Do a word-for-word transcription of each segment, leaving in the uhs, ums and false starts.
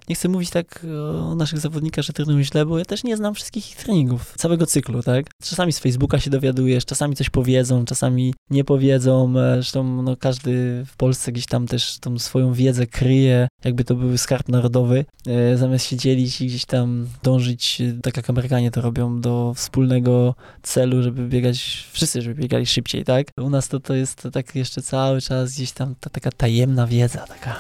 nie chcę mówić tak o naszych zawodnikach, że trenują źle, bo ja też nie znam wszystkich ich treningów, całego cyklu, tak? Czasami z Facebooka się dowiadujesz, czasami coś powiedzą, czasami nie powiedzą, zresztą no, każdy w Polsce gdzieś tam też tą swoją wiedzę kryje, jakby to był skarb narodowy, e, zamiast się dzielić i gdzieś tam dążyć, tak jak Amerykanie to robią, do wspólnego celu, żeby biegać, wszyscy, żeby biegali szybciej, tak? U nas to, to jest tak jeszcze cały czas gdzieś tam ta taka tajemna wiedza, taka.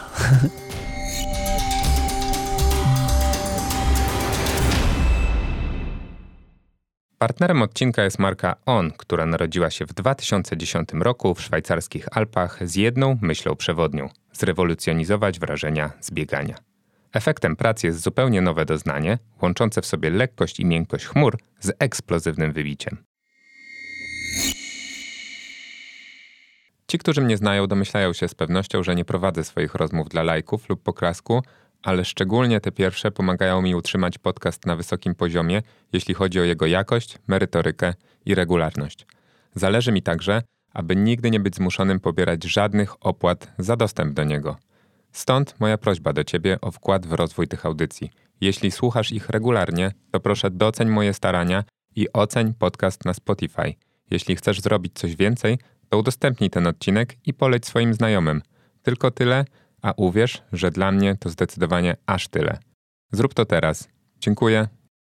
Partnerem odcinka jest marka On, która narodziła się w dwa tysiące dziesiątym roku w szwajcarskich Alpach z jedną myślą przewodnią – zrewolucjonizować wrażenia z biegania. Efektem pracy jest zupełnie nowe doznanie, łączące w sobie lekkość i miękkość chmur z eksplozywnym wybiciem. Ci, którzy mnie znają, domyślają się z pewnością, że nie prowadzę swoich rozmów dla lajków lub poklasku, ale szczególnie te pierwsze pomagają mi utrzymać podcast na wysokim poziomie, jeśli chodzi o jego jakość, merytorykę i regularność. Zależy mi także, aby nigdy nie być zmuszonym pobierać żadnych opłat za dostęp do niego. Stąd moja prośba do Ciebie o wkład w rozwój tych audycji. Jeśli słuchasz ich regularnie, to proszę doceń moje starania i oceń podcast na Spotify. Jeśli chcesz zrobić coś więcej, to udostępnij ten odcinek i poleć swoim znajomym. Tylko tyle, a uwierz, że dla mnie to zdecydowanie aż tyle. Zrób to teraz. Dziękuję.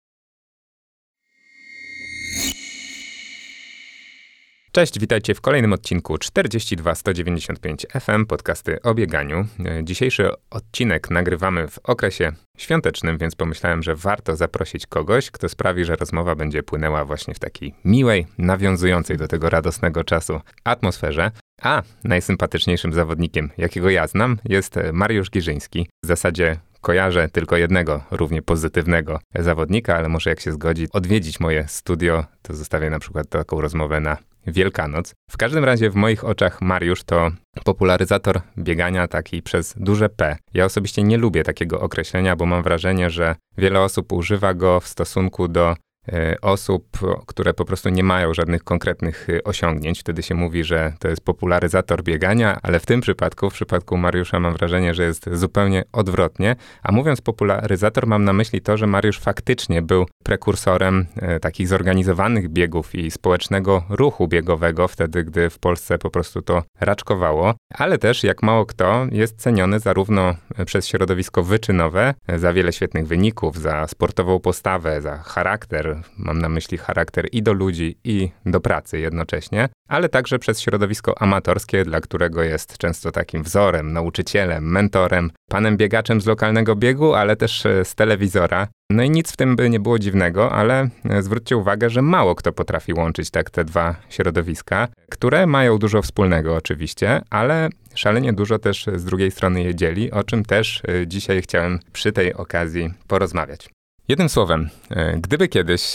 Cześć, witajcie w kolejnym odcinku czterdzieści dwa sto dziewięćdziesiąt pięć F M, podcasty o bieganiu. Dzisiejszy odcinek nagrywamy w okresie świątecznym, więc pomyślałem, że warto zaprosić kogoś, kto sprawi, że rozmowa będzie płynęła właśnie w takiej miłej, nawiązującej do tego radosnego czasu atmosferze. A najsympatyczniejszym zawodnikiem, jakiego ja znam, jest Mariusz Giżyński. W zasadzie kojarzę tylko jednego równie pozytywnego zawodnika, ale może jak się zgodzi odwiedzić moje studio, to zostawię na przykład taką rozmowę na Wielkanoc. W każdym razie w moich oczach Mariusz to popularyzator biegania taki przez duże P. Ja osobiście nie lubię takiego określenia, bo mam wrażenie, że wiele osób używa go w stosunku do osób, które po prostu nie mają żadnych konkretnych osiągnięć. Wtedy się mówi, że to jest popularyzator biegania, ale w tym przypadku, w przypadku Mariusza mam wrażenie, że jest zupełnie odwrotnie. A mówiąc popularyzator, mam na myśli to, że Mariusz faktycznie był prekursorem e, takich zorganizowanych biegów i społecznego ruchu biegowego, wtedy gdy w Polsce po prostu to raczkowało, ale też jak mało kto jest ceniony zarówno przez środowisko wyczynowe za wiele świetnych wyników, za sportową postawę, za charakter, mam na myśli charakter i do ludzi, i do pracy jednocześnie, ale także przez środowisko amatorskie, dla którego jest często takim wzorem, nauczycielem, mentorem, panem biegaczem z lokalnego biegu, ale też z telewizora. No i nic w tym by nie było dziwnego, ale zwróćcie uwagę, że mało kto potrafi łączyć tak te dwa środowiska, które mają dużo wspólnego oczywiście, ale szalenie dużo też z drugiej strony je dzieli, o czym też dzisiaj chciałem przy tej okazji porozmawiać. Jednym słowem, gdyby kiedyś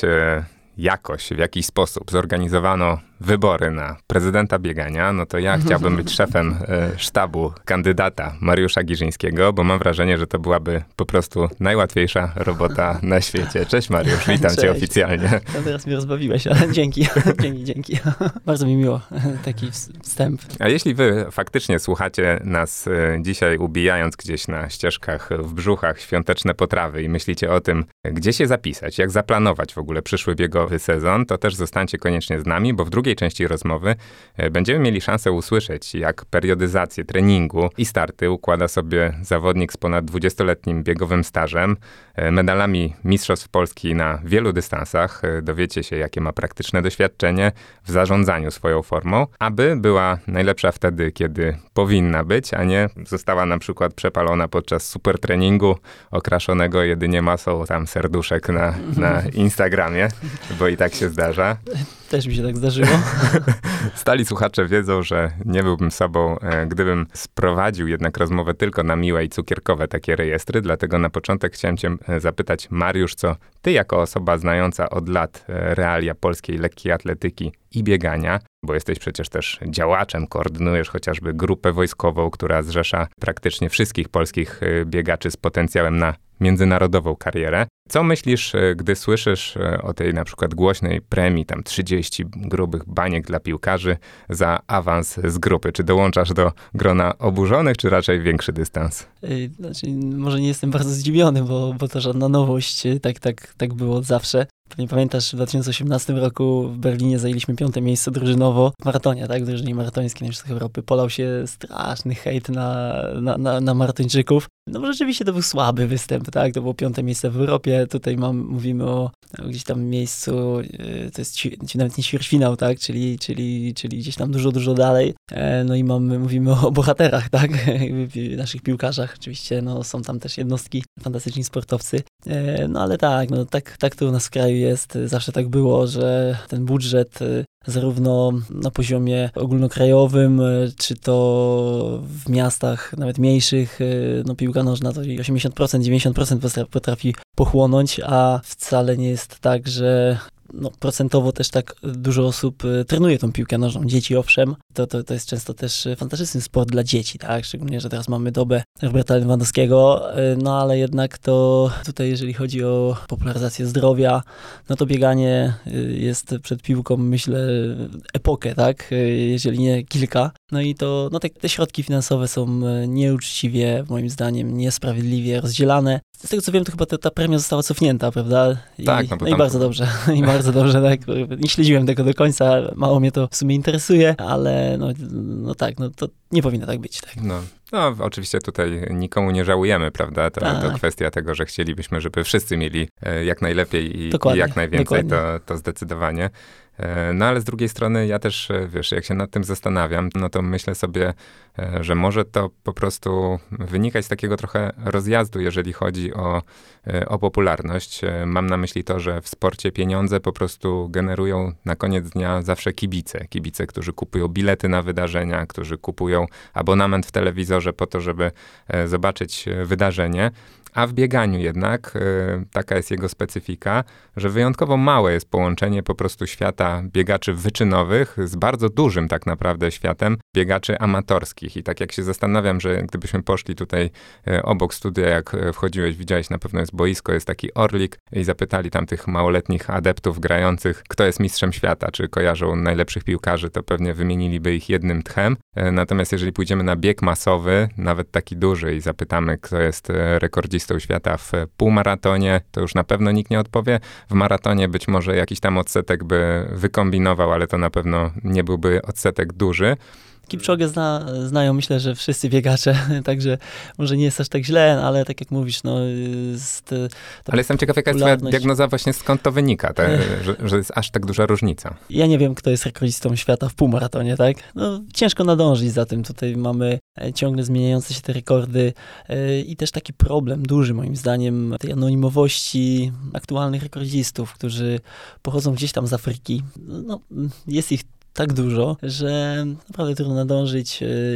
jakoś, w jakiś sposób zorganizowano wybory na prezydenta biegania, no to ja chciałbym być szefem e, sztabu kandydata Mariusza Giżyńskiego, bo mam wrażenie, że to byłaby po prostu najłatwiejsza robota na świecie. Cześć Mariusz, witam Cześć. Cię oficjalnie. No teraz mnie rozbawiłeś, ale dzięki, dzięki, dzięki. Bardzo mi miło, taki wstęp. A jeśli wy faktycznie słuchacie nas e, dzisiaj ubijając gdzieś na ścieżkach, w brzuchach świąteczne potrawy i myślicie o tym, gdzie się zapisać, jak zaplanować w ogóle przyszły biegowy sezon, to też zostańcie koniecznie z nami, bo w drugiej części rozmowy będziemy mieli szansę usłyszeć, jak periodyzację treningu i starty układa sobie zawodnik z ponad dwudziestoletnim biegowym stażem, medalami Mistrzostw Polski na wielu dystansach. Dowiecie się, jakie ma praktyczne doświadczenie w zarządzaniu swoją formą, aby była najlepsza wtedy, kiedy powinna być, a nie została na przykład przepalona podczas super treningu, okraszonego jedynie masą tam serduszek na, na Instagramie, bo i tak się zdarza. Też mi się tak zdarzyło. Stali słuchacze wiedzą, że nie byłbym sobą, gdybym sprowadził jednak rozmowę tylko na miłe i cukierkowe takie rejestry, dlatego na początek chciałem cię zapytać, Mariusz, co ty jako osoba znająca od lat realia polskiej lekkiej atletyki i biegania, bo jesteś przecież też działaczem, koordynujesz chociażby grupę wojskową, która zrzesza praktycznie wszystkich polskich biegaczy z potencjałem na międzynarodową karierę. Co myślisz, gdy słyszysz o tej na przykład głośnej premii, tam trzydzieści grubych baniek dla piłkarzy za awans z grupy? Czy dołączasz do grona oburzonych, czy raczej większy dystans? Znaczy, może nie jestem bardzo zdziwiony, bo, bo to żadna nowość, tak, tak, tak było od zawsze. Pewnie pamiętasz, w dwa tysiące osiemnastym roku w Berlinie zajęliśmy piąte miejsce drużynowo w maratonie, tak? W drużynie maratońskiej na Mistrzostwach Europy. Polał się straszny hejt na, na, na, na maratończyków. No bo rzeczywiście to był słaby występ, tak? To było piąte miejsce w Europie. Tutaj mam, mówimy o gdzieś tam miejscu, to jest ci, ci nawet nie ćwierćfinał, tak? Czyli, czyli, czyli gdzieś tam dużo, dużo dalej. No i mamy, mówimy o bohaterach, tak? Naszych piłkarzach. Oczywiście no, są tam też jednostki, fantastyczni sportowcy. No ale tak, no tak, tak to u nas w kraju jest. Zawsze tak było, że ten budżet zarówno na poziomie ogólnokrajowym, czy to w miastach nawet mniejszych, no piłka nożna to osiemdziesiąt procent, dziewięćdziesiąt procent potrafi pochłonąć, a wcale nie jest tak, że no, procentowo też tak dużo osób trenuje tą piłkę nożną. Dzieci owszem, to, to, to jest często też fantastyczny sport dla dzieci, tak? Szczególnie, że teraz mamy dobę Roberta Lewandowskiego, no ale jednak to tutaj, jeżeli chodzi o popularyzację zdrowia, no to bieganie jest przed piłką, myślę, epokę, tak? Jeżeli nie kilka. No i to, no te, te środki finansowe są nieuczciwie, moim zdaniem, niesprawiedliwie rozdzielane. Z tego co wiem, to chyba ta, ta premia została cofnięta, prawda? I, tak, no, no i bardzo dobrze. I bardzo dobrze, tak. Nie śledziłem tego do końca, mało mnie to w sumie interesuje, ale no, no tak, no to nie powinno tak być, tak. No. No, oczywiście tutaj nikomu nie żałujemy, prawda? To, tak. to kwestia tego, że chcielibyśmy, żeby wszyscy mieli jak najlepiej i, i jak najwięcej, to, to zdecydowanie. No ale z drugiej strony ja też, wiesz, jak się nad tym zastanawiam, no to myślę sobie, że może to po prostu wynikać z takiego trochę rozjazdu, jeżeli chodzi o, o popularność. Mam na myśli to, że w sporcie pieniądze po prostu generują na koniec dnia zawsze kibice. Kibice, którzy kupują bilety na wydarzenia, którzy kupują abonament w telewizorze po to, żeby zobaczyć wydarzenie. A w bieganiu jednak, y, taka jest jego specyfika, że wyjątkowo małe jest połączenie po prostu świata biegaczy wyczynowych z bardzo dużym tak naprawdę światem biegaczy amatorskich. I tak jak się zastanawiam, że gdybyśmy poszli tutaj y, obok studia, jak wchodziłeś, widziałeś, na pewno jest boisko, jest taki orlik i zapytali tam tych małoletnich adeptów grających, kto jest mistrzem świata, czy kojarzą najlepszych piłkarzy, to pewnie wymieniliby ich jednym tchem. Y, natomiast jeżeli pójdziemy na bieg masowy, nawet taki duży i zapytamy, kto jest y, rekordzistą świata w półmaratonie, to już na pewno nikt nie odpowie. W maratonie być może jakiś tam odsetek by wykombinował, ale to na pewno nie byłby odsetek duży. Kipczogę zna, znają, myślę, że wszyscy biegacze, także może nie jest aż tak źle, ale tak jak mówisz, no... Jest, ale jestem ciekaw, jaka jest twoja diagnoza właśnie, skąd to wynika, te, że, że jest aż tak duża różnica. Ja nie wiem, kto jest rekordzistą świata w półmaratonie, tak? No, ciężko nadążyć za tym. Tutaj mamy ciągle zmieniające się te rekordy i też taki problem duży, moim zdaniem, tej anonimowości aktualnych rekordzistów, którzy pochodzą gdzieś tam z Afryki. No, jest ich tak dużo, że naprawdę trudno nadążyć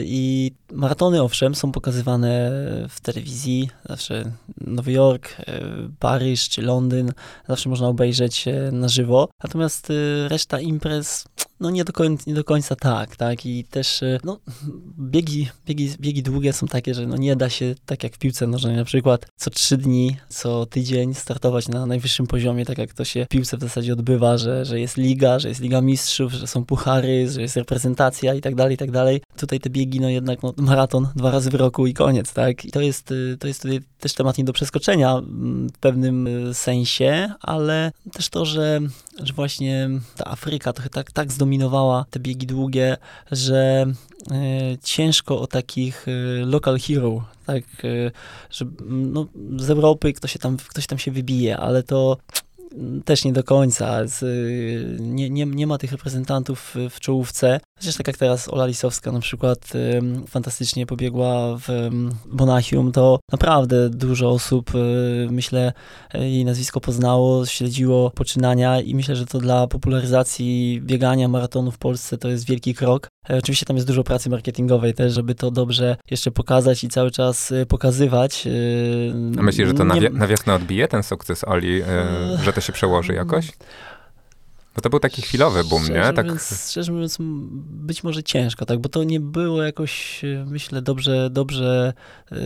i maratony owszem są pokazywane w telewizji, zawsze Nowy Jork, Paryż czy Londyn, zawsze można obejrzeć na żywo, natomiast reszta imprez no nie do końca, nie do końca tak, tak i też no biegi, biegi, biegi długie są takie, że no nie da się tak jak w piłce nożnej na przykład co trzy dni, co tydzień startować na najwyższym poziomie, tak jak to się w piłce w zasadzie odbywa, że, że jest liga, że jest Liga Mistrzów, że są puchary, że jest reprezentacja i tak dalej, i tak dalej. Tutaj te biegi, no jednak no, maraton dwa razy w roku i koniec, tak? I to jest, to jest tutaj też temat nie do przeskoczenia w pewnym sensie, ale też to, że, że właśnie ta Afryka trochę tak, tak zdominowała te biegi długie, że y, ciężko o takich y, local hero, tak, y, że no, z Europy ktoś się tam, ktoś tam się wybije, ale to też nie do końca. Z, nie, nie, nie ma tych reprezentantów w, w czołówce. Chociaż tak jak teraz Ola Lisowska na przykład y, fantastycznie pobiegła w y, Monachium, to naprawdę dużo osób, y, myślę, jej nazwisko poznało, śledziło poczynania i myślę, że to dla popularyzacji biegania maratonu w Polsce to jest wielki krok. E, oczywiście tam jest dużo pracy marketingowej też, żeby to dobrze jeszcze pokazać i cały czas y, pokazywać. Y, A myślisz, że to nie... na, wi- na wiosnę odbije ten sukces Oli, y, że to się przełoży jakoś? Bo to był taki chwilowy boom, szczerze nie? Tak... Mówiąc, szczerze mówiąc, być może ciężko, tak? Bo to nie było jakoś, myślę, dobrze, dobrze, yy,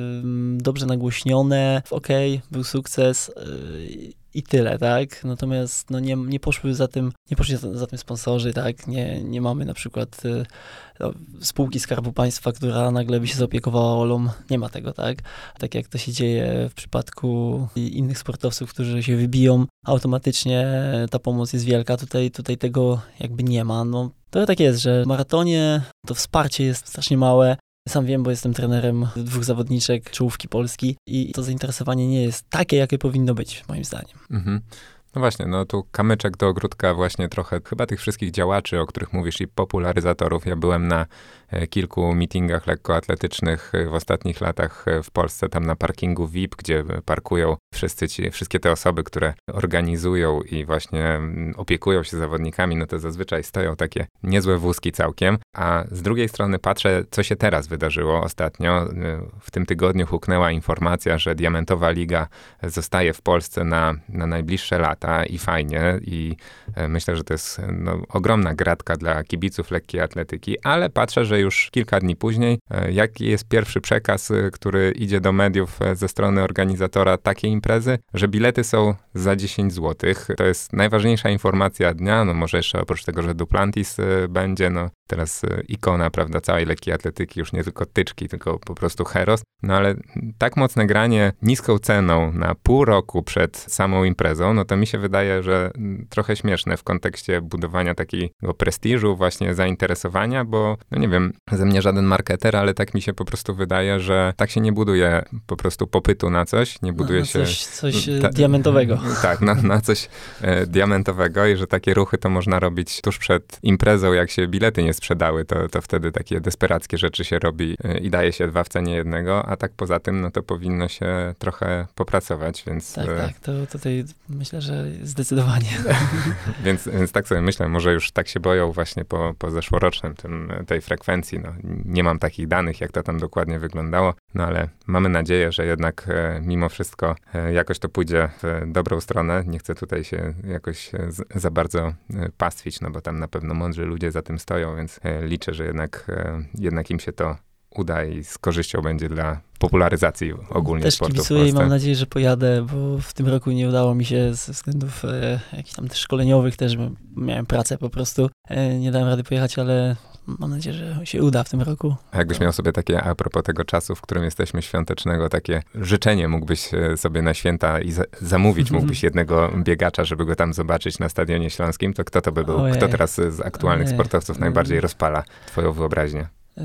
dobrze nagłośnione. Okej, okay, był sukces yy, i tyle, tak? Natomiast no, nie, nie poszły za tym, nie poszli za, za tym sponsorzy, tak? Nie, nie mamy na przykład yy, no, spółki Skarbu Państwa, która nagle by się zaopiekowała Olą. Nie ma tego, tak? Tak jak to się dzieje w przypadku innych sportowców, którzy się wybiją, automatycznie ta pomoc jest wielka. Tutaj, tutaj tego jakby nie ma. No, to tak jest, że w maratonie to wsparcie jest strasznie małe. Sam wiem, bo jestem trenerem dwóch zawodniczek czołówki Polski i to zainteresowanie nie jest takie, jakie powinno być, moim zdaniem. Mhm. No właśnie, no tu kamyczek do ogródka właśnie trochę chyba tych wszystkich działaczy, o których mówisz, i popularyzatorów. Ja byłem na e, kilku meetingach lekkoatletycznych w ostatnich latach w Polsce, tam na parkingu V I P, gdzie parkują wszyscy ci, wszystkie te osoby, które organizują i właśnie m, opiekują się zawodnikami, no to zazwyczaj stoją takie niezłe wózki całkiem, a z drugiej strony patrzę, co się teraz wydarzyło ostatnio. W tym tygodniu huknęła informacja, że Diamentowa Liga zostaje w Polsce na, na najbliższe lata. I fajnie, i myślę, że to jest no, ogromna gratka dla kibiców lekkiej atletyki, ale patrzę, że już kilka dni później, jaki jest pierwszy przekaz, który idzie do mediów ze strony organizatora takiej imprezy, że bilety są za dziesięć złotych. To jest najważniejsza informacja dnia, no może jeszcze oprócz tego, że Duplantis będzie, no teraz ikona, prawda, całej lekkiej atletyki, już nie tylko tyczki, tylko po prostu heros. No ale tak mocne granie niską ceną na pół roku przed samą imprezą, no to mi się wydaje, że trochę śmieszne w kontekście budowania takiego prestiżu, właśnie zainteresowania, bo no nie wiem, ze mnie żaden marketer, ale tak mi się po prostu wydaje, że tak się nie buduje po prostu popytu na coś, nie buduje na, na się... Coś, coś ta, diamentowego. Tak, na, na coś e, diamentowego i że takie ruchy to można robić tuż przed imprezą, jak się bilety nie sprzedały, to, to wtedy takie desperackie rzeczy się robi e, i daje się dwa w cenie jednego, a tak poza tym, no to powinno się trochę popracować, więc... Tak, tak, to tutaj myślę, że zdecydowanie. więc, więc tak sobie myślę, może już tak się boją właśnie po, po zeszłorocznym tym, tej frekwencji. No, nie mam takich danych, jak to tam dokładnie wyglądało, no ale mamy nadzieję, że jednak e, mimo wszystko e, jakoś to pójdzie w dobrą stronę. Nie chcę tutaj się jakoś z, za bardzo e, pastwić, no bo tam na pewno mądrzy ludzie za tym stoją, więc e, liczę, że jednak, e, jednak im się to uda i z korzyścią będzie dla popularyzacji ogólnie też sportu w kibicuję Polsce. I mam nadzieję, że pojadę, bo w tym roku nie udało mi się ze względów e, jakichś tam też szkoleniowych, też miałem pracę po prostu, e, nie dałem rady pojechać, ale mam nadzieję, że się uda w tym roku. A jakbyś miał sobie takie, a propos tego czasu, w którym jesteśmy świątecznego, takie życzenie mógłbyś sobie na święta i za, zamówić mógłbyś jednego biegacza, żeby go tam zobaczyć na Stadionie Śląskim, to kto to by był? Ojej. Kto teraz z aktualnych Ojej. sportowców najbardziej rozpala twoją wyobraźnię?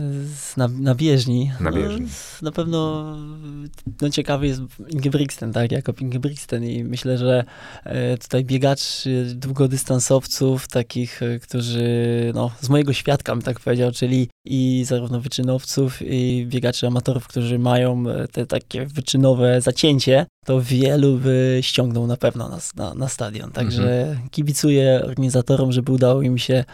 Na, na bieżni. Na bieżni. No, na pewno no, ciekawy jest Ingebrigtsen, tak, Jakob Ingebrigtsen i myślę, że e, tutaj biegaczy, długodystansowców, takich, e, którzy, no, z mojego świadka, bym tak powiedział, czyli i zarówno wyczynowców, i biegaczy amatorów, którzy mają te takie wyczynowe zacięcie, to wielu by ściągnął na pewno na, na, na stadion. Także mhm. kibicuję organizatorom, żeby udało im się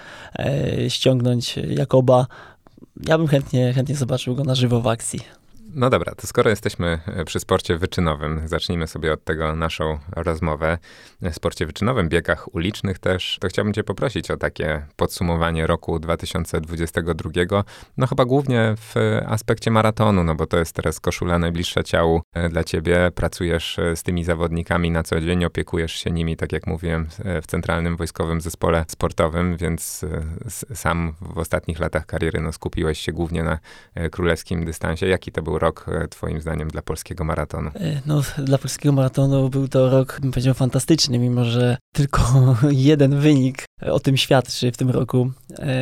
e, ściągnąć Jakoba. Ja bym chętnie, chętnie zobaczył go na żywo w akcji. No dobra, to skoro jesteśmy przy sporcie wyczynowym, zacznijmy sobie od tego naszą rozmowę. W sporcie wyczynowym, biegach ulicznych też, to chciałbym cię poprosić o takie podsumowanie roku dwa tysiące dwudziestego drugiego. No chyba głównie w aspekcie maratonu, no bo to jest teraz koszula najbliższa ciału dla ciebie. Pracujesz z tymi zawodnikami na co dzień, opiekujesz się nimi, tak jak mówiłem, w Centralnym Wojskowym Zespole Sportowym, więc sam w ostatnich latach kariery no, skupiłeś się głównie na królewskim dystansie. Jaki to był rok twoim zdaniem dla polskiego maratonu? No, dla polskiego maratonu był to rok, bym powiedział, fantastyczny, mimo że tylko jeden wynik o tym świadczy w tym roku,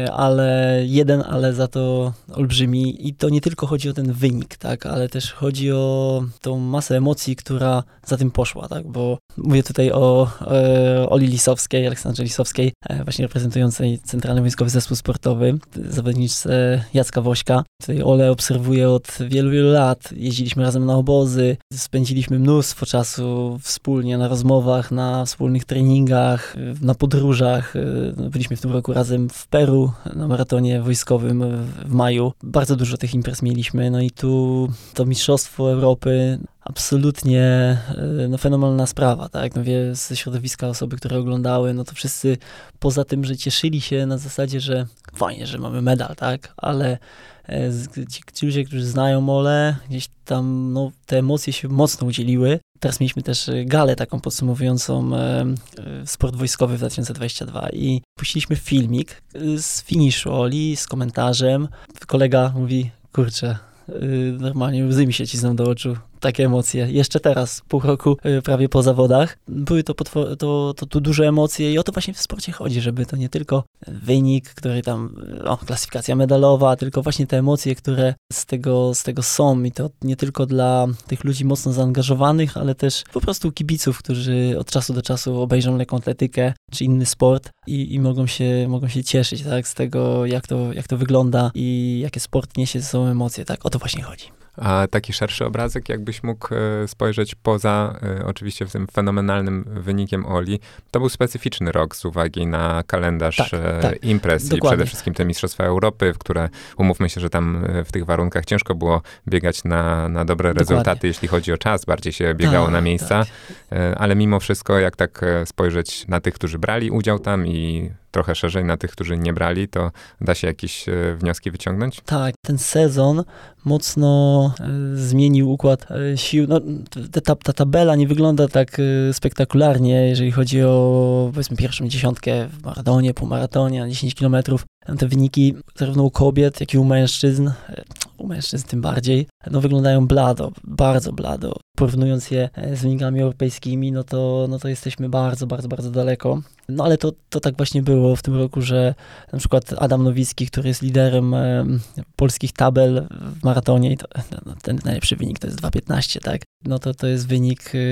ale jeden, ale za to olbrzymi i to nie tylko chodzi o ten wynik, tak, ale też chodzi o tą masę emocji, która za tym poszła, tak, bo mówię tutaj o e, Oli Lisowskiej, Aleksandrze Lisowskiej, e, właśnie reprezentującej Centralny Wojskowy Zespół Sportowy, zawodniczce Jacka Wośka. Tutaj Ole obserwuję od wielu, wielu lat. Jeździliśmy razem na obozy, spędziliśmy mnóstwo czasu wspólnie na rozmowach, na wspólnych treningach, na podróżach. byliśmy w tym roku razem w Peru na maratonie wojskowym w maju. Bardzo dużo tych imprez mieliśmy, no i tu to Mistrzostwo Europy, absolutnie no, fenomenalna sprawa, tak? No wie, ze środowiska osoby, które oglądały, no to wszyscy poza tym, że cieszyli się na zasadzie, że fajnie, że mamy medal, tak? Ale ci, ci ludzie, którzy znają Olę, gdzieś tam no, te emocje się mocno udzieliły. Teraz mieliśmy też galę taką podsumowującą e, sport wojskowy w dwa tysiące dwudziestym drugim i puściliśmy filmik z finiszu Oli, z komentarzem. Kolega mówi, kurczę, y, normalnie łzy mi się cisną do oczu. Takie emocje. Jeszcze teraz, pół roku y, prawie po zawodach. Były to, potwor- to, to, to duże emocje i o to właśnie w sporcie chodzi, żeby to nie tylko wynik, który tam, o, klasyfikacja medalowa, tylko właśnie te emocje, które z tego, z tego są i to nie tylko dla tych ludzi mocno zaangażowanych, ale też po prostu kibiców, którzy od czasu do czasu obejrzą lekką atletykę czy inny sport i, i mogą się, mogą się cieszyć, tak, z tego, jak to, jak to wygląda i jakie sport niesie ze sobą emocje, tak, o to właśnie chodzi. A taki szerszy obrazek, jakbyś mógł e, spojrzeć poza e, oczywiście tym fenomenalnym wynikiem Oli, to był specyficzny rok z uwagi na kalendarz tak, e, tak, imprez dokładnie. I przede wszystkim te Mistrzostwa Europy, w które umówmy się, że tam e, w tych warunkach ciężko było biegać na, na dobre dokładnie. rezultaty, jeśli chodzi o czas, bardziej się biegało tak, na miejsca, tak. e, ale mimo wszystko, jak tak e, spojrzeć na tych, którzy brali udział tam i trochę szerzej na tych, którzy nie brali, to da się jakieś e, wnioski wyciągnąć? Tak, ten sezon mocno e, zmienił układ e, sił. No, ta, ta tabela nie wygląda tak e, spektakularnie, jeżeli chodzi o, powiedzmy, pierwszą dziesiątkę w maratonie, półmaratonie, na dziesięć kilometrów. Te wyniki zarówno u kobiet, jak i u mężczyzn, e, u mężczyzn tym bardziej, no wyglądają blado, bardzo blado. Porównując je z wynikami europejskimi, no to, no to jesteśmy bardzo, bardzo, bardzo daleko. No ale to, to tak właśnie było w tym roku, że na przykład Adam Nowicki, który jest liderem e, polskich tabel w maratonie, i to, no, ten najlepszy wynik to jest dwa piętnaście, tak? No to to jest wynik... E,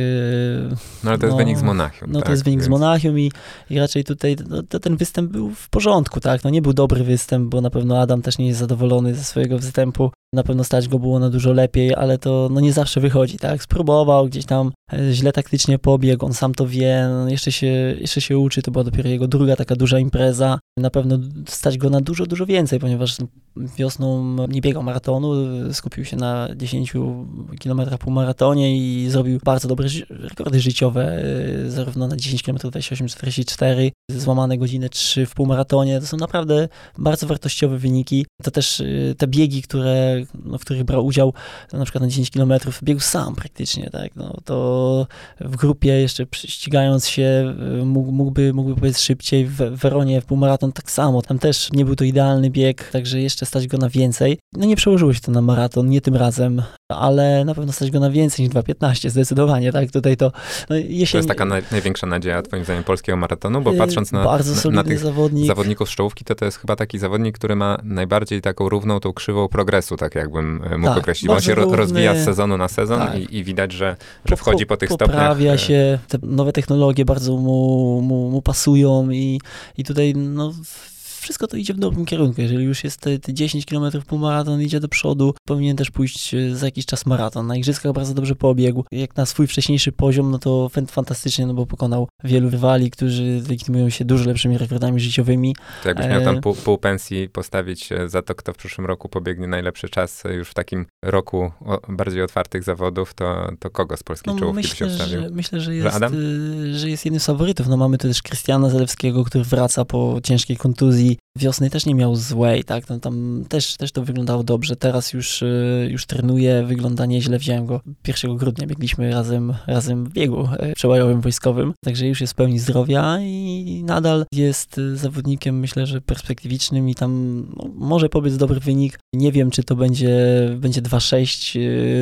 no ale to jest no, wynik z Monachium. No tak? to jest wynik Więc... z Monachium i, i raczej tutaj no, to ten występ był w porządku, tak? No nie był dobry występ, bo na pewno Adam też nie jest zadowolony ze swojego występu. Na pewno stać go było na dużo lepiej, ale to no nie zawsze wychodzi, tak? Spróbował, gdzieś tam źle taktycznie pobiegł, on sam to wie, no jeszcze się, jeszcze się uczy, to była dopiero jego druga taka duża impreza. Na pewno stać go na dużo, dużo więcej, ponieważ wiosną nie biegał maratonu, skupił się na dziesięciu kilometrach półmaratonie i zrobił bardzo dobre ży- rekordy życiowe, zarówno na dziesięć kilometrów dwadzieścia osiem czterdzieści cztery, złamane godzinę trzy w półmaratonie. To są naprawdę bardzo wartościowe wyniki. To też te biegi, które, no, w których brał udział, na przykład na dziesięć kilometrów, biegł sam praktycznie, tak, no to w grupie jeszcze ścigając się mógł, mógłby, mógłby powiedz szybciej. W Weronie w półmaraton tak samo, tam też nie był to idealny bieg, także jeszcze stać go na więcej. No nie przełożyło się to na maraton, nie tym razem, ale na pewno stać go na więcej niż dwa piętnaście, zdecydowanie, tak, tutaj to... No, jesień... To jest taka naj, największa nadzieja, twoim zdaniem, polskiego maratonu, bo patrząc na, bardzo na, na tych zawodnik. zawodników z czołówki, to to jest chyba taki zawodnik, który ma najbardziej taką równą tą krzywą progresu, tak jakbym mógł tak, określić. On się równy, rozwija z sezonu na sezon tak. i, i widać, że, że wchodzi po, po tych poprawia stopniach. Poprawia się, te nowe technologie bardzo mu, mu, mu pasują i, i tutaj no wszystko to idzie w dobrym kierunku. Jeżeli już jest te, te dziesięć kilometrów półmaraton, idzie do przodu, powinien też pójść za jakiś czas maraton. Na igrzyskach bardzo dobrze pobiegł. Jak na swój wcześniejszy poziom, no to fantastycznie, no bo pokonał wielu rywali, którzy legitymują się dużo lepszymi rekordami życiowymi. To jakbyś miał tam pół, pół pensji postawić za to, kto w przyszłym roku pobiegnie najlepszy czas już w takim roku o, bardziej otwartych zawodów, to, to kogo z polskiej no, czołówki myślę, by się obstawił? Że, myślę, że jest, że, Adam? że jest jednym z faworytów. No mamy tu też Krystiana Zalewskiego, który wraca po ciężkiej kontuzji. Wiosny też nie miał złej, tak, no tam też, też to wyglądało dobrze, teraz już, już trenuje, wygląda nieźle, wziąłem go pierwszego grudnia, biegliśmy razem, razem w biegu przełajowym wojskowym, także już jest w pełni zdrowia i nadal jest zawodnikiem, myślę, że perspektywicznym i tam no, może pobiec dobry wynik, nie wiem, czy to będzie, będzie dwa sześć,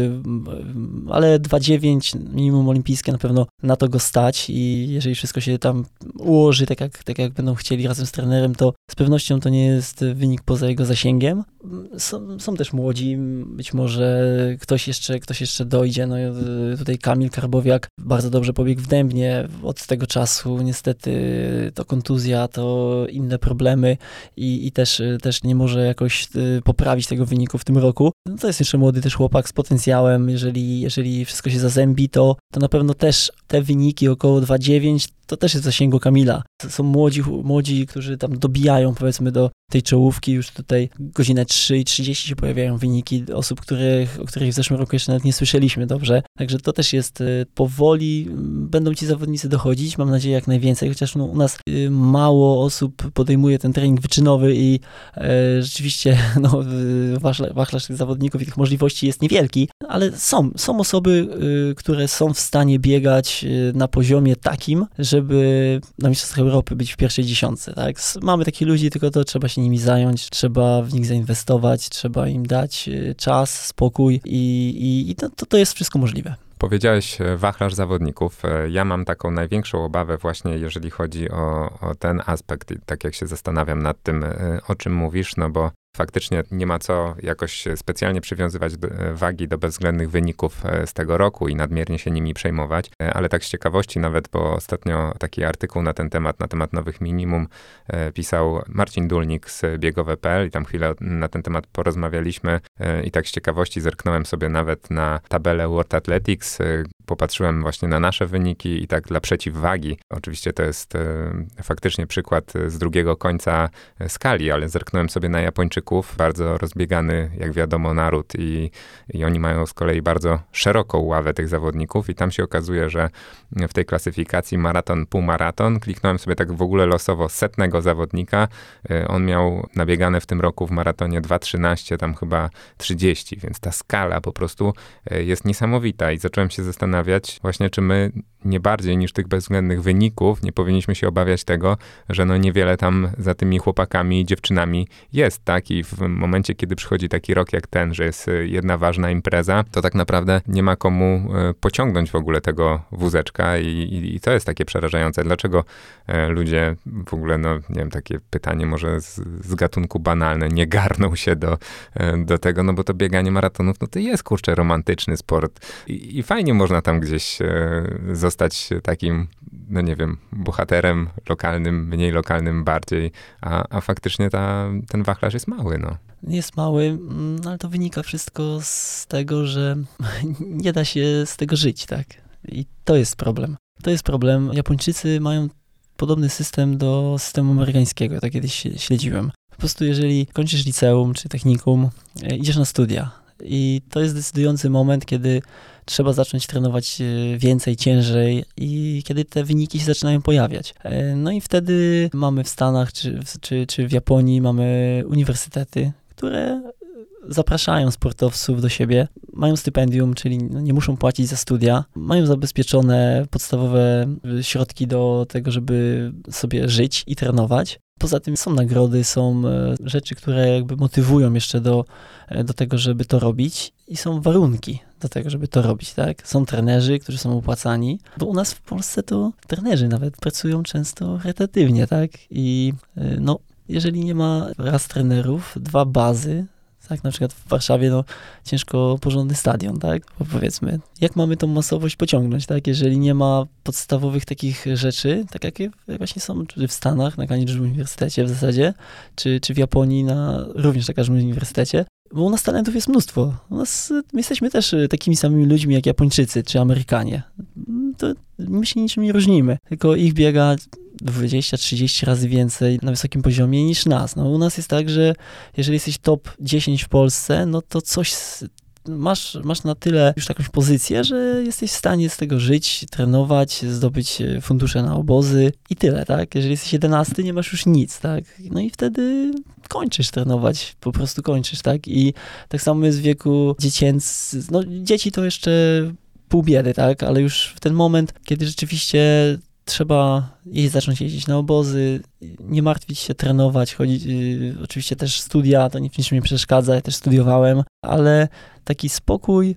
ale dwa dziewięć minimum olimpijskie na pewno na to go stać i jeżeli wszystko się tam ułoży, tak jak, tak jak będą chcieli razem z trenerem, to z pewnością pewnością to nie jest wynik poza jego zasięgiem. Są, są też młodzi, być może ktoś jeszcze, ktoś jeszcze dojdzie. No tutaj Kamil Karbowiak bardzo dobrze pobiegł w Dębnie. Od tego czasu niestety to kontuzja, to inne problemy i, i też, też nie może jakoś poprawić tego wyniku w tym roku. No to jest jeszcze młody też chłopak z potencjałem. Jeżeli, jeżeli wszystko się zazębi, to, to na pewno też te wyniki około dwa dziewięć to też jest w zasięgu Kamila. Są młodzi, młodzi, którzy tam dobijają powiedzmy do tej czołówki. Już tutaj godzinę trzy i trzydzieści się pojawiają wyniki osób, których, o których w zeszłym roku jeszcze nawet nie słyszeliśmy dobrze. Także to też jest y, powoli, będą ci zawodnicy dochodzić, mam nadzieję jak najwięcej, chociaż no, u nas y, mało osób podejmuje ten trening wyczynowy i y, rzeczywiście no, y, wachlarz, wachlarz tych zawodników i tych możliwości jest niewielki, ale są, są osoby, y, które są w stanie biegać y, na poziomie takim, żeby na Mistrzostwach Europy być w pierwszej dziesiątce, tak? Mamy takich ludzi, tylko to trzeba się nimi zająć, trzeba w nich zainwestować, trzeba im dać czas, spokój i, i, i to, to jest wszystko możliwe. Powiedziałeś wachlarz zawodników. Ja mam taką największą obawę właśnie, jeżeli chodzi o, o ten aspekt, tak jak się zastanawiam nad tym, o czym mówisz, no bo faktycznie nie ma co jakoś specjalnie przywiązywać do, wagi do bezwzględnych wyników z tego roku i nadmiernie się nimi przejmować, ale tak z ciekawości nawet, bo ostatnio taki artykuł na ten temat, na temat nowych minimum pisał Marcin Dulnik z biegowe kropka pe el i tam chwilę na ten temat porozmawialiśmy i tak z ciekawości zerknąłem sobie nawet na tabelę World Athletics, popatrzyłem właśnie na nasze wyniki i tak dla przeciwwagi. Oczywiście to jest faktycznie przykład z drugiego końca skali, ale zerknąłem sobie na Japończyków, bardzo rozbiegany, jak wiadomo, naród i, i oni mają z kolei bardzo szeroką ławę tych zawodników i tam się okazuje, że w tej klasyfikacji maraton, półmaraton, kliknąłem sobie tak w ogóle losowo setnego zawodnika, on miał nabiegane w tym roku w maratonie dwa trzynaście, tam chyba trzydzieści, więc ta skala po prostu jest niesamowita i zacząłem się zastanawiać właśnie, czy my nie bardziej niż tych bezwzględnych wyników nie powinniśmy się obawiać tego, że no niewiele tam za tymi chłopakami i dziewczynami jest, tak? I w momencie, kiedy przychodzi taki rok jak ten, że jest jedna ważna impreza, to tak naprawdę nie ma komu pociągnąć w ogóle tego wózeczka i, i, i to jest takie przerażające. Dlaczego ludzie w ogóle, no nie wiem, takie pytanie może z, z gatunku banalne, nie garną się do, do tego, no bo to bieganie maratonów, no to jest, kurczę, romantyczny sport i, i fajnie można tam gdzieś zostać takim, no nie wiem, bohaterem lokalnym, mniej lokalnym bardziej, a, a faktycznie ta, ten wachlarz jest mały, no. Jest mały, no ale to wynika wszystko z tego, że nie da się z tego żyć, tak? I to jest problem. To jest problem. Japończycy mają podobny system do systemu amerykańskiego, tak kiedyś śledziłem. Po prostu jeżeli kończysz liceum czy technikum, idziesz na studia i to jest decydujący moment, kiedy trzeba zacząć trenować więcej, ciężej i kiedy te wyniki się zaczynają pojawiać. No i wtedy mamy w Stanach czy, czy, czy w Japonii mamy uniwersytety, które zapraszają sportowców do siebie, mają stypendium, czyli nie muszą płacić za studia, mają zabezpieczone podstawowe środki do tego, żeby sobie żyć i trenować. Poza tym są nagrody, są rzeczy, które jakby motywują jeszcze do, do tego, żeby to robić i są warunki do tego, żeby to robić, tak? Są trenerzy, którzy są opłacani, bo u nas w Polsce to trenerzy nawet pracują często charytatywnie, tak? I no, jeżeli nie ma raz trenerów, dwa bazy, tak, na przykład w Warszawie, no, ciężko porządny stadion, tak, bo powiedzmy, jak mamy tą masowość pociągnąć, tak, jeżeli nie ma podstawowych takich rzeczy, tak jakie właśnie są czy w Stanach, na każdym uniwersytecie w zasadzie, czy, czy w Japonii na również na każdym uniwersytecie, bo u nas talentów jest mnóstwo. U nas, my jesteśmy też takimi samymi ludźmi jak Japończycy czy Amerykanie. To my się niczym nie różnimy, tylko ich biega dwadzieścia trzydzieści razy więcej na wysokim poziomie niż nas. No, u nas jest tak, że jeżeli jesteś top dziesięć w Polsce, no to coś masz, masz na tyle już jakąś pozycję, że jesteś w stanie z tego żyć, trenować, zdobyć fundusze na obozy i tyle, tak? Jeżeli jesteś jedenasty, nie masz już nic, tak? No i wtedy kończysz trenować, po prostu kończysz, tak? I tak samo jest w wieku dziecięcym. No dzieci to jeszcze pół biedy, tak? Ale już w ten moment, kiedy rzeczywiście trzeba jej zacząć jeździć na obozy, nie martwić się, trenować, chodzić, yy, oczywiście też studia, to nic mi nie przeszkadza, ja też studiowałem, ale taki spokój,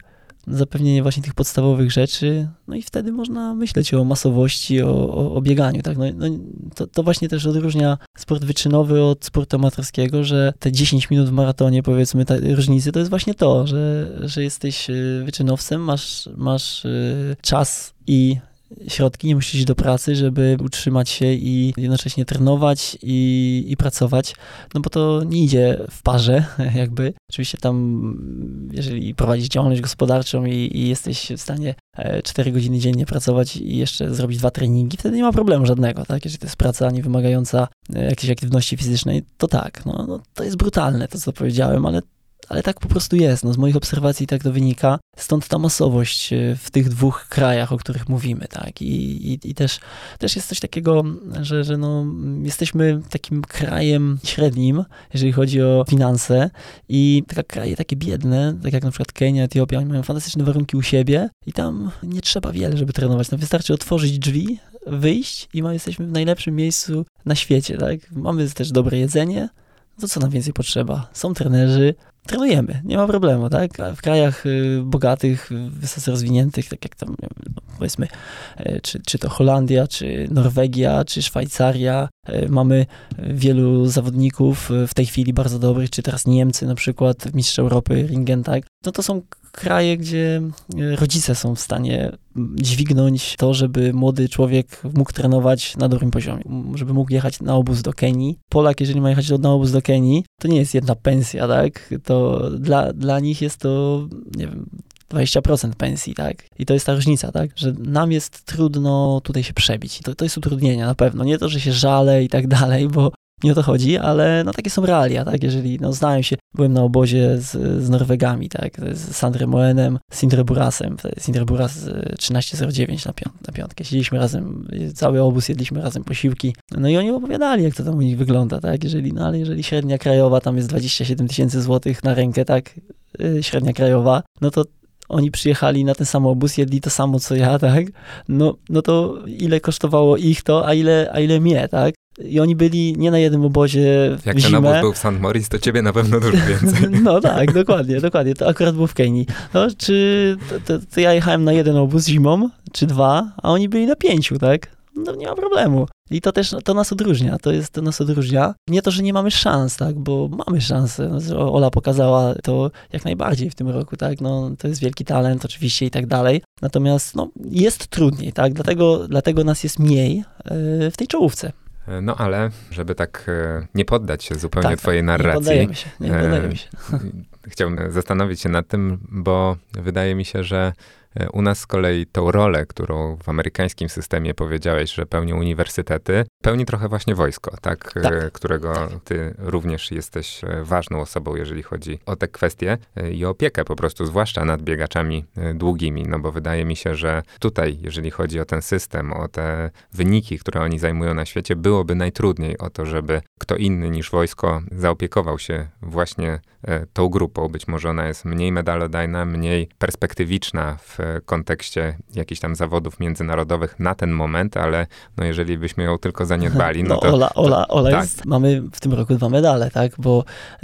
zapewnienie właśnie tych podstawowych rzeczy, no i wtedy można myśleć o masowości, o, o, o bieganiu, tak, no, no to, to właśnie też odróżnia sport wyczynowy od sportu amatorskiego, że te dziesięć minut w maratonie, powiedzmy, ta różnicy, to jest właśnie to, że, że jesteś wyczynowcem, masz, masz czas i środki, nie musisz iść do pracy, żeby utrzymać się i jednocześnie trenować i, i pracować, no bo to nie idzie w parze jakby. Oczywiście tam, jeżeli prowadzisz działalność gospodarczą i, i jesteś w stanie cztery godziny dziennie pracować i jeszcze zrobić dwa treningi, wtedy nie ma problemu żadnego, tak? Jeżeli to jest praca nie wymagająca jakiejś aktywności fizycznej, to tak, no, no to jest brutalne to, co powiedziałem, ale Ale tak po prostu jest, no z moich obserwacji tak to wynika. Stąd ta masowość w tych dwóch krajach, o których mówimy, tak. I, i, i też, też jest coś takiego, że, że no, jesteśmy takim krajem średnim, jeżeli chodzi o finanse i takie kraje takie biedne, tak jak na przykład Kenia, Etiopia, oni mają fantastyczne warunki u siebie i tam nie trzeba wiele, żeby trenować. No wystarczy otworzyć drzwi, wyjść i my jesteśmy w najlepszym miejscu na świecie, tak. Mamy też dobre jedzenie, to co nam więcej potrzeba? Są trenerzy, trenujemy, nie ma problemu, tak? A w krajach y, bogatych, wysoce rozwiniętych, tak jak tam, nie wiem, powiedzmy, y, czy, czy to Holandia, czy Norwegia, czy Szwajcaria, y, mamy wielu zawodników y, w tej chwili bardzo dobrych, czy teraz Niemcy na przykład, mistrz Europy, Ringen, tak? No to są kraje, gdzie rodzice są w stanie dźwignąć to, żeby młody człowiek mógł trenować na dobrym poziomie, żeby mógł jechać na obóz do Kenii. Polak, jeżeli ma jechać na obóz do Kenii, to nie jest jedna pensja, tak? To dla, dla nich jest to, nie wiem, dwadzieścia procent pensji, tak? I to jest ta różnica, tak? Że nam jest trudno tutaj się przebić. To, to jest utrudnienie na pewno. Nie to, że się żalę i tak dalej, bo nie o to chodzi, ale no takie są realia, tak? Jeżeli, no znają się, byłem na obozie z, z Norwegami, tak? Z Sandrem Moenem, z Sindre Burasem. Sindre Buras trzynaście zero dziewięć na, piąt, na piątkę. Siedzieliśmy razem, cały obóz jedliśmy razem posiłki. No i oni opowiadali, jak to tam u nich wygląda, tak? Jeżeli, no ale jeżeli średnia krajowa tam jest dwadzieścia siedem tysięcy złotych na rękę, tak? Średnia krajowa, no to oni przyjechali na ten sam obóz, jedli to samo, co ja, tak? No, no to ile kosztowało ich to, a ile, a ile mnie, tak? I oni byli nie na jednym obozie w Jak zimę. ten obóz był w Saint Moritz, to ciebie na pewno dużo więcej. No tak, dokładnie, dokładnie. To akurat był w Kenii. No, czy to, to, to ja jechałem na jeden obóz zimą, czy dwa, a oni byli na pięciu, tak? No nie ma problemu. I to też, to nas odróżnia, to jest, to nas odróżnia. Nie to, że nie mamy szans, tak, bo mamy szansę. No, Ola pokazała to jak najbardziej w tym roku, tak, no to jest wielki talent oczywiście i tak dalej. Natomiast, no, jest trudniej, tak, dlatego, dlatego nas jest mniej yy, w tej czołówce. No ale, żeby tak nie poddać się zupełnie tak, twojej tak, narracji. Nie poddajemy się, nie poddajemy się. Chciałbym zastanowić się nad tym, bo wydaje mi się, że u nas z kolei tą rolę, którą w amerykańskim systemie powiedziałeś, że pełnią uniwersytety, pełni trochę właśnie wojsko, tak? tak. Którego ty również jesteś ważną osobą, jeżeli chodzi o te kwestie i opiekę po prostu, zwłaszcza nad biegaczami długimi, no bo wydaje mi się, że tutaj, jeżeli chodzi o ten system, o te wyniki, które oni zajmują na świecie, byłoby najtrudniej o to, żeby kto inny niż wojsko zaopiekował się właśnie tą grupą. Być może ona jest mniej medalodajna, mniej perspektywiczna w kontekście jakichś tam zawodów międzynarodowych na ten moment, ale no jeżeli byśmy ją tylko zaniedbali, no, no to... Ola, Ola, Ola tak. jest, mamy w tym roku dwa medale, tak, bo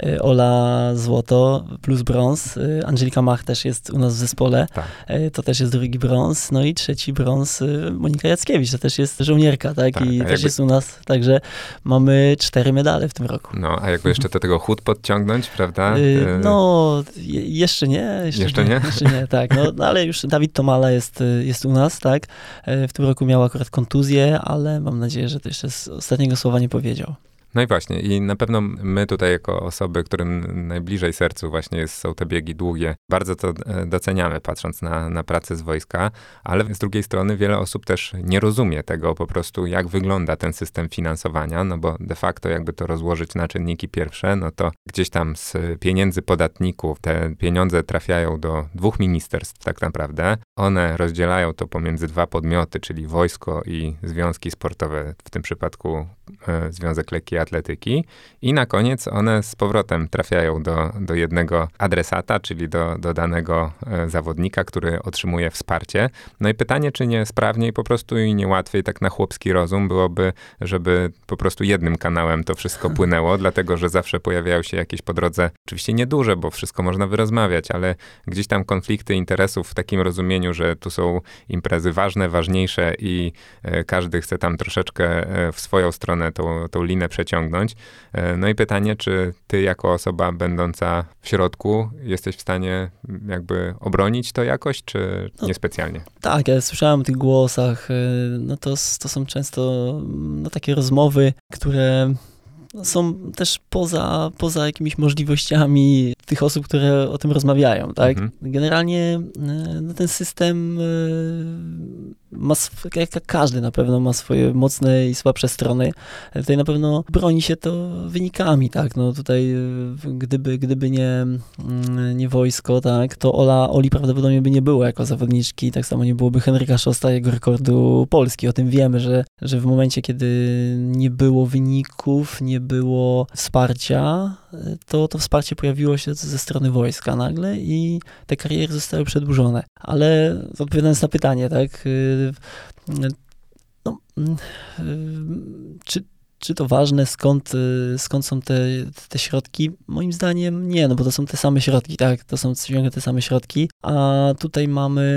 Ola złoto plus brąz, Angelika Mach też jest u nas w zespole, tak. To też jest drugi brąz, no i trzeci brąz Monika Jackiewicz, to też jest żołnierka, tak, tak i też jakby... jest u nas, także mamy cztery medale w tym roku. No, a jakby jeszcze do tego chód podciągnąć, prawda? No, je, jeszcze nie. Jeszcze, jeszcze nie? nie? Jeszcze nie, tak, no, no ale już Dawid Tomala jest, jest u nas, tak, w tym roku miał akurat kontuzję, ale mam nadzieję, że to jeszcze z ostatniego słowa nie powiedział. No i właśnie, i na pewno my tutaj jako osoby, którym najbliżej sercu właśnie jest, są te biegi długie, bardzo to doceniamy, patrząc na, na pracę z wojska, ale z drugiej strony wiele osób też nie rozumie tego po prostu, jak wygląda ten system finansowania, no bo de facto jakby to rozłożyć na czynniki pierwsze, no to gdzieś tam z pieniędzy podatników te pieniądze trafiają do dwóch ministerstw tak naprawdę. One rozdzielają to pomiędzy dwa podmioty, czyli wojsko i związki sportowe, w tym przypadku e, Związek Lekki atletyki i na koniec one z powrotem trafiają do, do jednego adresata, czyli do, do danego e, zawodnika, który otrzymuje wsparcie. No i pytanie, czy nie sprawniej po prostu i nie łatwiej tak na chłopski rozum byłoby, żeby po prostu jednym kanałem to wszystko płynęło, dlatego, że zawsze pojawiają się jakieś po drodze, oczywiście nieduże, bo wszystko można wyrozmawiać, ale gdzieś tam konflikty interesów w takim rozumieniu, że tu są imprezy ważne, ważniejsze i e, każdy chce tam troszeczkę e, w swoją stronę tą, tą linę przeciągnąć. E, no i pytanie, czy ty jako osoba będąca w środku jesteś w stanie jakby obronić to jakoś, czy no, niespecjalnie? Tak, ja słyszałem o tych głosach, no to, to są często no, takie rozmowy, które są też poza, poza jakimiś możliwościami tych osób, które o tym rozmawiają, tak? Mhm. Generalnie no, ten system ma, jak każdy na pewno ma swoje mocne i słabsze strony. Tutaj na pewno broni się to wynikami, tak? No tutaj gdyby, gdyby nie, nie wojsko, tak, to Ola, Oli prawdopodobnie by nie było jako zawodniczki, tak samo nie byłoby Henryka Szosta, jego rekordu Polski. O tym wiemy, że, że w momencie, kiedy nie było wyników, nie było wsparcia, to to wsparcie pojawiło się ze strony wojska nagle i te kariery zostały przedłużone. Ale odpowiadając na pytanie, tak, no, czy, czy to ważne, skąd, skąd są te, te środki? Moim zdaniem nie, no bo to są te same środki, tak, to są ciągle te same środki, a tutaj mamy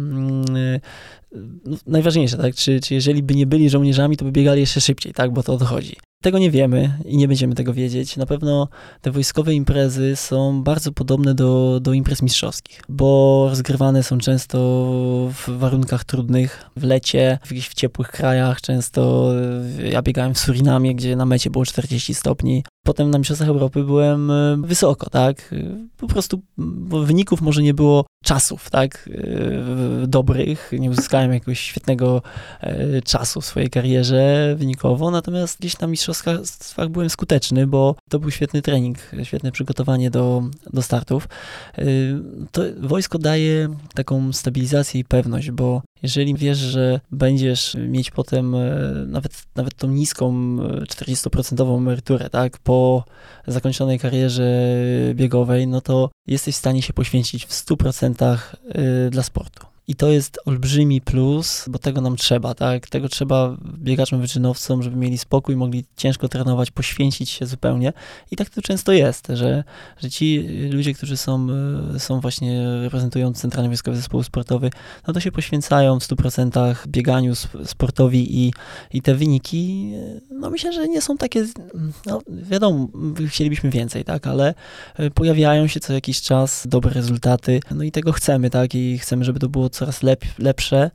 no, najważniejsze, tak, czy, czy jeżeli by nie byli żołnierzami, to by biegali jeszcze szybciej, tak, bo to o to chodzi. Tego nie wiemy i nie będziemy tego wiedzieć. Na pewno te wojskowe imprezy są bardzo podobne do, do imprez mistrzowskich, bo rozgrywane są często w warunkach trudnych, w lecie, w jakichś ciepłych krajach. Często ja biegałem w Surinamie, gdzie na mecie było czterdzieści stopni. Potem na Mistrzostwach Europy byłem wysoko, tak? Po prostu bo wyników może nie było, czasów, tak? Dobrych. Nie uzyskałem jakiegoś świetnego czasu w swojej karierze wynikowo, natomiast gdzieś na mistrzostwach byłem skuteczny, bo to był świetny trening, świetne przygotowanie do, do startów. To wojsko daje taką stabilizację i pewność, bo jeżeli wiesz, że będziesz mieć potem nawet, nawet tą niską czterdziestoprocentową emeryturę, tak, po zakończonej karierze biegowej, no to jesteś w stanie się poświęcić w stu procentach dla sportu. I to jest olbrzymi plus, bo tego nam trzeba, tak? Tego trzeba biegaczom, wyczynowcom, żeby mieli spokój, mogli ciężko trenować, poświęcić się zupełnie. I tak to często jest, że, że ci ludzie, którzy są, są właśnie reprezentują Centralny Wojskowy Zespół Sportowy, no to się poświęcają w stu procentach bieganiu sportowi i, i te wyniki, no myślę, że nie są takie, no wiadomo, chcielibyśmy więcej, tak? Ale pojawiają się co jakiś czas dobre rezultaty, no i tego chcemy, tak? I chcemy, żeby to było coraz lep, lepsze.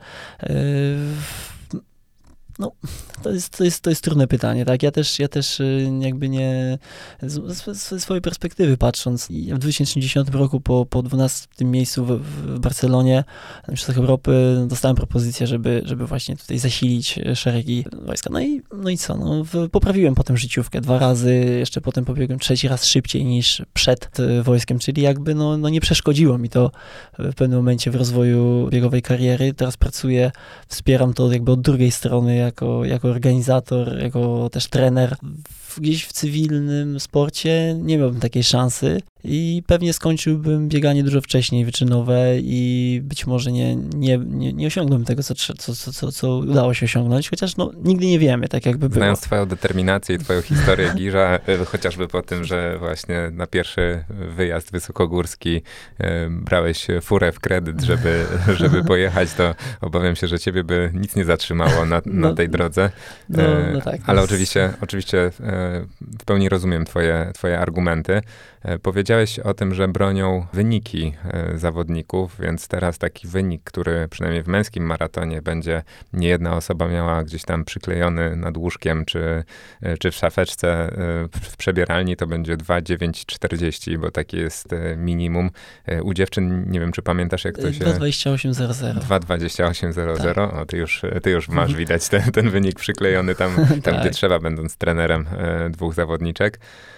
No, to jest, to jest, to jest trudne pytanie, tak? Ja też, ja też jakby nie, ze swojej perspektywy patrząc, ja w dwa tysiące dziesiątym roku po, po dwunastym miejscu w, w Barcelonie na Mistrzostwach Europy dostałem propozycję, żeby, żeby właśnie tutaj zasilić szeregi wojska. No i, no i co? No, w, poprawiłem potem życiówkę dwa razy, jeszcze potem pobiegłem trzeci raz szybciej niż przed wojskiem, czyli jakby no, no nie przeszkodziło mi to w pewnym momencie w rozwoju biegowej kariery. Teraz pracuję, wspieram to jakby od drugiej strony, Jako, jako organizator, jako też trener. Gdzieś w cywilnym sporcie nie miałbym takiej szansy i pewnie skończyłbym bieganie dużo wcześniej wyczynowe i być może nie, nie, nie, nie osiągnąłbym tego, co, co, co, co udało się osiągnąć, chociaż no, nigdy nie wiemy, tak jakby było. Znając twoją determinację i twoją historię, Giża, chociażby po tym, że właśnie na pierwszy wyjazd wysokogórski e, brałeś furę w kredyt, żeby, żeby pojechać, to obawiam się, że ciebie by nic nie zatrzymało na, na tej drodze. E, no, no tak, ale no oczywiście, oczywiście e, w pełni rozumiem twoje, twoje argumenty. Powiedziałeś o tym, że bronią wyniki zawodników, więc teraz taki wynik, który przynajmniej w męskim maratonie będzie nie jedna osoba miała gdzieś tam przyklejony nad łóżkiem, czy, czy w szafeczce w przebieralni, to będzie dwa dziewięć czterdzieści, bo takie jest minimum. U dziewczyn, nie wiem, czy pamiętasz, jak to się... dwa dwadzieścia osiem zero zero. dwa dwadzieścia osiem zero zero. Tak. O, ty już, ty już masz widać ten, ten wynik przyklejony tam, tam tak. gdzie trzeba, będąc trenerem dwóch zawodniczek.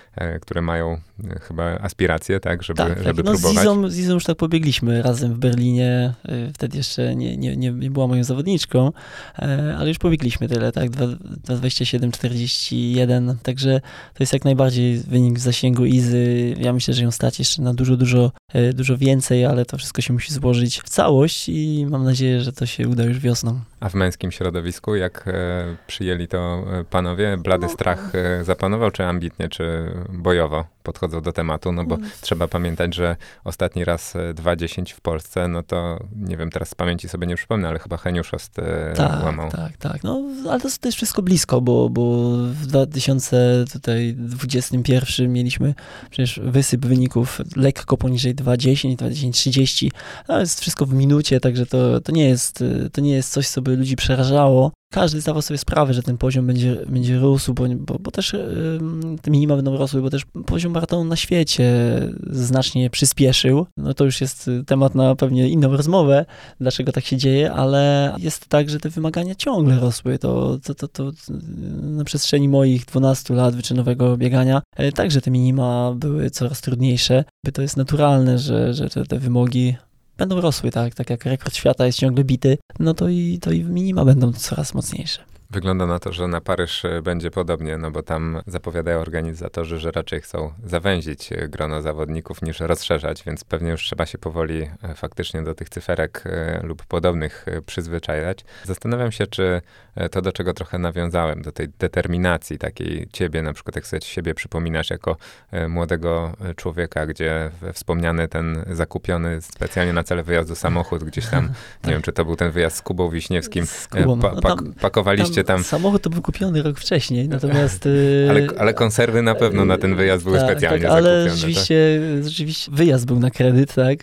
które mają chyba aspiracje, tak, żeby, tak, żeby tak. No, próbować. Z Izą, z Izą już tak pobiegliśmy razem w Berlinie, wtedy jeszcze nie, nie, nie, nie była moją zawodniczką, ale już pobiegliśmy tyle, tak, dwa dwadzieścia siedem czterdzieści jeden, także to jest jak najbardziej wynik w zasięgu Izy. Ja myślę, że ją stać jeszcze na dużo, dużo, dużo więcej, ale to wszystko się musi złożyć w całość i mam nadzieję, że to się uda już wiosną. A w męskim środowisku, jak e, przyjęli to panowie? Blady no, strach e, zapanował, czy ambitnie, czy bojowo podchodzą do tematu? No bo mm. trzeba pamiętać, że ostatni raz dwa dziesięć w Polsce, no to nie wiem, teraz z pamięci sobie nie przypomnę, ale chyba Heniusz Ost e, tak, łamał. Tak, tak, no ale to, to jest wszystko blisko, bo, bo w dwa tysiące dwudziestym pierwszym mieliśmy przecież wysyp wyników lekko poniżej dwa dziesięć, dwa dziesięć trzydzieści, no jest wszystko w minucie, także to, to, nie jest, to nie jest coś, co by ludzi przerażało. Każdy zdawał sobie sprawę, że ten poziom będzie, będzie rósł, bo, bo, bo też y, te minima będą rosły, bo też poziom maratonu na świecie znacznie przyspieszył. No to już jest temat na pewnie inną rozmowę, dlaczego tak się dzieje, ale jest tak, że te wymagania ciągle rosły. To, to, to, to na przestrzeni moich dwunastu lat wyczynowego biegania także te minima były coraz trudniejsze. To jest naturalne, że, że te, te wymogi będą rosły, tak, tak jak rekord świata jest ciągle bity, no to i, to i minima będą coraz mocniejsze. Wygląda na to, że na Paryż będzie podobnie, no bo tam zapowiadają organizatorzy, że raczej chcą zawęzić grono zawodników niż rozszerzać, więc pewnie już trzeba się powoli faktycznie do tych cyferek lub podobnych przyzwyczajać. Zastanawiam się, czy to, do czego trochę nawiązałem, do tej determinacji takiej ciebie, na przykład jak sobie siebie przypominasz jako młodego człowieka, gdzie wspomniany ten zakupiony specjalnie na cele wyjazdu samochód gdzieś tam, nie wiem, czy to był ten wyjazd z Kubą Wiśniewskim, z Kubą. Pa, pa, pakowaliście tam... Samochód to był kupiony rok wcześniej, natomiast... ale, ale konserwy na pewno na ten wyjazd były tak, specjalnie tak, ale zakupione. rzeczywiście, tak? rzeczywiście wyjazd był na kredyt, tak?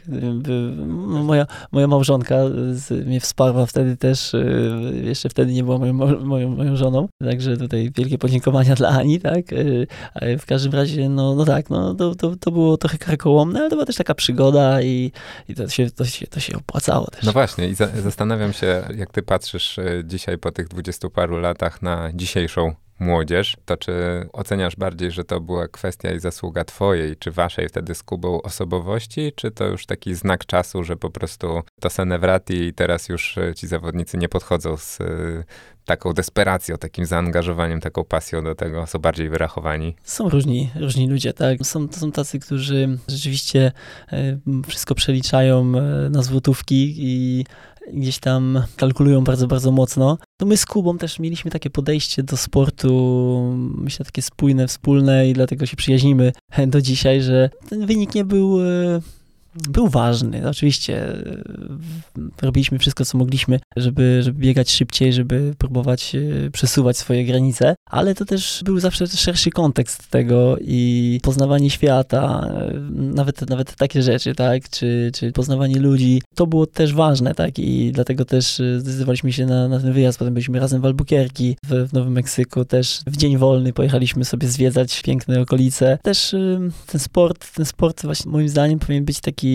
Moja, moja małżonka z, mnie wsparła wtedy też, jeszcze wtedy nie była moją, moją, moją żoną, także tutaj wielkie podziękowania dla Ani, tak? Ale w każdym razie, no, no tak, no, to, to, to było trochę karkołomne, ale to była też taka przygoda i, i to, się, to, się, to się opłacało też. No właśnie i za, zastanawiam się, jak ty patrzysz dzisiaj po tych dwudziestu paru latach na dzisiejszą młodzież, to czy oceniasz bardziej, że to była kwestia i zasługa twojej, czy waszej wtedy z Kubą osobowości, czy to już taki znak czasu, że po prostu to senewrati i teraz już ci zawodnicy nie podchodzą z taką desperacją, takim zaangażowaniem, taką pasją do tego, są bardziej wyrachowani? Są różni, różni ludzie, tak. Są, to są tacy, którzy rzeczywiście wszystko przeliczają na złotówki i gdzieś tam kalkulują bardzo, bardzo mocno. To my z Kubą też mieliśmy takie podejście do sportu, myślę, takie spójne, wspólne i dlatego się przyjaźnimy do dzisiaj, że ten wynik nie był... Był ważny. Oczywiście robiliśmy wszystko, co mogliśmy, żeby, żeby biegać szybciej, żeby próbować przesuwać swoje granice, ale to też był zawsze szerszy kontekst tego i poznawanie świata, nawet, nawet takie rzeczy, tak, czy, czy poznawanie ludzi, to było też ważne, tak, i dlatego też zdecydowaliśmy się na, na ten wyjazd, potem byliśmy razem w Albuquerque, w, w Nowym Meksyku, też w dzień wolny pojechaliśmy sobie zwiedzać piękne okolice. Też ten sport, ten sport właśnie moim zdaniem powinien być taki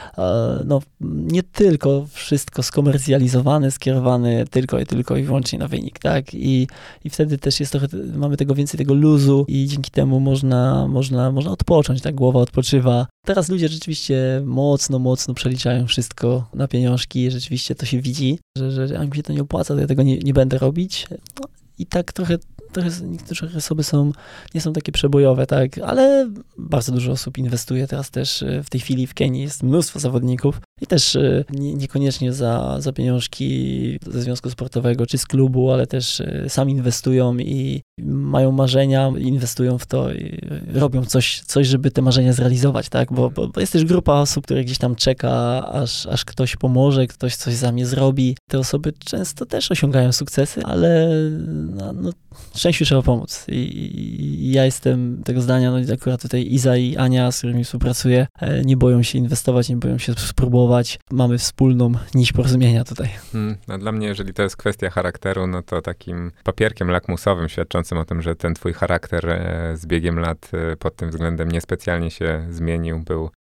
no, nie tylko wszystko skomercjalizowane, skierowane tylko i tylko i wyłącznie na wynik, tak? I, i wtedy też jest trochę, mamy tego więcej tego luzu i dzięki temu można, można, można odpocząć, tak? Głowa odpoczywa. Teraz ludzie rzeczywiście mocno, mocno przeliczają wszystko na pieniążki, rzeczywiście to się widzi, że, że, że a mi się to nie opłaca, to ja tego nie, nie będę robić. No, i tak trochę Trochę, niektóre osoby są, nie są takie przebojowe, tak, ale bardzo dużo osób inwestuje teraz też w tej chwili w Kenii, jest mnóstwo zawodników i też nie, niekoniecznie za, za pieniążki ze związku sportowego czy z klubu, ale też sami inwestują i mają marzenia, inwestują w to i robią coś, coś żeby te marzenia zrealizować, tak, bo, bo, bo jest też grupa osób, które gdzieś tam czeka, aż, aż ktoś pomoże, ktoś coś za mnie zrobi. Te osoby często też osiągają sukcesy, ale no, no szczęściu trzeba pomóc. I, i, I ja jestem tego zdania, no i akurat tutaj Iza i Ania, z którymi współpracuję, nie boją się inwestować, nie boją się spróbować. Mamy wspólną nić porozumienia tutaj. Hmm, no dla mnie, jeżeli to jest kwestia charakteru, no to takim papierkiem lakmusowym świadczącym o tym, że ten twój charakter z biegiem lat pod tym względem niespecjalnie się zmienił, był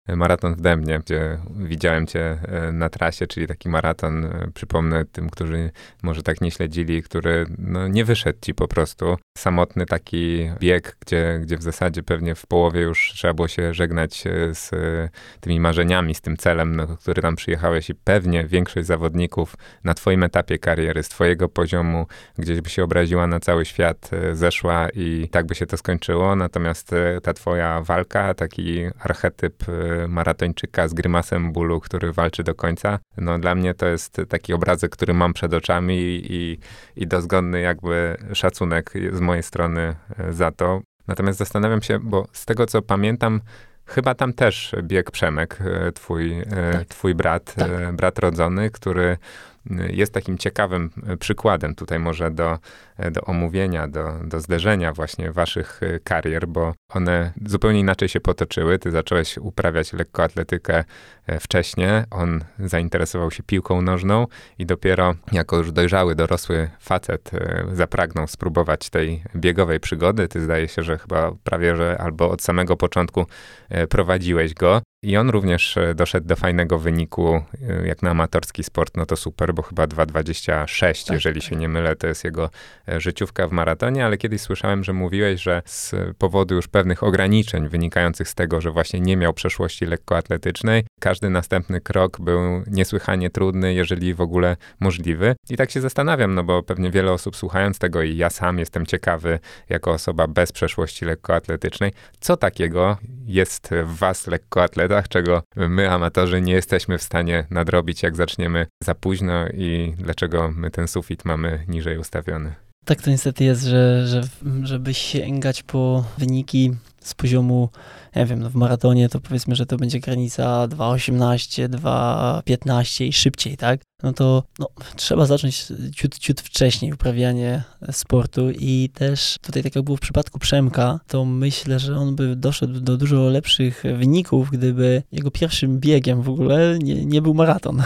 maraton w Dębnie, gdzie widziałem cię na trasie, czyli taki maraton, przypomnę tym, którzy może tak nie śledzili, który no, nie wyszedł ci po prostu. Samotny taki bieg, gdzie, gdzie w zasadzie pewnie w połowie już trzeba było się żegnać z tymi marzeniami, z tym celem, no, który tam przyjechałeś i pewnie większość zawodników na twoim etapie kariery, z twojego poziomu, gdzieś by się obraziła na cały świat, zeszła i tak by się to skończyło. Natomiast ta twoja walka, taki archetyp maratończyka z grymasem bólu, który walczy do końca, no dla mnie to jest taki obrazek, który mam przed oczami i, i dozgodny jakby szacunek z mojej strony za to. Natomiast zastanawiam się, bo z tego co pamiętam, chyba tam też biegł Przemek, twój, tak. twój brat, tak. brat rodzony, który jest takim ciekawym przykładem tutaj może do, do omówienia, do, do zderzenia właśnie waszych karier, bo one zupełnie inaczej się potoczyły. Ty zacząłeś uprawiać lekkoatletykę wcześniej, on zainteresował się piłką nożną i dopiero jako już dojrzały, dorosły facet zapragnął spróbować tej biegowej przygody. Ty zdaje się, że chyba prawie, że albo od samego początku prowadziłeś go. I on również doszedł do fajnego wyniku, jak na amatorski sport, no to super, bo chyba dwa dwadzieścia sześć, tak, jeżeli tak. się nie mylę, to jest jego życiówka w maratonie, ale kiedyś słyszałem, że mówiłeś, że z powodu już pewnych ograniczeń wynikających z tego, że właśnie nie miał przeszłości lekkoatletycznej, każdy następny krok był niesłychanie trudny, jeżeli w ogóle możliwy. I tak się zastanawiam, no bo pewnie wiele osób słuchając tego i ja sam jestem ciekawy, jako osoba bez przeszłości lekkoatletycznej, co takiego jest w was lekkoatletach, czego my, amatorzy, nie jesteśmy w stanie nadrobić, jak zaczniemy za późno i dlaczego my ten sufit mamy niżej ustawiony. Tak to niestety jest, że, że żeby sięgać po wyniki z poziomu, nie wiem, no w maratonie to powiedzmy, że to będzie granica dwa osiemnaście, dwa piętnaście i szybciej, tak? No to no, trzeba zacząć ciut, ciut wcześniej uprawianie sportu i też tutaj tak jak było w przypadku Przemka, to myślę, że on by doszedł do dużo lepszych wyników, gdyby jego pierwszym biegiem w ogóle nie, nie był maraton.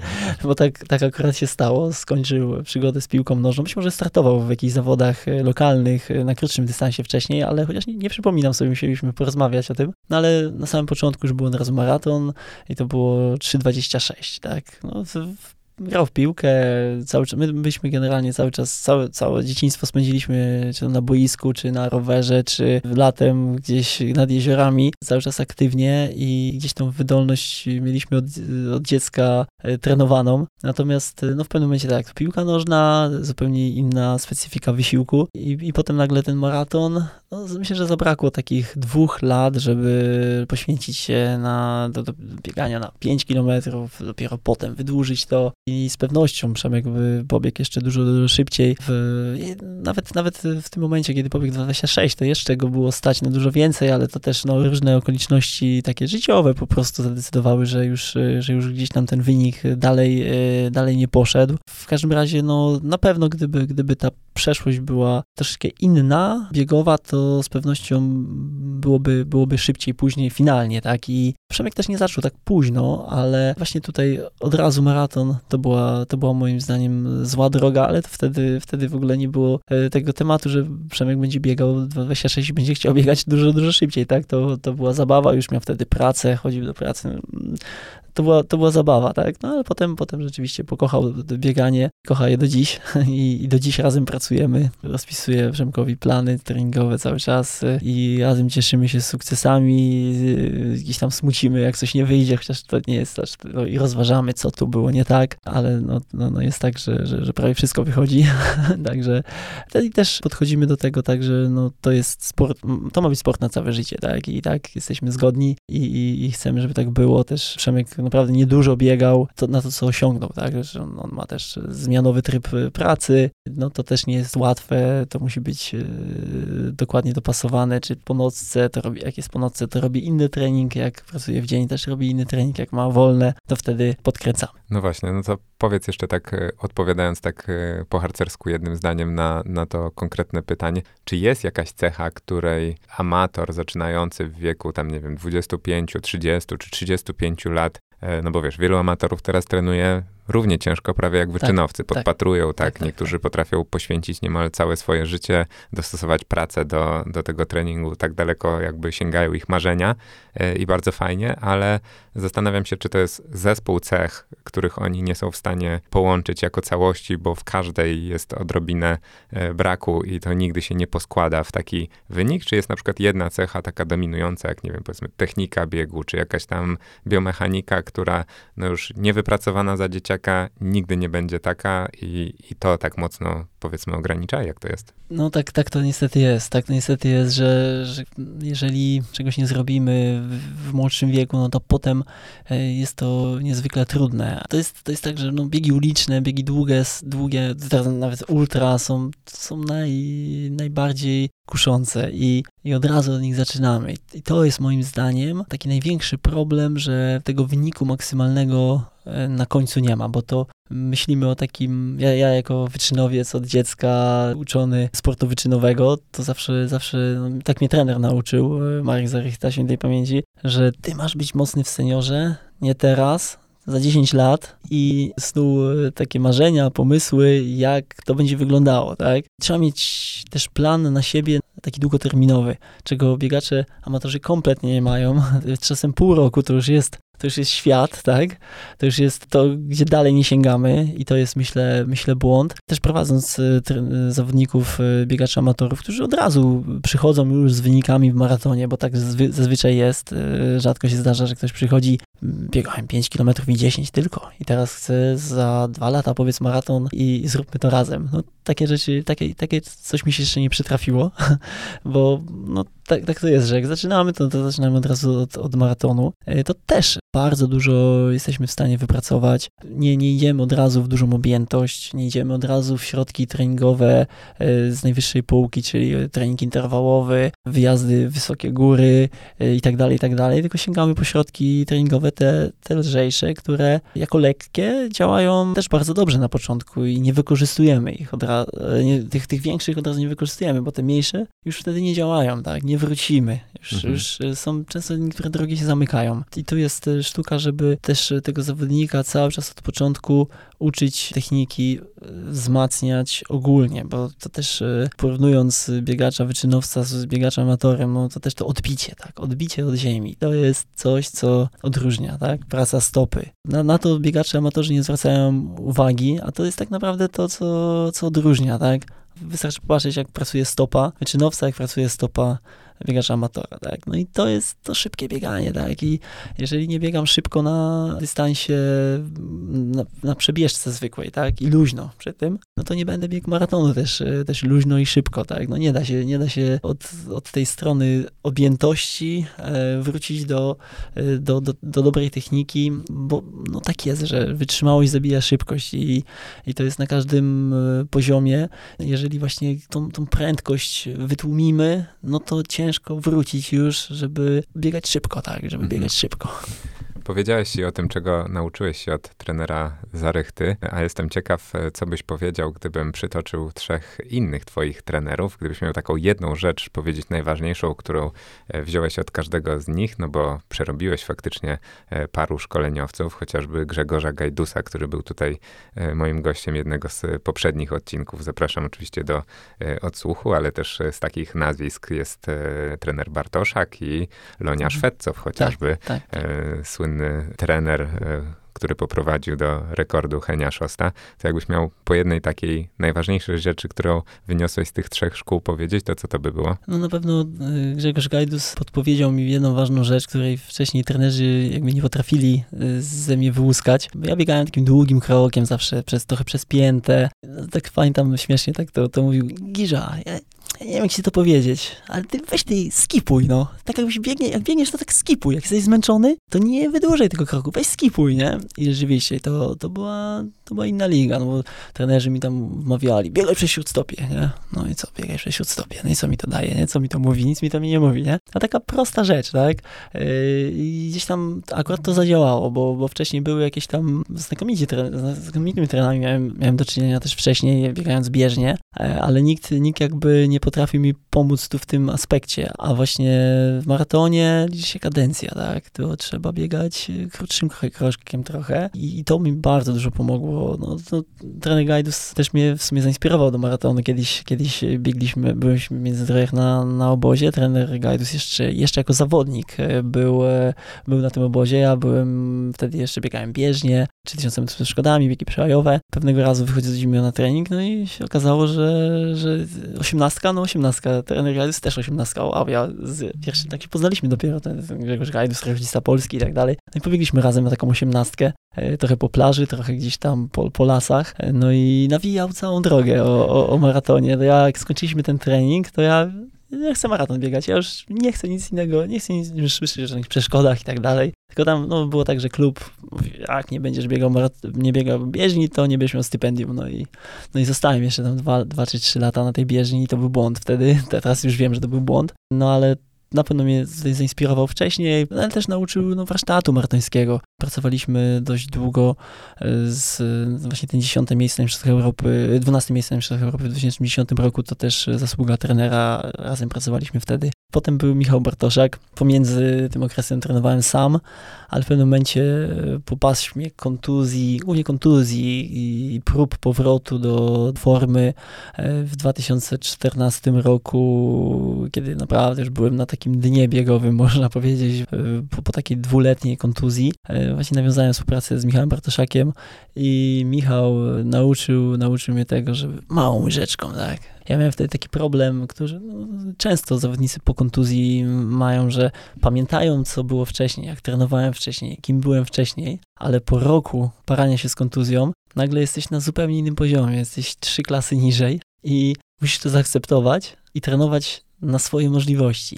Bo tak, tak akurat się stało, skończył przygodę z piłką nożną, być może startował w jakichś zawodach lokalnych na krótszym dystansie wcześniej, ale chociaż nie, nie przypominam sobie, musieliśmy porozmawiać o tym, no ale na samym początku już był od razu maraton i to było trzy dwadzieścia sześć, tak? No, w, grał w piłkę, cały czas, my byliśmy generalnie cały czas, całe, całe dzieciństwo spędziliśmy czy na boisku, czy na rowerze, czy latem gdzieś nad jeziorami, cały czas aktywnie i gdzieś tą wydolność mieliśmy od, od dziecka trenowaną. Natomiast no w pewnym momencie tak, piłka nożna, zupełnie inna specyfika wysiłku i, i potem nagle ten maraton, no myślę, że zabrakło takich dwóch lat, żeby poświęcić się na, do, do biegania na pięć kilometrów, dopiero potem wydłużyć to. I z pewnością Przemek by pobiegł jeszcze dużo, dużo szybciej. W, nawet, nawet w tym momencie, kiedy pobiegł dwa dwadzieścia sześć, to jeszcze go było stać na dużo więcej, ale to też no, różne okoliczności takie życiowe po prostu zadecydowały, że już, że już gdzieś tam ten wynik dalej, dalej nie poszedł. W każdym razie no, na pewno gdyby, gdyby ta przeszłość była troszeczkę inna, biegowa, to z pewnością byłoby, byłoby szybciej później finalnie, tak? I Przemek też nie zaczął tak późno, ale właśnie tutaj od razu maraton to była, to była moim zdaniem zła droga, ale to wtedy, wtedy w ogóle nie było tego tematu, że Przemek będzie biegał dwa dwadzieścia sześć i będzie chciał biegać dużo, dużo szybciej, tak? To, to była zabawa, już miał wtedy pracę, chodził do pracy. To była, to była zabawa, tak? No ale potem, potem rzeczywiście pokochał bieganie, kocha je do dziś i, i do dziś razem pracujemy. Rozpisuję Przemkowi plany treningowe cały czas i razem cieszymy się z sukcesami, gdzieś tam smucimy, jak coś nie wyjdzie, chociaż to nie jest aż, no, i rozważamy, co tu było nie tak, ale no, no, no jest tak, że, że, że prawie wszystko wychodzi, także i też podchodzimy do tego tak, że no, to jest sport, to ma być sport na całe życie, tak? I tak jesteśmy zgodni i, i, i chcemy, żeby tak było. Też Przemek naprawdę niedużo biegał to, na to, co osiągnął, tak? Że on, on ma też zmianowy tryb pracy, no to też nie jest łatwe, to musi być yy, dokładnie dopasowane, czy po nocce to robi, jak jest po nocce, to robi inny trening, jak pracuje w dzień, też robi inny trening, jak ma wolne, to wtedy podkręcamy. No właśnie, no to powiedz jeszcze tak, odpowiadając tak po harcersku jednym zdaniem na, na to konkretne pytanie, czy jest jakaś cecha, której amator zaczynający w wieku tam, nie wiem, dwudziestu pięciu, trzydziestu czy trzydziestu pięciu lat, no bo wiesz, wielu amatorów teraz trenuje równie ciężko prawie jak wyczynowcy. Tak, Podpatrują, tak, tak, tak, tak, niektórzy tak. potrafią poświęcić niemal całe swoje życie, dostosować pracę do, do tego treningu, tak daleko jakby sięgają ich marzenia yy, i bardzo fajnie, ale zastanawiam się, czy to jest zespół cech, których oni nie są w stanie połączyć jako całości, bo w każdej jest odrobinę yy, braku i to nigdy się nie poskłada w taki wynik, czy jest na przykład jedna cecha taka dominująca, jak nie wiem, powiedzmy technika biegu, czy jakaś tam biomechanika, która no już niewypracowana za dzieciaka nigdy nie będzie taka i, i to tak mocno, powiedzmy, ogranicza? Jak to jest? No tak, tak to niestety jest. Tak to niestety jest, że, że jeżeli czegoś nie zrobimy w, w młodszym wieku, no to potem jest to niezwykle trudne. To jest, to jest tak, że no biegi uliczne, biegi długie, długie teraz nawet ultra są, są naj, najbardziej kuszące i, i od razu od nich zaczynamy. I to jest moim zdaniem taki największy problem, że tego wyniku maksymalnego na końcu nie ma, bo to myślimy o takim, ja, ja jako wyczynowiec od dziecka uczony sportu wyczynowego, to zawsze, zawsze, no, tak mnie trener nauczył, Marek Zarychta, świętej pamięci, że ty masz być mocny w seniorze, nie teraz, za dziesięć lat i snuł takie marzenia, pomysły, jak to będzie wyglądało, tak? Trzeba mieć też plan na siebie taki długoterminowy, czego biegacze amatorzy kompletnie nie mają. Czasem pół roku to już jest to już jest świat, tak? To już jest to, gdzie dalej nie sięgamy i to jest, myślę, myślę błąd. Też prowadząc y, tr- zawodników, y, biegaczy amatorów, którzy od razu przychodzą już z wynikami w maratonie, bo tak zazwy- zazwyczaj jest. Y, rzadko się zdarza, że ktoś przychodzi, biegałem pięć kilometrów i dziesięć tylko i teraz chcę za dwa lata powiedz maraton i, i zróbmy to razem. No takie rzeczy, takie, takie coś mi się jeszcze nie przytrafiło, bo no tak, tak to jest, że jak zaczynamy, to, to zaczynamy od razu od, od maratonu. Y, to też bardzo dużo jesteśmy w stanie wypracować. Nie, nie idziemy od razu w dużą objętość, nie idziemy od razu w środki treningowe z najwyższej półki, czyli trening interwałowy, wyjazdy w wysokie góry i tak dalej, i tak dalej, tylko sięgamy po środki treningowe te, te lżejsze, które jako lekkie działają też bardzo dobrze na początku i nie wykorzystujemy ich od razu, nie, tych, tych większych od razu nie wykorzystujemy, bo te mniejsze już wtedy nie działają, tak, nie wrócimy. Już, mhm. już są, często niektóre drogi się zamykają. I tu jest sztuka, żeby też tego zawodnika cały czas od początku uczyć techniki, wzmacniać ogólnie, bo to też porównując biegacza wyczynowca z biegaczem amatorem, no to też to odbicie, tak, odbicie od ziemi. To jest coś, co odróżnia, tak, praca stopy. Na, na to biegacze amatorzy nie zwracają uwagi, a to jest tak naprawdę to, co, co odróżnia, tak. Wystarczy popatrzeć, jak pracuje stopa wyczynowca, jak pracuje stopa biegacza amatora, tak. No i to jest to szybkie bieganie, tak. I jeżeli nie biegam szybko na dystansie, na, na przebieżce zwykłej, tak, i luźno przy tym, no to nie będę biegł maratonu też, też luźno i szybko, tak. No nie da się, nie da się od, od tej strony objętości e, wrócić do, e, do, do, do dobrej techniki, bo no tak jest, że wytrzymałość zabija szybkość i, i to jest na każdym poziomie. Jeżeli właśnie tą, tą prędkość wytłumimy, no to ciężko ciężko wrócić już, żeby biegać szybko, tak, żeby mhm. biegać szybko. Powiedziałeś o tym, czego nauczyłeś się od trenera Zarychty, a jestem ciekaw, co byś powiedział, gdybym przytoczył trzech innych twoich trenerów, gdybyś miał taką jedną rzecz powiedzieć najważniejszą, którą wziąłeś od każdego z nich, no bo przerobiłeś faktycznie paru szkoleniowców, chociażby Grzegorza Gajdusa, który był tutaj moim gościem jednego z poprzednich odcinków. Zapraszam oczywiście do odsłuchu, ale też z takich nazwisk jest trener Bartoszak i Lonia Szwedcow chociażby, tak, tak. słynny trener, który poprowadził do rekordu Henia Szosta, to jakbyś miał po jednej takiej najważniejszej rzeczy, którą wyniosłeś z tych trzech szkół powiedzieć, to co to by było? No na pewno Grzegorz Gajdus podpowiedział mi jedną ważną rzecz, której wcześniej trenerzy jakby nie potrafili ze mnie wyłuskać. Ja biegałem takim długim krokiem zawsze, przez, trochę przez piętę. Tak pamiętam śmiesznie, tak to, to mówił, Giża, ja Ja nie wiem, jak ci to powiedzieć, ale ty weź ty skipuj, no. Tak jakbyś biegnie, jak biegniesz, to tak skipuj. Jak jesteś zmęczony, to nie wydłużaj tego kroku, weź skipuj, nie? I rzeczywiście to, to, była, to była inna liga, no bo trenerzy mi tam wmawiali, biegaj przez śródstopie, nie? No i co, biegaj przez śródstopie, no i co mi to daje, nie? Co mi to mówi? Nic mi to nie mówi, nie? A taka prosta rzecz, tak? I gdzieś tam akurat to zadziałało, bo, bo wcześniej były jakieś tam znakomici trener, znakomitymi trenerami miałem, miałem do czynienia też wcześniej, biegając bieżnie, ale nikt, nikt jakby nie potrafi mi pomóc tu w tym aspekcie, a właśnie w maratonie liczy się kadencja, tak? To trzeba biegać krótszym kroczkiem, trochę i, i to mi bardzo dużo pomogło. No, no, trener Gajdus też mnie w sumie zainspirował do maratonu. Kiedyś, kiedyś biegliśmy, byliśmy w Międzyzdrojach na, na obozie. Trener Gajdus jeszcze, jeszcze jako zawodnik był, był na tym obozie. Ja byłem, wtedy jeszcze biegałem bieżnie, trzy tysiące metrów ze Szkodami, biegi przełajowe. Pewnego razu wychodzę z zimy na trening, no i się okazało, że, że osiemnastka, no osiemnastka, trener Gajdus też osiemnastka, wow, ja z, pierwszy, tak się poznaliśmy dopiero, ten, ten Grzegorz Gajdus, rekordzista Polski i tak dalej. No i pobiegliśmy razem na taką osiemnastkę, e, trochę po plaży, trochę gdzieś tam po, po lasach, e, no i nawijał całą drogę o, o, o maratonie. No ja, jak skończyliśmy ten trening, to ja ja chcę maraton biegać, ja już nie chcę nic innego, nie chcę nic, już słyszeć o żadnych przeszkodach i tak dalej. Tylko tam no, było tak, że klub mówi, jak nie będziesz biegał, marat- nie biegał bieżni, to nie będziesz miał stypendium. No i, no i zostałem jeszcze tam dwa, dwa czy trzy lata na tej bieżni i to był błąd wtedy. Teraz już wiem, że to był błąd. No ale na pewno mnie zainspirował wcześniej, ale też nauczył no, warsztatu maratońskiego. Pracowaliśmy dość długo z właśnie tym dziesiątym miejscem Mistrzostw Europy, dwunastym miejscem Mistrzostw Europy w dwa tysiące dziesiątym roku, to też zasługa trenera, razem pracowaliśmy wtedy. Potem był Michał Bartoszak, pomiędzy tym okresem trenowałem sam, ale w pewnym momencie po paśmie kontuzji, głównie kontuzji i prób powrotu do formy w dwa tysiące czternastym roku, kiedy naprawdę już byłem na takim dnie biegowym, można powiedzieć, po, po takiej dwuletniej kontuzji, właśnie nawiązałem współpracę z Michałem Bartoszakiem i Michał nauczył, nauczył mnie tego, żeby małą łyżeczką, tak. Ja miałem wtedy taki problem, który no, często zawodnicy po kontuzji mają, że pamiętają, co było wcześniej, jak trenowałem wcześniej, kim byłem wcześniej, ale po roku parania się z kontuzją, nagle jesteś na zupełnie innym poziomie, jesteś trzy klasy niżej i musisz to zaakceptować i trenować na swoje możliwości.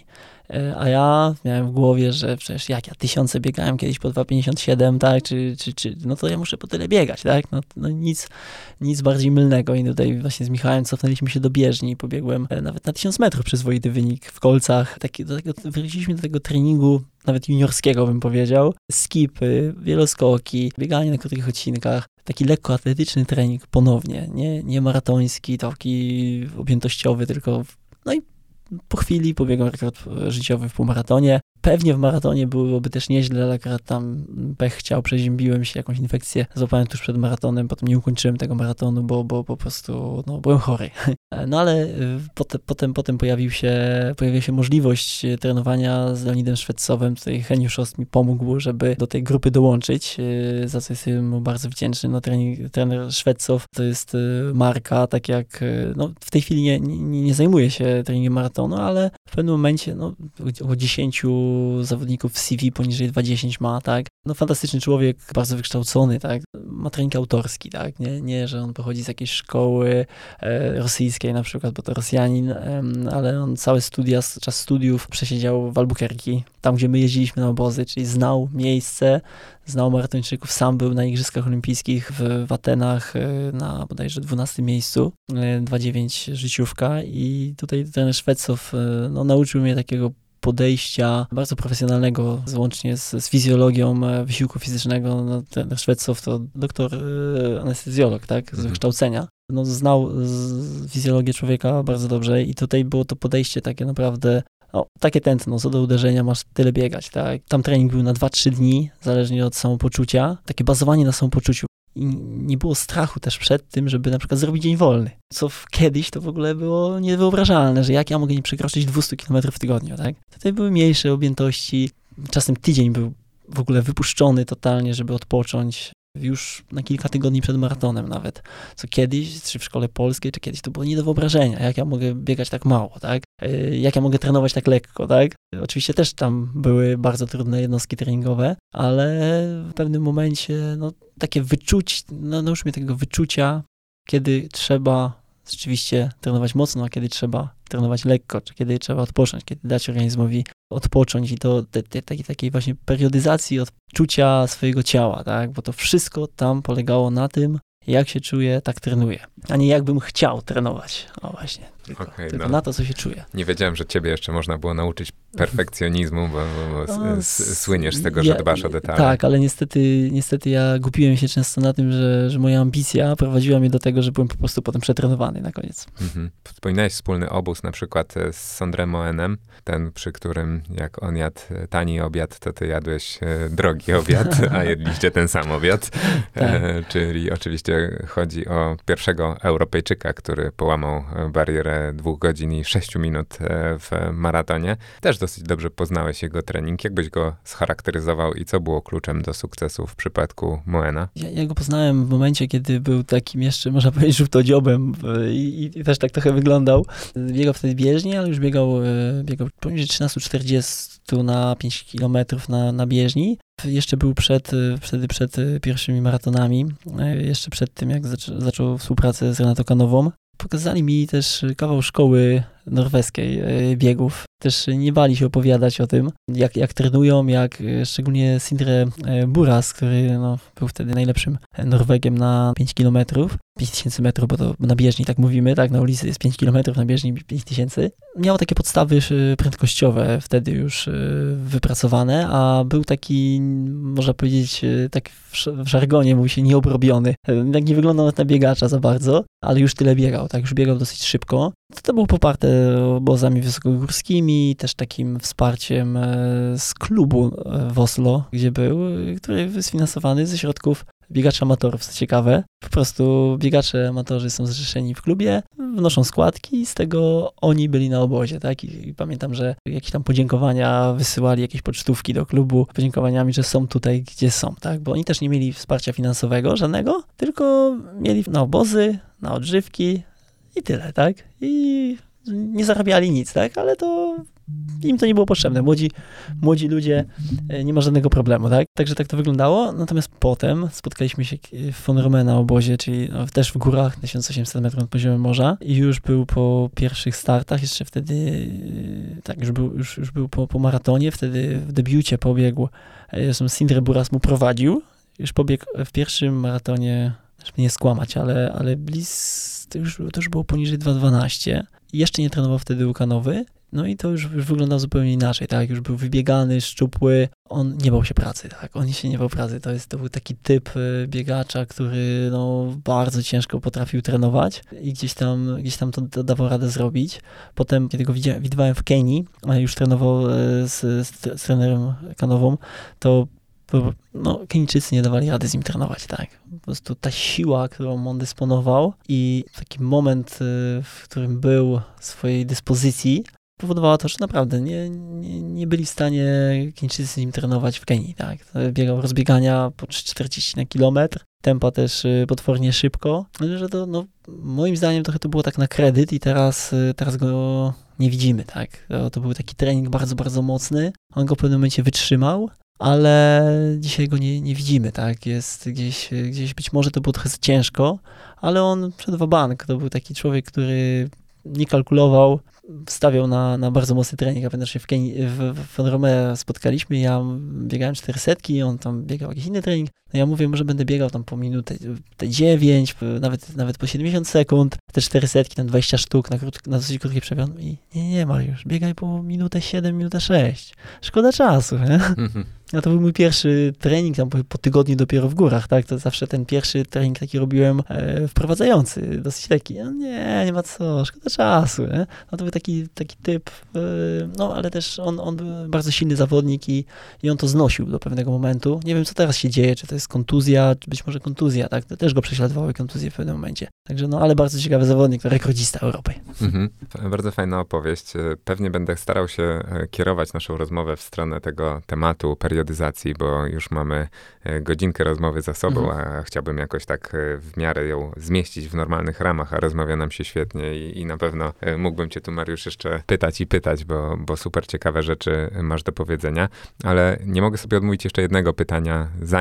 A ja miałem w głowie, że przecież jak ja tysiące biegałem kiedyś po dwa pięćdziesiąt siedem, tak, czy, czy, czy, no to ja muszę po tyle biegać, tak, no, no nic, nic bardziej mylnego i tutaj właśnie z Michałem cofnęliśmy się do bieżni i pobiegłem nawet na tysiąc metrów przyzwoity wynik w kolcach, taki, do tego, wróciliśmy do tego treningu nawet juniorskiego, bym powiedział, skipy, wieloskoki, bieganie na krótkich odcinkach, taki lekkoatletyczny trening ponownie, nie, nie maratoński, taki objętościowy, tylko no i po chwili pobiegłem rekord życiowy w półmaratonie. Pewnie w maratonie byłoby też nieźle, ale akurat tam pech chciał, przeziębiłem się, jakąś infekcję złapałem tuż przed maratonem, potem nie ukończyłem tego maratonu, bo, bo po prostu no, byłem chory. No ale potem, potem, potem pojawił się, pojawiła się możliwość trenowania z Leonidem Szwedzowem. Tutaj Heniusz Ost mi pomógł, żeby do tej grupy dołączyć, za co jestem mu bardzo wdzięczny. No, trening, trener Szwedzow to jest marka, tak jak no, w tej chwili nie, nie, nie zajmuje się treningiem maratonu, ale w pewnym momencie no, około dziesięciu zawodników w C V poniżej dwa dziesięć ma, tak. No fantastyczny człowiek, bardzo wykształcony, tak. Ma trening autorski, tak. Nie, nie że on pochodzi z jakiejś szkoły e, rosyjskiej na przykład, bo to Rosjanin, e, ale on całe studia, czas studiów przesiedział w Albuquerque, tam gdzie my jeździliśmy na obozy, czyli znał miejsce, znał maratończyków, sam był na Igrzyskach Olimpijskich w, w Atenach na bodajże dwunastym miejscu, dwa dziewięć życiówka i tutaj trener Szwedzow no, nauczył mnie takiego podejścia bardzo profesjonalnego, złącznie z, z fizjologią wysiłku fizycznego. No, trener Szwedzow to doktor anestezjolog, tak, z wykształcenia. No, znał z fizjologię człowieka bardzo dobrze i tutaj było to podejście takie naprawdę no, takie tętno, co do uderzenia masz tyle biegać, tak. Tam trening był na dwa trzy dni, zależnie od samopoczucia. Takie bazowanie na samopoczuciu. I nie było strachu też przed tym, żeby na przykład zrobić dzień wolny. Co w, kiedyś to w ogóle było niewyobrażalne, że jak ja mogę nie przekroczyć dwieście kilometrów w tygodniu, tak. Tutaj były mniejsze objętości. Czasem tydzień był w ogóle wypuszczony totalnie, żeby odpocząć. Już na kilka tygodni przed maratonem nawet, co kiedyś, czy w szkole polskiej, czy kiedyś to było nie do wyobrażenia, jak ja mogę biegać tak mało, tak, jak ja mogę trenować tak lekko, tak. Oczywiście też tam były bardzo trudne jednostki treningowe, ale w pewnym momencie, no, takie wyczuć, no, nauczył mnie takiego wyczucia, kiedy trzeba rzeczywiście trenować mocno, a kiedy trzeba trenować lekko, czy kiedy trzeba odpocząć, kiedy dać organizmowi odpocząć i to te, te, takiej, takiej właśnie periodyzacji odczucia swojego ciała, tak, bo to wszystko tam polegało na tym, jak się czuję, tak trenuję. A nie jakbym chciał trenować. O właśnie, tylko, okay, tylko no. na to, co się czuje. Nie wiedziałem, że ciebie jeszcze można było nauczyć perfekcjonizmu, bo, bo No, s- s- słyniesz z tego, ja, że dbasz o detale. Tak, ale niestety, niestety ja gubiłem się często na tym, że, że moja ambicja prowadziła mnie do tego, że byłem po prostu potem przetrenowany na koniec. Mhm. Wspominałeś wspólny obóz na przykład z Sandrem Moenem, ten, przy którym jak on jadł tani obiad, to ty jadłeś e, drogi obiad, a jedliście ten sam obiad. Tak. E, czyli oczywiście chodzi o pierwszego Europejczyka, który połamał barierę dwóch godzin i sześciu minut e, w maratonie. Też dosyć dobrze poznałeś jego trening. Jak byś go scharakteryzował i co było kluczem do sukcesu w przypadku Moena? Ja, ja go poznałem w momencie, kiedy był takim jeszcze, można powiedzieć, żółtodziobem i, i też tak trochę wyglądał. Biegał wtedy bieżnie, ale już biegał, biegał poniżej trzynaście czterdzieści na pięć kilometrów na, na bieżni. Jeszcze był przed, wtedy przed pierwszymi maratonami, jeszcze przed tym, jak zaczą, zaczął współpracę z Renato Canową. Pokazali mi też kawał szkoły norweskiej biegów. Też nie bali się opowiadać o tym, jak, jak trenują, jak szczególnie Sindre Buras, który no, był wtedy najlepszym Norwegiem na pięć kilometrów, pięć tysięcy metrów, bo to na bieżni tak mówimy, tak, na ulicy jest pięć kilometrów, na bieżni pięć tysięcy. Miał takie podstawy prędkościowe wtedy już wypracowane, a był taki, można powiedzieć, tak w żargonie mówi się nieobrobiony. Tak nie wyglądał na biegacza za bardzo, ale już tyle biegał, tak, już biegał dosyć szybko. To było poparte obozami wysokogórskimi, też takim wsparciem z klubu w Oslo, gdzie był, który jest finansowany ze środków biegaczy amatorów, co ciekawe. Po prostu biegacze amatorzy są zrzeszeni w klubie, wnoszą składki i z tego oni byli na obozie, tak? I, i pamiętam, że jakieś tam podziękowania wysyłali, jakieś pocztówki do klubu, podziękowaniami, że są tutaj, gdzie są, tak? Bo oni też nie mieli wsparcia finansowego żadnego, tylko mieli na obozy, na odżywki i tyle, tak? I nie zarabiali nic, tak? Ale to im to nie było potrzebne. Młodzi, młodzi ludzie, nie ma żadnego problemu, tak? Także tak to wyglądało. Natomiast potem spotkaliśmy się w Von Romé na obozie, czyli no, też w górach, tysiąc osiemset metrów nad poziomem morza i już był po pierwszych startach, jeszcze wtedy, tak, już był, już, już był po, po maratonie, wtedy w debiucie pobiegł, zresztą Sindre Buras mu prowadził, już pobiegł w pierwszym maratonie, żeby nie skłamać, ale, ale blis, to już, to już było poniżej dwa dwanaście. Jeszcze nie trenował wtedy Łukanowy. No i to już, już wyglądał zupełnie inaczej, tak? Już był wybiegany, szczupły. On nie bał się pracy, tak? On się nie bał pracy. To jest, to był taki typ biegacza, który no, bardzo ciężko potrafił trenować i gdzieś tam, gdzieś tam to, to dawał radę zrobić. Potem, kiedy go widziałem, widywałem w Kenii, a już trenował z, z, z trenerem Canową, to no, Kenijczycy nie dawali rady z nim trenować, tak. Po prostu ta siła, którą on dysponował i taki moment, w którym był w swojej dyspozycji, powodowało to, że naprawdę nie, nie, nie byli w stanie Kenijczycy z nim trenować w Kenii, tak. Biegał rozbiegania po czterdzieści na kilometr, tempa też potwornie szybko, że to, no, moim zdaniem trochę to było tak na kredyt i teraz, teraz go nie widzimy, tak. To, to był taki trening bardzo, bardzo mocny, on go w pewnym momencie wytrzymał, ale dzisiaj go nie, nie widzimy, tak, jest gdzieś, gdzieś być może to było trochę ciężko, ale on przed wabank, to był taki człowiek, który nie kalkulował, stawiał na, na bardzo mocny trening. Ja pamiętam, że się w, Kenii, w, w Von Romé spotkaliśmy, ja biegałem czterysetki, on tam biegał jakiś inny trening, no ja mówię, może będę biegał tam po minutę te dziewięć, nawet, nawet po siedemdziesiąt sekund, te czterysetki, tam dwadzieścia sztuk na, krótk, na dosyć krótki przebieg. I nie, nie Mariusz, biegaj po minutę siedem, minutę sześć. Szkoda czasu, nie? Mm-hmm. No to był mój pierwszy trening, tam po, po tygodniu dopiero w górach, tak? To zawsze ten pierwszy trening taki robiłem e, wprowadzający, dosyć taki, no nie, nie ma co, szkoda czasu, nie? No to był taki, taki typ, e, no ale też on, on był bardzo silny zawodnik i, i on to znosił do pewnego momentu. Nie wiem, co teraz się dzieje, czy to jest kontuzja, czy być może kontuzja, tak? To też go prześladowały kontuzje w pewnym momencie. Także no, ale bardzo ciekawy zawodnik, rekordzista Europy. Mhm. Bardzo fajna opowieść. Pewnie będę starał się kierować naszą rozmowę w stronę tego tematu periodyzacji, bo już mamy godzinkę rozmowy za sobą, mhm. a chciałbym jakoś tak w miarę ją zmieścić w normalnych ramach, a rozmawia nam się świetnie i, i na pewno mógłbym cię tu, Mariusz, jeszcze pytać i pytać, bo, bo super ciekawe rzeczy masz do powiedzenia, ale nie mogę sobie odmówić jeszcze jednego pytania, zanim zaczniemy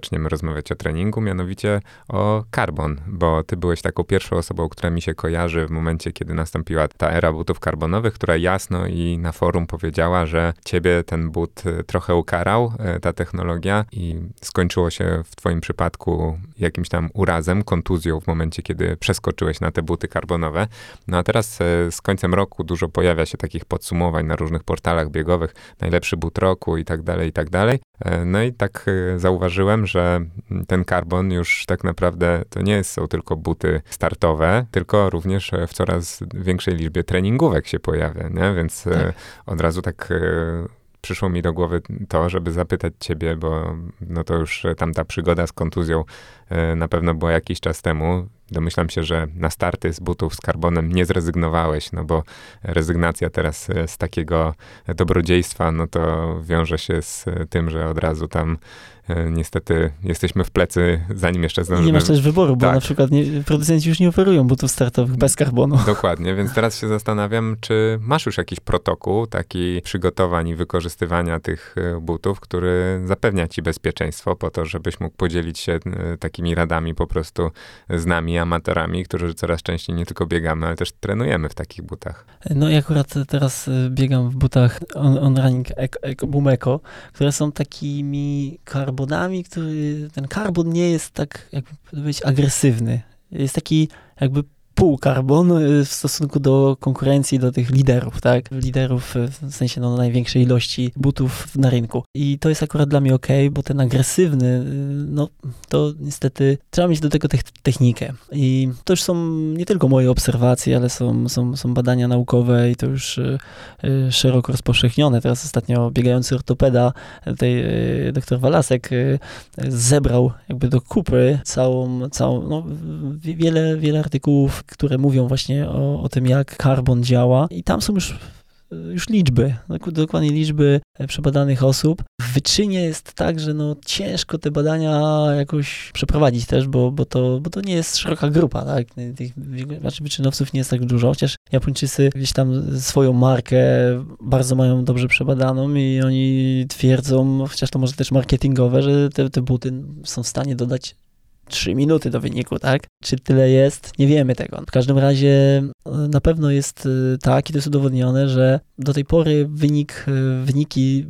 zaczniemy rozmawiać o treningu, mianowicie o Carbon, bo ty byłeś taką pierwszą osobą, która mi się kojarzy w momencie, kiedy nastąpiła ta era butów karbonowych, która jasno i na forum powiedziała, że ciebie ten but trochę ukarał, ta technologia, i skończyło się w twoim przypadku jakimś tam urazem, kontuzją w momencie, kiedy przeskoczyłeś na te buty karbonowe. No a teraz z końcem roku dużo pojawia się takich podsumowań na różnych portalach biegowych, najlepszy but roku i tak dalej, i tak dalej. No i tak zauważyłem, że ten Carbon już tak naprawdę to nie są tylko buty startowe, tylko również w coraz większej liczbie treningówek się pojawia, nie? Więc tak. Od razu tak przyszło mi do głowy to, żeby zapytać ciebie, bo no to już tamta przygoda z kontuzją na pewno była jakiś czas temu. Domyślam się, że na starty z butów z karbonem nie zrezygnowałeś, no bo rezygnacja teraz z takiego dobrodziejstwa, no to wiąże się z tym, że od razu tam niestety jesteśmy w plecy, zanim jeszcze zdążymy. Nie masz też wyboru, bo tak. na przykład nie, producenci już nie oferują butów startowych bez karbonu. Dokładnie, więc teraz się zastanawiam, czy masz już jakiś protokół taki przygotowań i wykorzystywania tych butów, który zapewnia ci bezpieczeństwo po to, żebyś mógł podzielić się takimi radami po prostu z nami, amatorami, którzy coraz częściej nie tylko biegamy, ale też trenujemy w takich butach. No i akurat teraz biegam w butach On, on Running Eco, Eco, Boom Eco, które są takimi karbonami, który, ten karbon nie jest tak, jakby powiedzieć, agresywny. Jest taki jakby półkarbon w stosunku do konkurencji, do tych liderów, tak? Liderów w sensie no, największej ilości butów na rynku. I to jest akurat dla mnie okej, bo ten agresywny, no to niestety trzeba mieć do tego te- technikę. I to już są nie tylko moje obserwacje, ale są, są, są badania naukowe i to już y, y, szeroko rozpowszechnione. Teraz ostatnio biegający ortopeda, tutaj y, doktor Walasek y, zebrał jakby do kupy całą, całą no, wiele, wiele artykułów, które mówią właśnie o, o tym, jak karbon działa, i tam są już, już liczby, dokładnie liczby przebadanych osób. W wyczynie jest tak, że no ciężko te badania jakoś przeprowadzić też, bo, bo, to, bo to nie jest szeroka grupa, tak? Tych znaczy wyczynowców nie jest tak dużo, chociaż Japończycy gdzieś tam swoją markę bardzo mają dobrze przebadaną i oni twierdzą, chociaż to może też marketingowe, że te, te buty są w stanie dodać trzy minuty do wyniku, tak? Czy tyle jest? Nie wiemy tego. W każdym razie na pewno jest tak, i to jest udowodnione, że do tej pory wynik, wyniki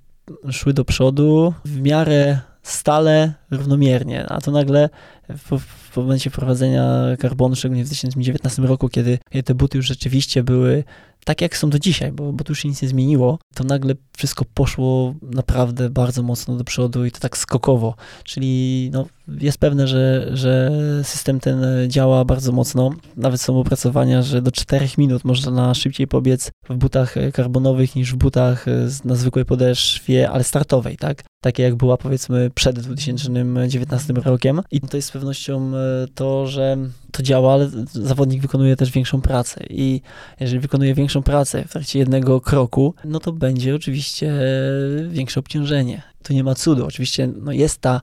szły do przodu w miarę stale, równomiernie, a to nagle w, w momencie wprowadzenia karbonu, szczególnie w dwa tysiące dziewiętnastym roku, kiedy, kiedy te buty już rzeczywiście były tak, jak są do dzisiaj, bo, bo tu już się nic nie zmieniło, to nagle wszystko poszło naprawdę bardzo mocno do przodu i to tak skokowo. Czyli no, jest pewne, że, że system ten działa bardzo mocno. Nawet są opracowania, że do czterech minut można szybciej pobiec w butach karbonowych niż w butach na zwykłej podeszwie, ale startowej, tak? Takie jak była, powiedzmy, przed dwa tysiące dziewiętnastym rokiem. I to jest z pewnością to, że to działa, ale zawodnik wykonuje też większą pracę. I jeżeli wykonuje większą pracę w trakcie jednego kroku, no to będzie oczywiście większe obciążenie. Tu nie ma cudu. Oczywiście no jest ta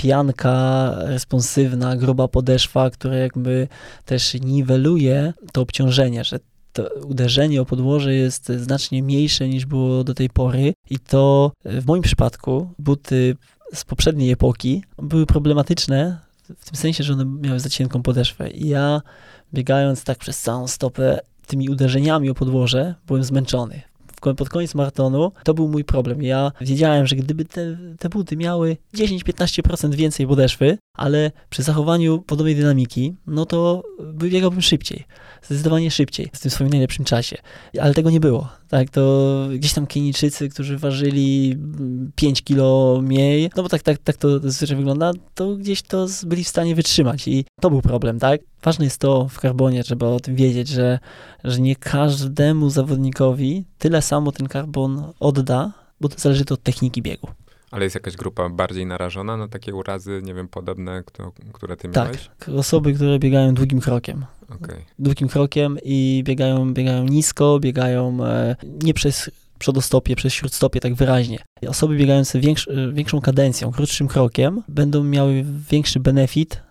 pianka responsywna, gruba podeszwa, która jakby też niweluje to obciążenie, że to uderzenie o podłoże jest znacznie mniejsze niż było do tej pory i to w moim przypadku buty z poprzedniej epoki były problematyczne w tym sensie, że one miały za cienką podeszwę i ja biegając tak przez całą stopę tymi uderzeniami o podłoże byłem zmęczony. Pod koniec maratonu to był mój problem. Ja wiedziałem, że gdyby te, te buty miały dziesięć do piętnastu procent więcej podeszwy, ale przy zachowaniu podobnej dynamiki, no to biegałbym szybciej. Zdecydowanie szybciej, w tym swoim najlepszym czasie. Ale tego nie było. Tak, to gdzieś tam Kenijczycy, którzy ważyli pięć kilo mniej, no bo tak, tak, tak to zazwyczaj wygląda, to gdzieś to byli w stanie wytrzymać i to był problem, tak? Ważne jest to w karbonie, trzeba o tym wiedzieć, że, że nie każdemu zawodnikowi tyle samo ten karbon odda, bo to zależy to od techniki biegu. Ale jest jakaś grupa bardziej narażona na takie urazy, nie wiem, podobne, kto, które ty tak, miałeś? Tak, osoby, które biegają długim krokiem. Okay. Długim krokiem i biegają, biegają nisko, biegają e, nie przez przodostopie, przez śródstopie tak wyraźnie. Osoby biegające większ, większą kadencją, krótszym krokiem będą miały większy benefit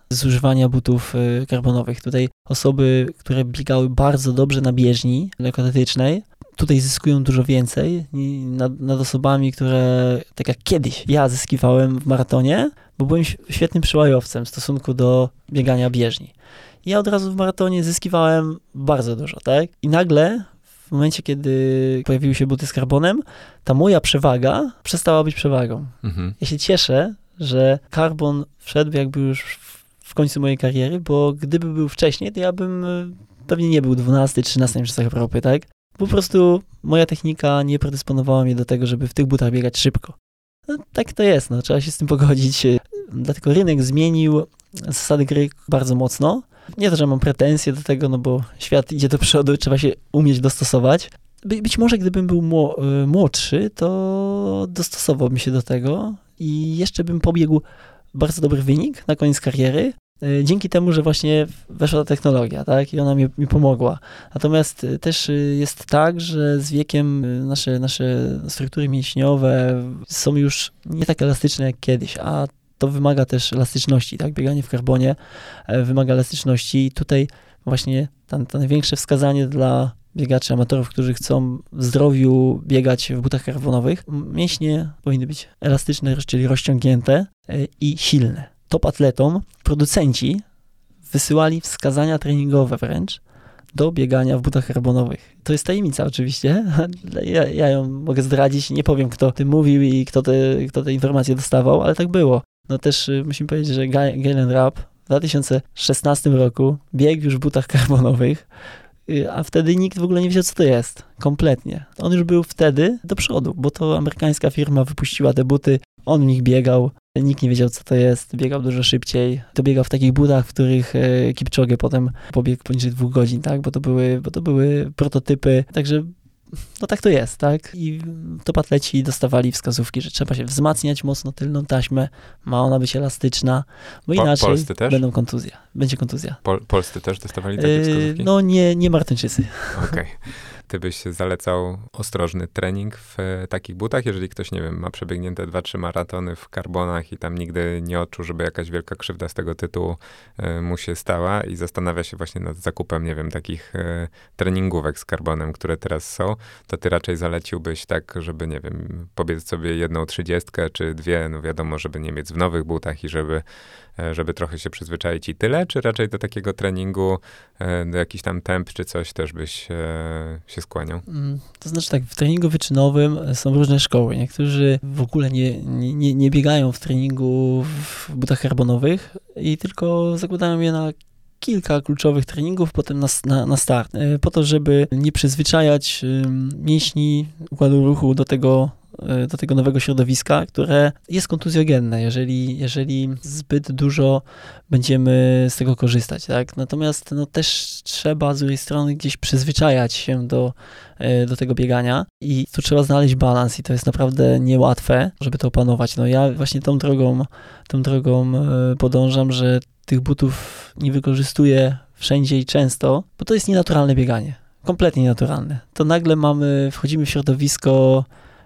zużywania butów karbonowych. Tutaj osoby, które biegały bardzo dobrze na bieżni lekkoatletycznej, tutaj zyskują dużo więcej nad, nad osobami, które, tak jak kiedyś ja zyskiwałem w maratonie, bo byłem świetnym przełajowcem w stosunku do biegania bieżni. I ja od razu w maratonie zyskiwałem bardzo dużo, tak? I nagle w momencie, kiedy pojawiły się buty z karbonem, ta moja przewaga przestała być przewagą. Mhm. Ja się cieszę, że karbon wszedł jakby już w, w końcu mojej kariery, bo gdyby był wcześniej, to ja bym pewnie nie był dwunasty, trzynasty na mistrzostwach Europy, tak? Po prostu moja technika nie predysponowała mnie do tego, żeby w tych butach biegać szybko. No, tak to jest, no, trzeba się z tym pogodzić. Dlatego rynek zmienił zasady gry bardzo mocno. Nie to, że mam pretensje do tego, no bo świat idzie do przodu, trzeba się umieć dostosować. By, być może gdybym był młodszy, to dostosowałbym się do tego i jeszcze bym pobiegł bardzo dobry wynik na koniec kariery, dzięki temu, że właśnie weszła ta technologia, tak, i ona mi, mi pomogła. Natomiast też jest tak, że z wiekiem nasze, nasze struktury mięśniowe są już nie tak elastyczne jak kiedyś, a to wymaga też elastyczności, tak, bieganie w karbonie wymaga elastyczności i tutaj właśnie to, to największe wskazanie dla biegaczy amatorów, którzy chcą w zdrowiu biegać w butach karbonowych, mięśnie powinny być elastyczne, czyli rozciągnięte i silne. Top atletom producenci wysyłali wskazania treningowe wręcz do biegania w butach karbonowych. To jest tajemnica oczywiście. Ja, ja ją mogę zdradzić, nie powiem, kto tym mówił i kto te, kto te informacje dostawał, ale tak było. No też y, musimy powiedzieć, że Galen Rupp w dwa tysiące szesnastym roku biegł już w butach karbonowych, y, a wtedy nikt w ogóle nie wiedział, co to jest. Kompletnie. On już był wtedy do przodu, bo to amerykańska firma wypuściła te buty, on w nich biegał. Nikt nie wiedział, co to jest, biegał dużo szybciej. To biegał w takich butach, w których e, Kipchoge potem pobiegł poniżej dwóch godzin, tak, bo to były, bo to były prototypy, także no tak to jest, tak, i top atleci dostawali wskazówki, że trzeba się wzmacniać mocno tylną taśmę, ma ona być elastyczna, bo po, inaczej Polscy też? będą kontuzje, będzie kontuzja. Pol, Polscy też dostawali takie wskazówki? E, no nie, nie Martyńczycy. Okej. Okay. Ty byś zalecał ostrożny trening w takich butach, jeżeli ktoś, nie wiem, ma przebiegnięte dwa trzy maratony w karbonach i tam nigdy nie odczuł, żeby jakaś wielka krzywda z tego tytułu y, mu się stała i zastanawia się właśnie nad zakupem, nie wiem, takich y, treningówek z karbonem, które teraz są, to ty raczej zaleciłbyś tak, żeby, nie wiem, pobiec sobie jedną trzydziestkę czy dwie, no wiadomo, żeby nie mieć w nowych butach i żeby żeby trochę się przyzwyczaić i tyle, czy raczej do takiego treningu, do jakiś tam temp, czy coś też byś się skłaniał? To znaczy tak, w treningu wyczynowym są różne szkoły. Niektórzy w ogóle nie, nie, nie biegają w treningu w butach karbonowych i tylko zakładają je na kilka kluczowych treningów, potem na, na, na start, po to, żeby nie przyzwyczajać mięśni, układu ruchu do tego, do tego nowego środowiska, które jest kontuzjogenne, jeżeli, jeżeli zbyt dużo będziemy z tego korzystać, tak? Natomiast no, też trzeba z drugiej strony gdzieś przyzwyczajać się do, do tego biegania i tu trzeba znaleźć balans i to jest naprawdę niełatwe, żeby to opanować. No ja właśnie tą drogą, tą drogą podążam, że tych butów nie wykorzystuję wszędzie i często, bo to jest nienaturalne bieganie. Kompletnie nienaturalne. To nagle mamy, wchodzimy w środowisko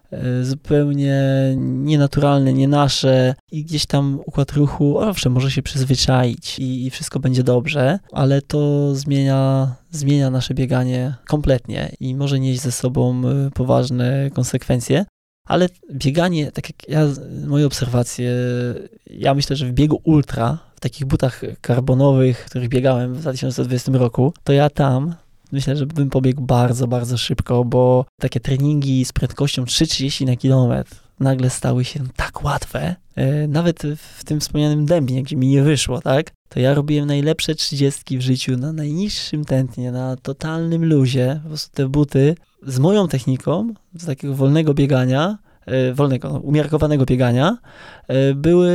zupełnie nienaturalne, nie nasze i gdzieś tam układ ruchu, owszem, może się przyzwyczaić i, i wszystko będzie dobrze, ale to zmienia, zmienia nasze bieganie kompletnie i może nieść ze sobą poważne konsekwencje. Ale bieganie, tak jak ja, moje obserwacje, ja myślę, że w biegu ultra, w takich butach karbonowych, w których biegałem w dwa tysiące dwudziestym roku, to ja tam myślę, że bym pobiegł bardzo, bardzo szybko, bo takie treningi z prędkością trzy trzydzieści na kilometr nagle stały się tak łatwe. Nawet w tym wspomnianym Dębinie, gdzie mi nie wyszło, tak? To ja robiłem najlepsze trzydziestki w życiu na najniższym tętnie, na totalnym luzie. Po prostu te buty z moją techniką, z takiego wolnego biegania, wolnego, no, umiarkowanego biegania, były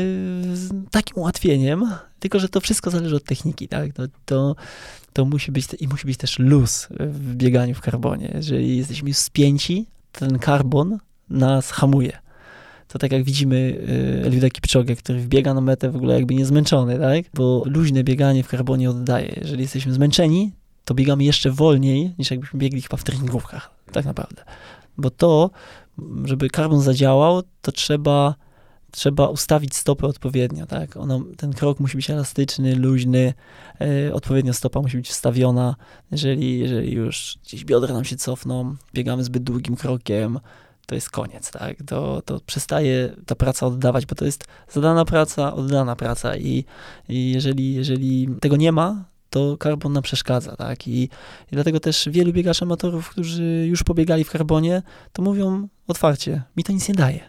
takim ułatwieniem, tylko że to wszystko zależy od techniki, tak? To, to, to musi być, i musi być też luz w bieganiu w karbonie. Jeżeli jesteśmy już spięci, ten karbon nas hamuje. To tak jak widzimy Eliuda Kipchoge, który wbiega na metę w ogóle jakby niezmęczony, tak? Bo luźne bieganie w karbonie oddaje. Jeżeli jesteśmy zmęczeni, to biegamy jeszcze wolniej, niż jakbyśmy biegli chyba w treningówkach, tak naprawdę. Bo to, żeby karbon zadziałał, to trzeba trzeba ustawić stopę odpowiednio, tak? Ono, ten krok musi być elastyczny, luźny, yy, odpowiednio stopa musi być wstawiona. Jeżeli, jeżeli już gdzieś biodra nam się cofną, biegamy zbyt długim krokiem, to jest koniec, tak? To, to przestaje ta praca oddawać, bo to jest zadana praca, oddana praca i, i jeżeli, jeżeli tego nie ma, to karbon nam przeszkadza, tak? I, I dlatego też wielu biegaczy amatorów, którzy już pobiegali w karbonie, to mówią otwarcie, mi to nic nie daje.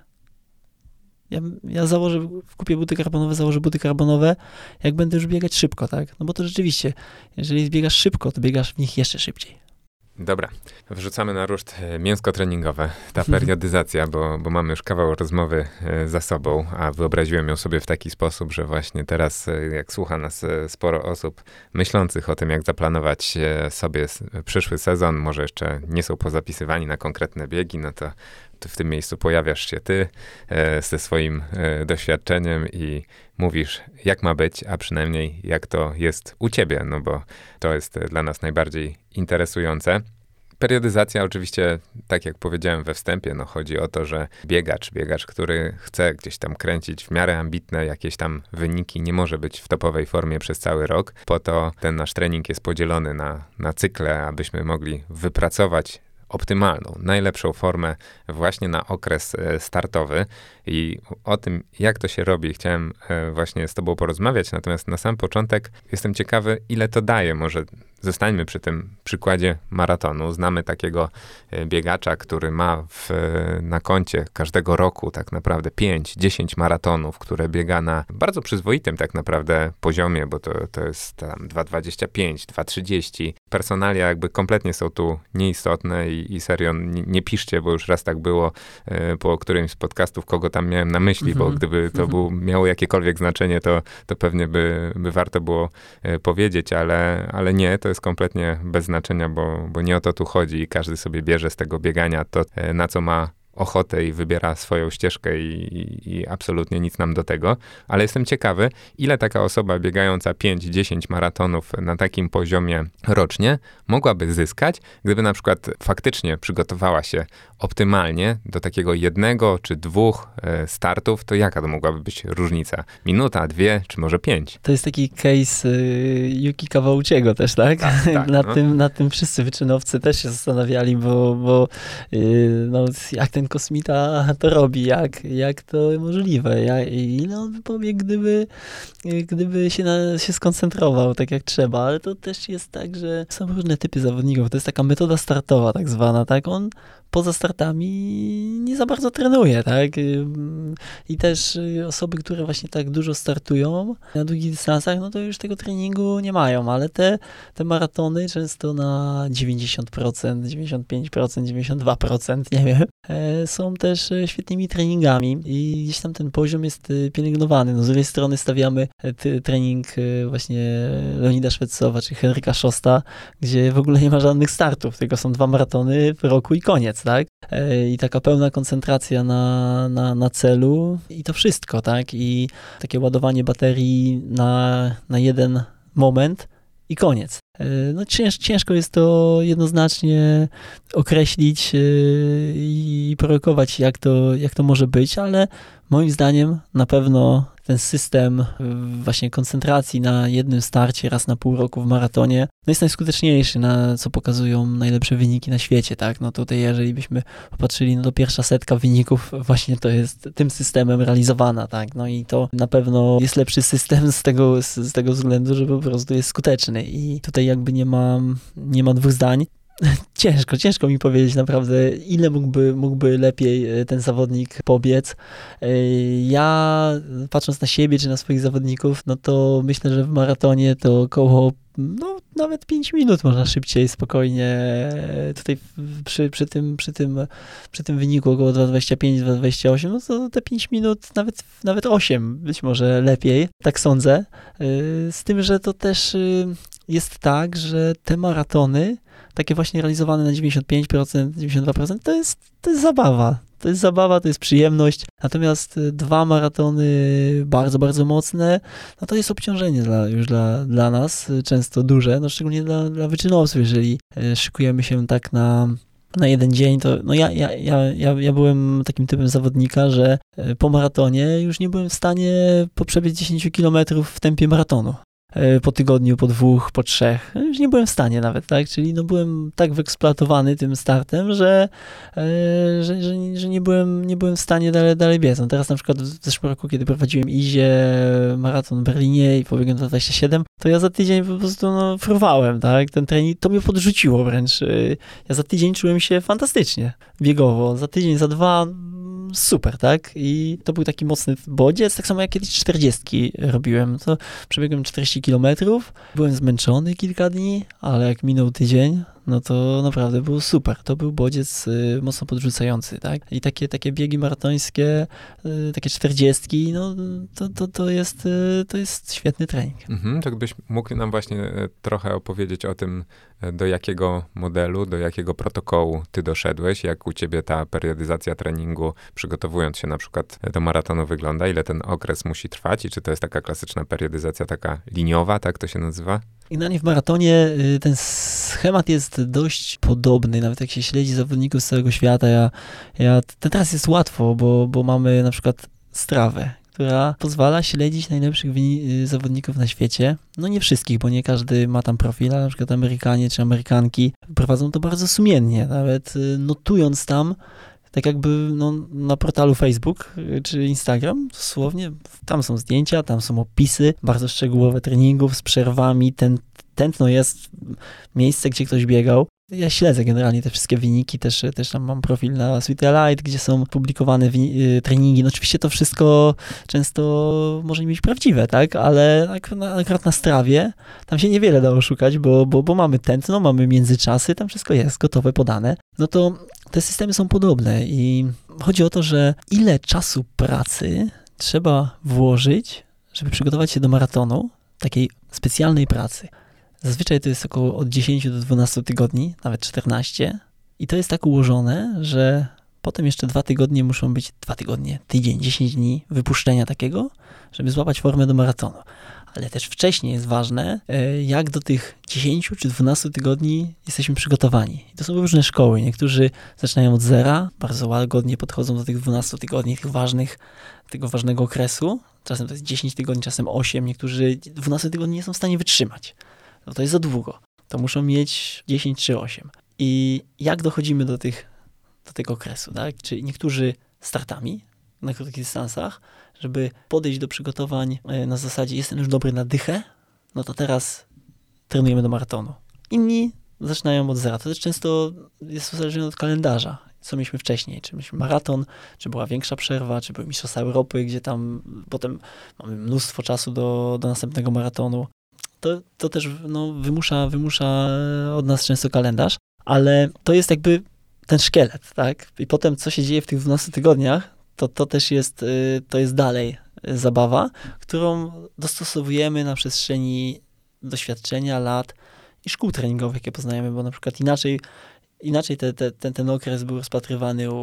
Ja, ja założę, kupię buty karbonowe, założę buty karbonowe, jak będę już biegać szybko, tak? No bo to rzeczywiście, jeżeli biegasz szybko, to biegasz w nich jeszcze szybciej. Dobra, wrzucamy na ruszt mięsko treningowe, ta periodyzacja, bo, bo mamy już kawał rozmowy za sobą, a wyobraziłem ją sobie w taki sposób, że właśnie teraz, jak słucha nas sporo osób myślących o tym, jak zaplanować sobie przyszły sezon, może jeszcze nie są pozapisywani na konkretne biegi, no to w tym miejscu pojawiasz się ty e, ze swoim e, doświadczeniem i mówisz, jak ma być, a przynajmniej jak to jest u ciebie, no bo to jest dla nas najbardziej interesujące. Periodyzacja oczywiście, tak jak powiedziałem we wstępie, no chodzi o to, że biegacz, biegacz, który chce gdzieś tam kręcić w miarę ambitne jakieś tam wyniki, nie może być w topowej formie przez cały rok. Po to ten nasz trening jest podzielony na, na cykle, abyśmy mogli wypracować optymalną, najlepszą formę właśnie na okres startowy i o tym, jak to się robi, chciałem właśnie z tobą porozmawiać, natomiast na sam początek jestem ciekawy, ile to daje. Może zostańmy przy tym przykładzie maratonu. Znamy takiego biegacza, który ma w, na koncie każdego roku tak naprawdę pięć dziesięć maratonów, które biega na bardzo przyzwoitym tak naprawdę poziomie, bo to, to jest tam dwa dwadzieścia pięć, dwa trzydzieści. Personalia jakby kompletnie są tu nieistotne i, i serio nie, nie piszcie, bo już raz tak było e, po którymś z podcastów, kogo tam miałem na myśli, mm-hmm. bo gdyby to mm-hmm. był, miało jakiekolwiek znaczenie, to, to pewnie by, by warto było e, powiedzieć, ale, ale nie, to jest kompletnie bez znaczenia, bo, bo nie o to tu chodzi i każdy sobie bierze z tego biegania to, e, na co ma ochotę i wybiera swoją ścieżkę i, i, i absolutnie nic nam do tego, ale jestem ciekawy, ile taka osoba biegająca pięć dziesięć maratonów na takim poziomie rocznie mogłaby zyskać, gdyby na przykład faktycznie przygotowała się optymalnie do takiego jednego czy dwóch e, startów, to jaka to mogłaby być różnica? Minuta, dwie, czy może pięć? To jest taki case y, Yuki Kawauchiego też, tak? tak, tak nad, no. tym, nad tym wszyscy wyczynowcy też się zastanawiali, bo, bo y, no, jak ten kosmita to robi, jak, jak to możliwe, jak, ile on by pobiegł, gdyby, gdyby się, na, się skoncentrował tak jak trzeba, ale to też jest tak, że są różne typy zawodników, to jest taka metoda startowa tak zwana, tak? On poza startami nie za bardzo trenuje, tak? I też osoby, które właśnie tak dużo startują na długich dystansach, no to już tego treningu nie mają, ale te, te maratony często na dziewięćdziesiąt procent, dziewięćdziesiąt pięć procent, dziewięćdziesiąt dwa procent, nie wiem, są też świetnymi treningami i gdzieś tam ten poziom jest pielęgnowany. No z drugiej strony stawiamy t- trening właśnie Leonida Szwecowa czy Henryka Szosta, gdzie w ogóle nie ma żadnych startów, tylko są dwa maratony w roku i koniec, tak? I taka pełna koncentracja na, na, na celu i to wszystko, tak? I takie ładowanie baterii na, na jeden moment i koniec. No cięż, ciężko jest to jednoznacznie określić i prorokować, jak to, jak to może być, ale moim zdaniem na pewno ten system właśnie koncentracji na jednym starcie raz na pół roku w maratonie no jest najskuteczniejszy, na co pokazują najlepsze wyniki na świecie, tak? No tutaj jeżeli byśmy popatrzyli, no to pierwsza setka wyników właśnie to jest tym systemem realizowana, tak? No i to na pewno jest lepszy system z tego, z, z tego względu, że po prostu jest skuteczny i tutaj jakby nie ma, nie ma dwóch zdań. Ciężko, ciężko mi powiedzieć naprawdę, ile mógłby, mógłby lepiej ten zawodnik pobiec. Ja, patrząc na siebie czy na swoich zawodników, no to myślę, że w maratonie to około, no nawet pięć minut można szybciej, spokojnie. Tutaj przy, przy, tym, przy, tym, przy tym wyniku około dwa dwadzieścia pięć, dwa dwadzieścia osiem, no to te pięć minut, nawet, nawet osiem być może lepiej, tak sądzę. Z tym, że to też jest tak, że te maratony takie właśnie realizowane na dziewięćdziesiąt pięć procent, dziewięćdziesiąt dwa procent, to jest, to jest zabawa. To jest zabawa, to jest przyjemność. Natomiast dwa maratony bardzo, bardzo mocne, no to jest obciążenie dla, już dla, dla nas, często duże, no szczególnie dla, dla wyczynowców, jeżeli szykujemy się tak na na jeden dzień, to no ja, ja, ja, ja, ja byłem takim typem zawodnika, że po maratonie już nie byłem w stanie poprzebiec dziesięć kilometrów w tempie maratonu. Po tygodniu, po dwóch, po trzech. Już nie byłem w stanie nawet, tak? Czyli no byłem tak wyeksploatowany tym startem, że, że, że, że nie, byłem, nie byłem w stanie dalej, dalej biec. No teraz na przykład w zeszłym roku, kiedy prowadziłem Izie maraton w Berlinie i pobiegłem dwa dwadzieścia siedem, to ja za tydzień po prostu no, fruwałem, tak? Ten trening, to mnie podrzuciło wręcz. Ja za tydzień czułem się fantastycznie, biegowo. Za tydzień, za dwa super, tak? I to był taki mocny bodziec, tak samo jak kiedyś czterdziestki robiłem. To przebiegłem czterdzieści kilometrów, byłem zmęczony kilka dni, ale jak minął tydzień, no to naprawdę był super. To był bodziec y, mocno podrzucający, tak? I takie, takie biegi maratońskie, y, takie czterdziestki, no to, to, to, jest, y, to jest świetny trening. Mhm, to gdybyś mógł nam właśnie trochę opowiedzieć o tym, do jakiego modelu, do jakiego protokołu ty doszedłeś, jak u ciebie ta periodyzacja treningu, przygotowując się na przykład do maratonu wygląda, ile ten okres musi trwać i czy to jest taka klasyczna periodyzacja, taka liniowa, tak to się nazywa? Generalnie w maratonie ten schemat jest dość podobny, nawet jak się śledzi zawodników z całego świata. Ja, ja, teraz jest łatwo, bo, bo mamy na przykład Strawę, która pozwala śledzić najlepszych zawodników na świecie. No nie wszystkich, bo nie każdy ma tam profil, ale na przykład Amerykanie czy Amerykanki prowadzą to bardzo sumiennie, nawet notując tam, tak jakby no, na portalu Facebook czy Instagram, dosłownie, tam są zdjęcia, tam są opisy, bardzo szczegółowe treningów z przerwami, ten, tętno jest miejsce, gdzie ktoś biegał. Ja śledzę generalnie te wszystkie wyniki, też, też tam mam profil na Sweet Elite, gdzie są publikowane wi- treningi. No oczywiście to wszystko często może nie być prawdziwe, tak, ale akurat na Strawie tam się niewiele da oszukać, bo, bo, bo mamy tętno, mamy międzyczasy, tam wszystko jest gotowe, podane. No to te systemy są podobne i chodzi o to, że ile czasu pracy trzeba włożyć, żeby przygotować się do maratonu, takiej specjalnej pracy. Zazwyczaj to jest około od dziesięciu do dwunastu tygodni, nawet czternaście. I to jest tak ułożone, że potem jeszcze dwa tygodnie muszą być, dwa tygodnie, tydzień, dziesięć dni wypuszczenia takiego, żeby złapać formę do maratonu. Ale też wcześniej jest ważne, jak do tych dziesięciu czy dwunastu tygodni jesteśmy przygotowani. I to są różne szkoły. Niektórzy zaczynają od zera, bardzo łagodnie podchodzą do tych dwunastu tygodni, tych ważnych, tego ważnego okresu. Czasem to jest dziesięć tygodni, czasem osiem. Niektórzy dwanaście tygodni nie są w stanie wytrzymać. No to jest za długo. To muszą mieć dziesięć czy osiem. I jak dochodzimy do tych, do tego okresu, tak? Czyli niektórzy startami na krótkich dystansach, żeby podejść do przygotowań na zasadzie jestem już dobry na dychę, no to teraz trenujemy do maratonu. Inni zaczynają od zera. To też często jest uzależnione od kalendarza. Co mieliśmy wcześniej, czy mieliśmy maraton, czy była większa przerwa, czy były Mistrzostwa Europy, gdzie tam potem mamy mnóstwo czasu do, do następnego maratonu. To, to też no, wymusza, wymusza od nas często kalendarz, ale to jest jakby ten szkielet, tak? I potem co się dzieje w tych dwunastu tygodniach, to, to też jest, to jest dalej zabawa, którą dostosowujemy na przestrzeni doświadczenia, lat i szkół treningowych, jakie poznajemy, bo na przykład inaczej Inaczej te, te, ten, ten okres był rozpatrywany u,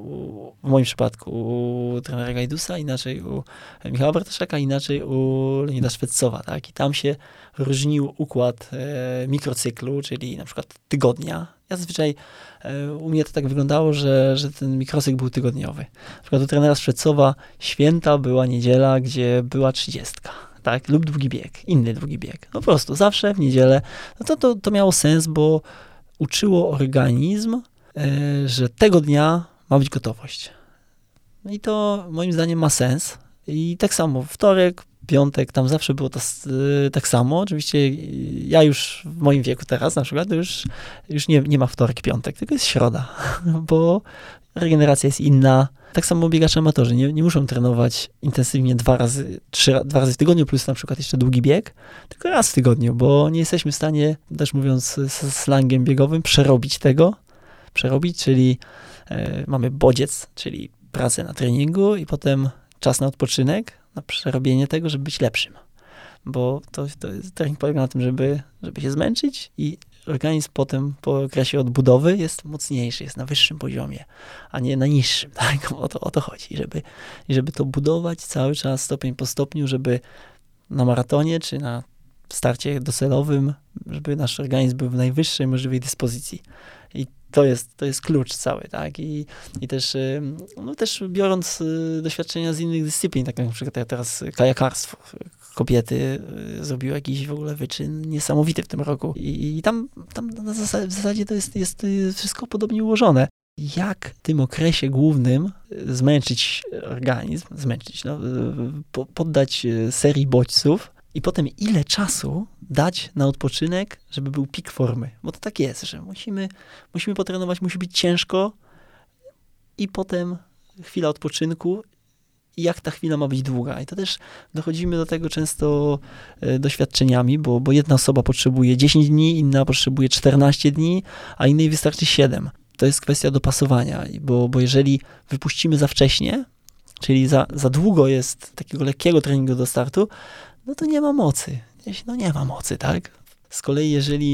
u, w moim przypadku u trenera Gajdusa, inaczej u Michała Bartoszaka, inaczej u Leonida Szwecowa, tak? I tam się różnił układ e, mikrocyklu, czyli na przykład tygodnia. Ja zazwyczaj e, u mnie to tak wyglądało, że, że ten mikrocykl był tygodniowy. Na przykład u trenera Szwecowa święta była niedziela, gdzie była trzydziestka. Tak, lub długi bieg, inny długi bieg. No po prostu zawsze w niedzielę. No to, to, to miało sens, bo uczyło organizm, że tego dnia ma być gotowość. No i to moim zdaniem ma sens. I tak samo wtorek, piątek, tam zawsze było to tak samo. Oczywiście ja już w moim wieku teraz na przykład już, już nie, nie ma wtorek, piątek, tylko jest środa, bo regeneracja jest inna. Tak samo biegacze amatorzy nie, nie muszą trenować intensywnie dwa razy, trzy, dwa razy w tygodniu, plus na przykład jeszcze długi bieg, tylko raz w tygodniu, bo nie jesteśmy w stanie, też mówiąc slangiem biegowym, przerobić tego, przerobić, czyli e, mamy bodziec, czyli pracę na treningu i potem czas na odpoczynek, na przerobienie tego, żeby być lepszym. Bo to, to jest, trening polega na tym, żeby, żeby się zmęczyć i organizm potem po okresie odbudowy jest mocniejszy, jest na wyższym poziomie, a nie na niższym. Tak? O to, o to chodzi, żeby, żeby to budować cały czas stopień po stopniu, żeby na maratonie czy na starcie docelowym, żeby nasz organizm był w najwyższej możliwej dyspozycji. I To jest, to jest klucz cały, tak? I, i też, no też biorąc doświadczenia z innych dyscyplin, tak jak na przykład ja teraz kajakarstwo, kobiety zrobiły jakiś w ogóle wyczyn niesamowity w tym roku. I, i tam, tam na zasadzie, w zasadzie to jest, jest wszystko podobnie ułożone. Jak w tym okresie głównym zmęczyć organizm, zmęczyć, no, poddać serii bodźców i potem ile czasu dać na odpoczynek, żeby był pik formy. Bo to tak jest, że musimy, musimy potrenować, musi być ciężko i potem chwila odpoczynku i jak ta chwila ma być długa. I to też dochodzimy do tego często e, doświadczeniami, bo, bo jedna osoba potrzebuje dziesięć dni, inna potrzebuje czternaście dni, a innej wystarczy siedem. To jest kwestia dopasowania, bo, bo jeżeli wypuścimy za wcześnie, czyli za, za długo jest takiego lekkiego treningu do startu, no to nie ma mocy. No nie ma mocy, tak? Z kolei jeżeli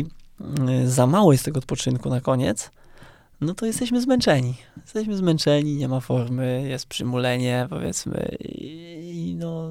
za mało jest tego odpoczynku na koniec, no to jesteśmy zmęczeni. Jesteśmy zmęczeni, nie ma formy, jest przymulenie, powiedzmy, i, i no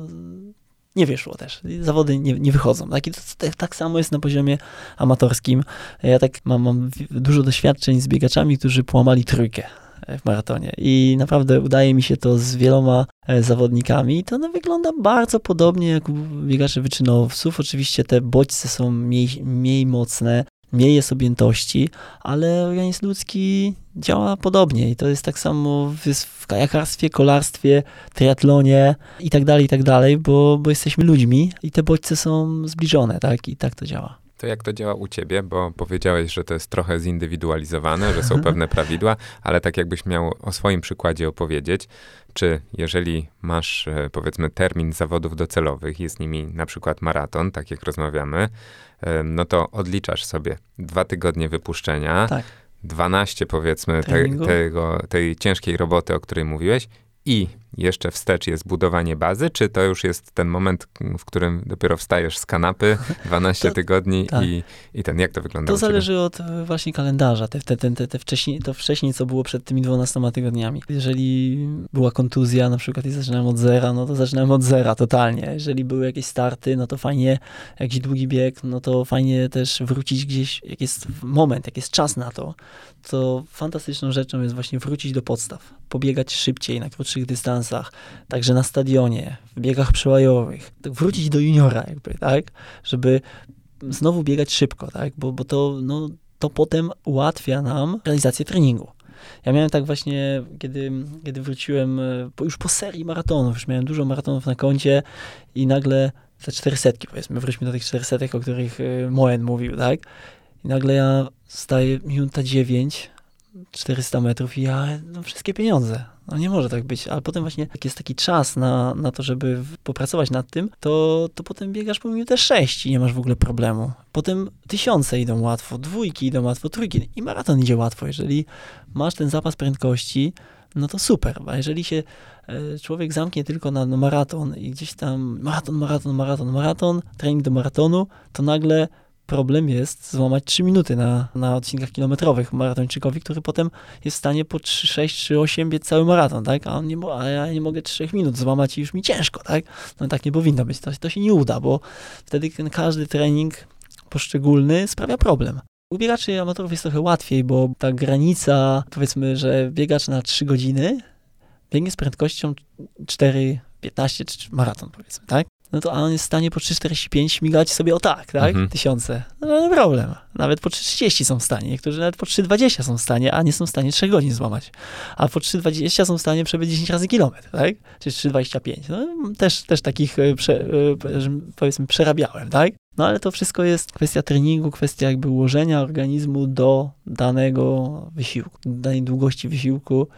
nie wyszło też. Zawody nie, nie wychodzą. Tak? I to, to, tak samo jest na poziomie amatorskim. Ja tak mam, mam dużo doświadczeń z biegaczami, którzy połamali trójkę w maratonie i naprawdę udaje mi się to z wieloma zawodnikami. To no, wygląda bardzo podobnie jak u biegaczy wyczynowców. Oczywiście te bodźce są mniej, mniej mocne, mniej jest objętości, ale organizm ludzki działa podobnie i to jest tak samo w, w kajakarstwie, kolarstwie, triatlonie i tak dalej, i tak dalej, bo, bo jesteśmy ludźmi i te bodźce są zbliżone, tak? I tak to działa. To jak to działa u ciebie? Bo powiedziałeś, że to jest trochę zindywidualizowane, że są pewne prawidła, ale tak jakbyś miał o swoim przykładzie opowiedzieć, czy jeżeli masz, powiedzmy, termin zawodów docelowych, jest nimi na przykład maraton, tak jak rozmawiamy, no to odliczasz sobie dwa tygodnie wypuszczenia, tak. dwanaście powiedzmy te, tego, tej ciężkiej roboty, o której mówiłeś, i jeszcze wstecz jest budowanie bazy, czy to już jest ten moment, w którym dopiero wstajesz z kanapy, dwanaście to, tygodni tak. i, i ten, jak to wygląda? To zależy od właśnie kalendarza, te, te, te, te, te wcześniej, to wcześniej, co było przed tymi dwunastoma tygodniami. Jeżeli była kontuzja na przykład i zaczynałem od zera, no to zaczynałem od zera totalnie. Jeżeli były jakieś starty, no to fajnie, jakiś długi bieg, no to fajnie też wrócić gdzieś, jak jest moment, jak jest czas na to, to fantastyczną rzeczą jest właśnie wrócić do podstaw, pobiegać szybciej na krótszych dystansach, także na stadionie, w biegach przełajowych, tak wrócić do juniora jakby, tak, żeby znowu biegać szybko, tak, bo, bo to, no, to potem ułatwia nam realizację treningu. Ja miałem tak właśnie, kiedy, kiedy wróciłem już po serii maratonów, już miałem dużo maratonów na koncie i nagle te czterysetki, powiedzmy, wróćmy do tych czterysetek, o których Moen mówił, tak, i nagle ja staję minuta dziewięć, czterysta metrów i ja, no wszystkie pieniądze. No nie może tak być, ale potem właśnie jak jest taki czas na, na to, żeby popracować nad tym, to, to potem biegasz po minutę sześć i nie masz w ogóle problemu. Potem tysiące idą łatwo, dwójki idą łatwo, trójki i maraton idzie łatwo. Jeżeli masz ten zapas prędkości, no to super, a jeżeli się e, człowiek zamknie tylko na no, maraton i gdzieś tam maraton, maraton, maraton, maraton, trening do maratonu, to nagle problem jest złamać trzy minuty na, na odcinkach kilometrowych maratończykowi, który potem jest w stanie po trzy sześć, trzy osiem biec cały maraton, tak? A, on nie, a ja nie mogę trzech minut złamać i już mi ciężko, tak? No tak nie powinno być. To, to się nie uda, bo wtedy ten każdy trening poszczególny sprawia problem. U biegaczy amatorów jest trochę łatwiej, bo ta granica, powiedzmy, że biegacz na trzy godziny biegnie z prędkością cztery piętnaście, czy maraton powiedzmy, tak? No to a on jest w stanie po trzy czterdzieści pięć śmigać sobie o tak, tak? Mhm. Tysiące. No nie problem. Nawet po trzy trzydzieści są w stanie. Niektórzy nawet po trzy dwadzieścia są w stanie, a nie są w stanie trzech godzin złamać. A po trzy dwadzieścia są w stanie przebyć dziesięć razy kilometr, tak? Czy trzy dwadzieścia pięć. No, też, też takich, prze, powiedzmy, przerabiałem, tak? No ale to wszystko jest kwestia treningu, kwestia jakby ułożenia organizmu do danego wysiłku, do danej długości wysiłku,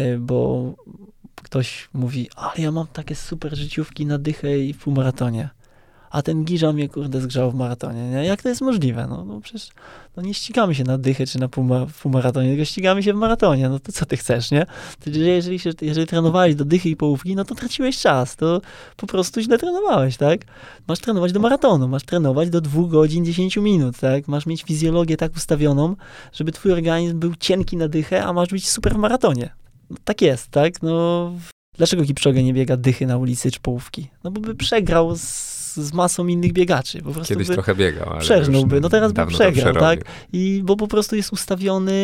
bo ktoś mówi, ale ja mam takie super życiówki na dychę i w półmaratonie. A ten Giża mnie, kurde, zgrzał w maratonie. Nie? Jak to jest możliwe? No, no przecież no nie ścigamy się na dychę czy na półma- w półmaratonie, tylko ścigamy się w maratonie. No to co ty chcesz, nie? To jeżeli, się, jeżeli trenowałeś do dychy i połówki, no to traciłeś czas. To po prostu źle trenowałeś, tak? Masz trenować do maratonu, masz trenować do dwóch godzin dziesięć minut, tak? Masz mieć fizjologię tak ustawioną, żeby twój organizm był cienki na dychę, a masz być super w maratonie. No, tak jest, tak? No, dlaczego Kipchoge nie biega dychy na ulicy czy połówki? No bo by przegrał z, z masą innych biegaczy. Po prostu Kiedyś trochę biegał, ale przerżnąłby. No teraz by przegrał, tak? I bo po prostu jest ustawiony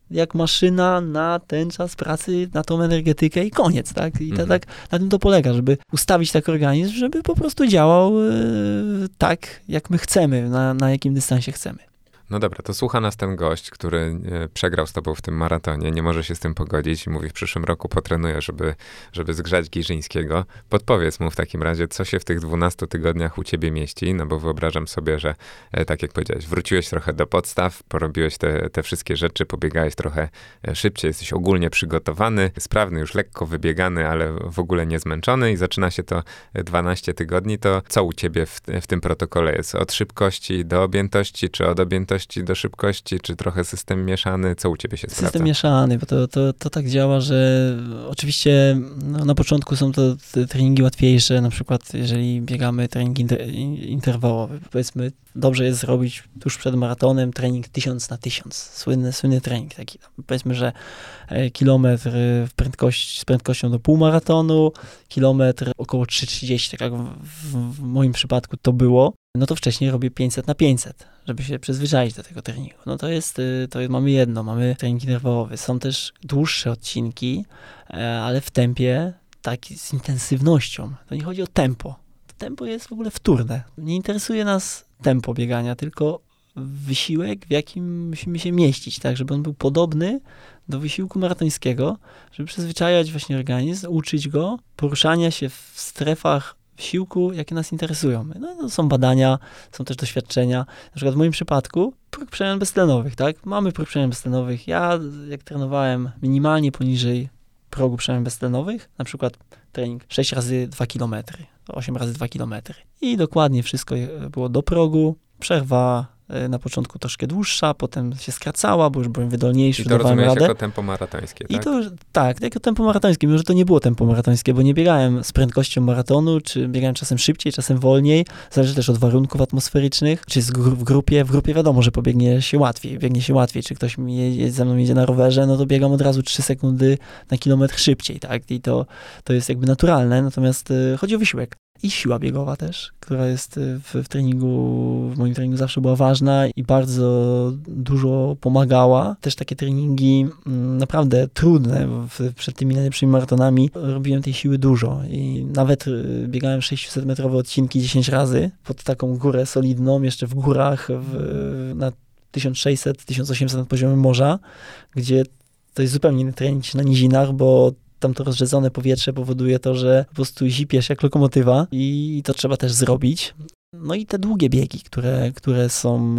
jak maszyna na ten czas pracy, na tą energetykę i koniec, tak? I Mhm. to, tak na tym to polega, żeby ustawić tak organizm, żeby po prostu działał e, tak, jak my chcemy, na, na jakim dystansie chcemy. No dobra, to słucha nas ten gość, który e, przegrał z tobą w tym maratonie, nie może się z tym pogodzić i mówi, w przyszłym roku potrenuję, żeby, żeby zgrzać Giżyńskiego. Podpowiedz mu w takim razie, co się w tych dwunastu tygodniach u ciebie mieści, no bo wyobrażam sobie, że e, tak jak powiedziałeś, wróciłeś trochę do podstaw, porobiłeś te, te wszystkie rzeczy, pobiegałeś trochę e, szybciej, jesteś ogólnie przygotowany, sprawny, już lekko wybiegany, ale w ogóle nie zmęczony i zaczyna się to dwanaście tygodni, to co u ciebie w, w tym protokole jest? Od szybkości do objętości, czy od objętości do szybkości, czy trochę system mieszany? Co u ciebie się sprawdza? System mieszany, bo to, to, to tak działa, że oczywiście no, na początku są to te treningi łatwiejsze, na przykład jeżeli biegamy trening inter, interwałowy, powiedzmy, dobrze jest zrobić tuż przed maratonem trening tysiąc na tysiąc, słynny, słynny trening taki, powiedzmy, że kilometr w prędkości, z prędkością do półmaratonu, kilometr około trzy trzydzieści, tak jak w, w, w moim przypadku to było, no to wcześniej robię pięćset na pięćset, żeby się przyzwyczaić do tego treningu. No to jest, to jest, mamy jedno, mamy trening interwałowy. Są też dłuższe odcinki, ale w tempie, tak z intensywnością. To nie chodzi o tempo. To tempo jest w ogóle wtórne. Nie interesuje nas tempo biegania, tylko wysiłek, w jakim musimy się mieścić, tak, żeby on był podobny do wysiłku maratońskiego, żeby przyzwyczajać właśnie organizm, uczyć go poruszania się w strefach wysiłku, jakie nas interesują. No, to są badania, są też doświadczenia. Na przykład w moim przypadku próg przemian beztlenowych, tak? Mamy próg przemian beztlenowych. Ja, jak trenowałem minimalnie poniżej progu przemian beztlenowych, na przykład trening sześć razy dwa kilometry, osiem razy dwa kilometry. I dokładnie wszystko było do progu, przerwa na początku troszkę dłuższa, potem się skracała, bo już byłem wydolniejszy. I to rozumiałeś jako tempo maratońskie, tak? I to, tak, jako tempo maratońskie, mimo że to nie było tempo maratońskie, bo nie biegałem z prędkością maratonu, czy biegałem czasem szybciej, czasem wolniej, zależy też od warunków atmosferycznych, czy z gru- w grupie, w grupie wiadomo, że pobiegnie się łatwiej, biegnie się łatwiej, czy ktoś mi jedzie, ze mną jedzie na rowerze, no to biegam od razu trzy sekundy na kilometr szybciej, tak, i to, to jest jakby naturalne, natomiast y, chodzi o wysiłek. I siła biegowa też, która jest w, w treningu, w moim treningu zawsze była ważna i bardzo dużo pomagała. Też takie treningi m, naprawdę trudne, w, przed tymi najlepszymi maratonami robiłem tej siły dużo i nawet y, biegałem sześćset metrowe odcinki dziesięć razy pod taką górę solidną, jeszcze w górach w, na tysiąc sześćset tysiąc osiemset nad poziomem morza, gdzie to jest zupełnie inny trening niż na nizinach, bo tam to rozrzedzone powietrze powoduje to, że po prostu zipiesz jak lokomotywa i to trzeba też zrobić. No i te długie biegi, które, które są,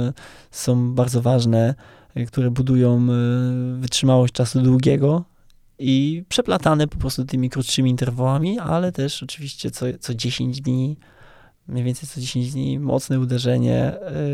są bardzo ważne, które budują wytrzymałość czasu długiego i przeplatane po prostu tymi krótszymi interwałami, ale też oczywiście co, co dziesięć dni, mniej więcej co dziesięć dni mocne uderzenie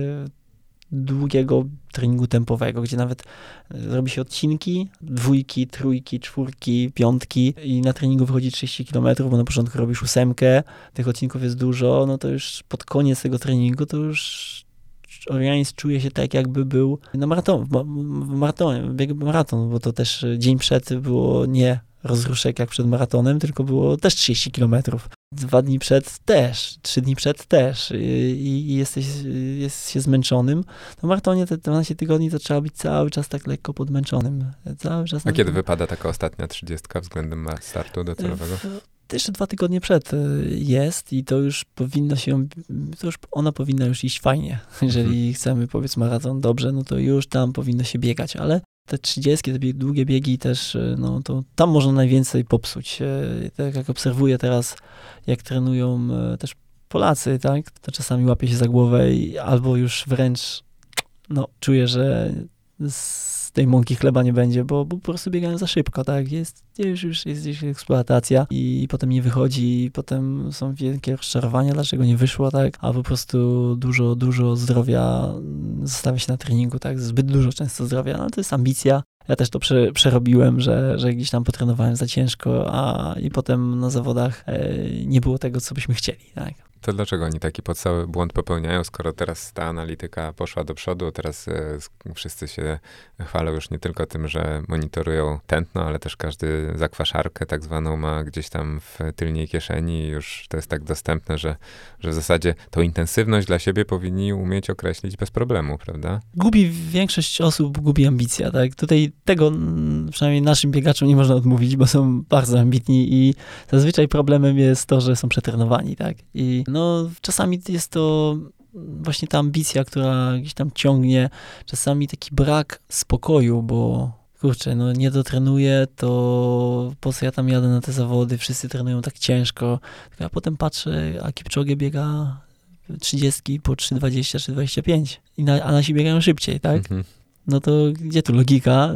długiego treningu tempowego, gdzie nawet robi się odcinki, dwójki, trójki, czwórki, piątki i na treningu wychodzi trzydzieści kilometrów, bo na początku robisz ósemkę, tych odcinków jest dużo, no to już pod koniec tego treningu to już organizm czuje się tak, jakby był na maraton, w maratonie, bieg maraton, bo to też dzień przed było nie rozruszek jak przed maratonem, tylko było też trzydzieści kilometrów. Dwa dni przed też, trzy dni przed też i, i jesteś jest się zmęczonym. Na maratonie te dwanaście tygodni to trzeba być cały czas tak lekko podmęczonym. Cały czas. A kiedy wypada taka ostatnia trzydziestka względem startu docelowego? To jeszcze dwa tygodnie przed jest i to już powinno się, to już ona powinna już iść fajnie. Jeżeli hmm. chcemy powiedz maraton dobrze, no to już tam powinno się biegać, ale te trzydziestki, te bieg, długie biegi też, no to tam można najwięcej popsuć. Tak jak obserwuję teraz, jak trenują też Polacy, tak, to czasami łapie się za głowę i albo już wręcz, no, czuję, że z tej mąki chleba nie będzie, bo, bo po prostu biegają za szybko, tak, jest już, już jest gdzieś eksploatacja i potem nie wychodzi i potem są wielkie rozczarowania, dlaczego nie wyszło, tak, a po prostu dużo, dużo zdrowia zostawia się na treningu, tak, zbyt dużo często zdrowia, no to jest ambicja. Ja też to prze, przerobiłem, że, że gdzieś tam potrenowałem za ciężko, a i potem na zawodach e, nie było tego, co byśmy chcieli, tak. To dlaczego oni taki podstawowy błąd popełniają, skoro teraz ta analityka poszła do przodu, teraz e, wszyscy się chwalą już nie tylko tym, że monitorują tętno, ale też każdy zakwaszarkę tak zwaną ma gdzieś tam w tylnej kieszeni i już to jest tak dostępne, że, że w zasadzie tą intensywność dla siebie powinni umieć określić bez problemu, prawda? Gubi, większość osób gubi ambicja, tak? Tutaj tego przynajmniej naszym biegaczom nie można odmówić, bo są bardzo ambitni i zazwyczaj problemem jest to, że są przetrenowani, tak? I no czasami jest to właśnie ta ambicja, która gdzieś tam ciągnie, czasami taki brak spokoju, bo kurczę, no nie dotrenuję, to po co ja tam jadę na te zawody, wszyscy trenują tak ciężko, a potem patrzę, a Kipchoge biega trzydzieści po trzy dwadzieścia, trzy dwadzieścia pięć, I na, a nasi biegają szybciej, tak? Mhm. No to gdzie tu logika?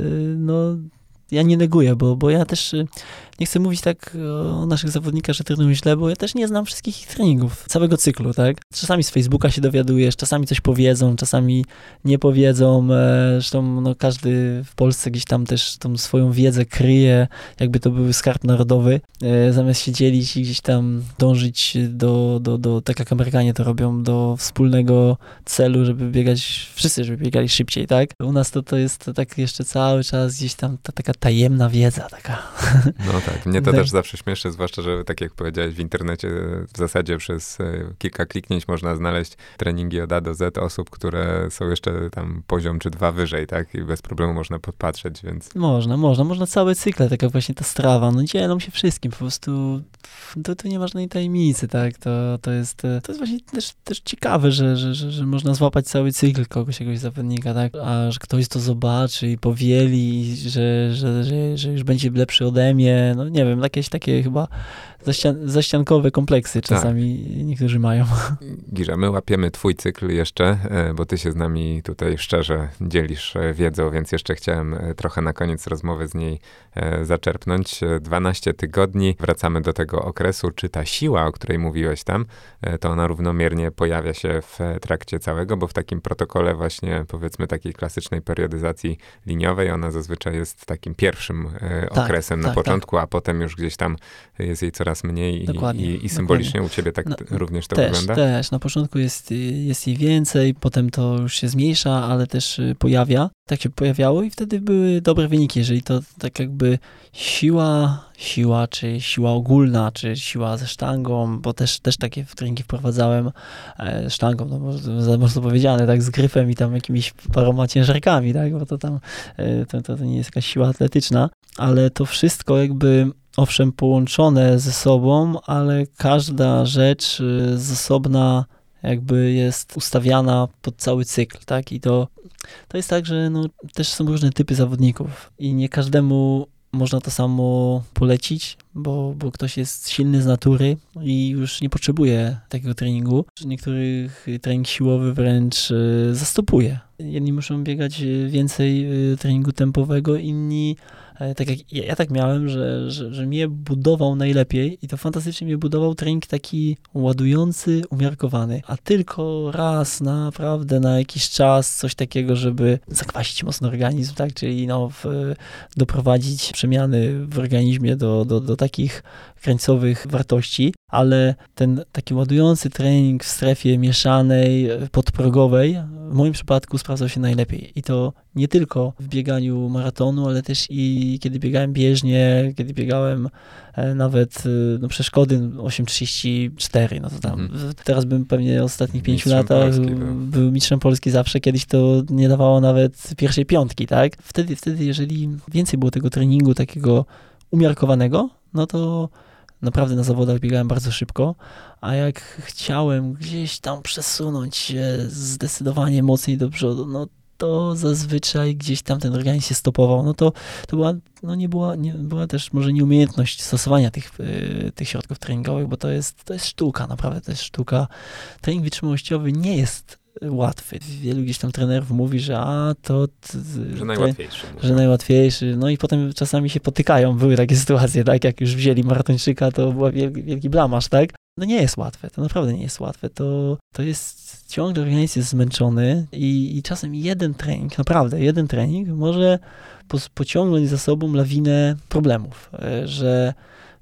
No ja nie neguję, bo, bo ja też nie chcę mówić tak o naszych zawodnikach, że trenują źle, bo ja też nie znam wszystkich ich treningów, całego cyklu, tak? Czasami z Facebooka się dowiadujesz, czasami coś powiedzą, czasami nie powiedzą. Zresztą no, każdy w Polsce gdzieś tam też tą swoją wiedzę kryje, jakby to był skarb narodowy. Zamiast się dzielić i gdzieś tam dążyć do, do, do, tak jak Amerykanie to robią, do wspólnego celu, żeby biegać, wszyscy, żeby biegali szybciej, tak? U nas to, to jest tak jeszcze cały czas gdzieś tam ta taka tajemna wiedza taka. No tak, mnie to tak. Też zawsze śmieszy, zwłaszcza, że tak jak powiedziałeś, w internecie w zasadzie przez kilka kliknięć można znaleźć treningi od A do Z osób, które są jeszcze tam poziom czy dwa wyżej, tak? I bez problemu można podpatrzeć, więc... Można, można, można całe cykle, taka właśnie ta strawa, no dzielą się wszystkim, po prostu to, to nie ma żadnej tajemnicy, tak? To, to jest, to jest właśnie też, też ciekawe, że, że, że, że można złapać cały cykl kogoś, jakiegoś zawodnika, tak? A że ktoś to zobaczy i powieli, że, że, że, że już będzie lepszy ode mnie, no nie wiem, jakieś takie chyba zaścian- zaściankowe kompleksy czasami tak. Niektórzy mają. Girza, my łapiemy twój cykl jeszcze, bo ty się z nami tutaj szczerze dzielisz wiedzą, więc jeszcze chciałem trochę na koniec rozmowy z niej zaczerpnąć. dwanaście tygodni, wracamy do tego okresu, czy ta siła, o której mówiłeś tam, to ona równomiernie pojawia się w trakcie całego, bo w takim protokole właśnie, powiedzmy, takiej klasycznej periodyzacji liniowej, ona zazwyczaj jest takim pierwszym tak, okresem tak, na początku, tak. A potem już gdzieś tam jest jej coraz mniej i, i, i symbolicznie dokładnie. U ciebie tak no, również to też, wygląda? Też, na początku jest, jest jej więcej, potem to już się zmniejsza, ale też pojawia. Tak się pojawiało i wtedy były dobre wyniki, jeżeli to tak jakby siła, siła, czy siła ogólna, czy siła ze sztangą, bo też, też takie treningi wprowadzałem e, sztangą, no może, może powiedziane, tak, z gryfem i tam jakimiś paroma ciężarkami, tak, bo to tam, e, to, to, to nie jest jakaś siła atletyczna, ale to wszystko jakby owszem połączone ze sobą, ale każda rzecz z osobna jakby jest ustawiana pod cały cykl, tak? I to, to jest tak, że no, też są różne typy zawodników i nie każdemu można to samo polecić, bo, bo ktoś jest silny z natury i już nie potrzebuje takiego treningu. Niektórych trening siłowy wręcz zastopuje. Jedni muszą biegać więcej treningu tempowego, inni tak jak ja, ja tak miałem, że, że, że mnie budował najlepiej i to fantastycznie mnie budował trening taki ładujący, umiarkowany, a tylko raz naprawdę na jakiś czas coś takiego, żeby zakwasić mocno organizm, tak, czyli no w, doprowadzić przemiany w organizmie do, do, do takich krańcowych wartości, ale ten taki ładujący trening w strefie mieszanej, podprogowej w moim przypadku sprawdzał się najlepiej i to nie tylko w bieganiu maratonu, ale też i kiedy biegałem bieżnie, kiedy biegałem nawet no, przeszkody osiem trzydzieści cztery, no to tam mhm. teraz bym pewnie w ostatnich pięciu latach był. był mistrzem Polski zawsze, kiedyś to nie dawało nawet pierwszej piątki, tak? Wtedy, wtedy jeżeli więcej było tego treningu takiego umiarkowanego, no to naprawdę na zawodach biegałem bardzo szybko, a jak chciałem gdzieś tam przesunąć się zdecydowanie mocniej do przodu, no to zazwyczaj gdzieś tam ten organizm się stopował. No to, to była, no nie była, nie, była też może nieumiejętność stosowania tych, yy, tych środków treningowych, bo to jest, to jest sztuka, naprawdę to jest sztuka. Trening wytrzymałościowy nie jest łatwy. Wielu gdzieś tam trenerów mówi, że a to... T, że najłatwiejszy. Że mówię. najłatwiejszy. No i potem czasami się potykają. Były takie sytuacje, tak? Jak już wzięli maratończyka, to był wielki, wielki blamaż, tak? No nie jest łatwe. To naprawdę nie jest łatwe. To, to jest... Ciągle organizm jest zmęczony i, i czasem jeden trening, naprawdę jeden trening może po, pociągnąć za sobą lawinę problemów, że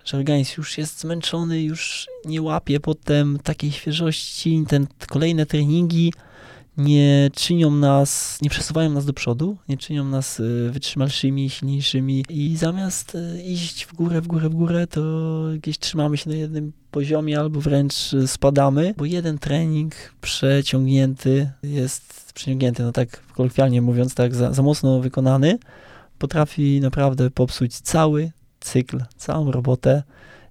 że organizm już jest zmęczony, już nie łapie potem takiej świeżości, ten kolejne treningi nie czynią nas, nie przesuwają nas do przodu, nie czynią nas wytrzymalszymi, silniejszymi i zamiast iść w górę, w górę, w górę, to gdzieś trzymamy się na jednym poziomie albo wręcz spadamy, bo jeden trening przeciągnięty jest, przeciągnięty, no tak kolokwialnie mówiąc, tak za, za mocno wykonany, potrafi naprawdę popsuć cały cykl, całą robotę.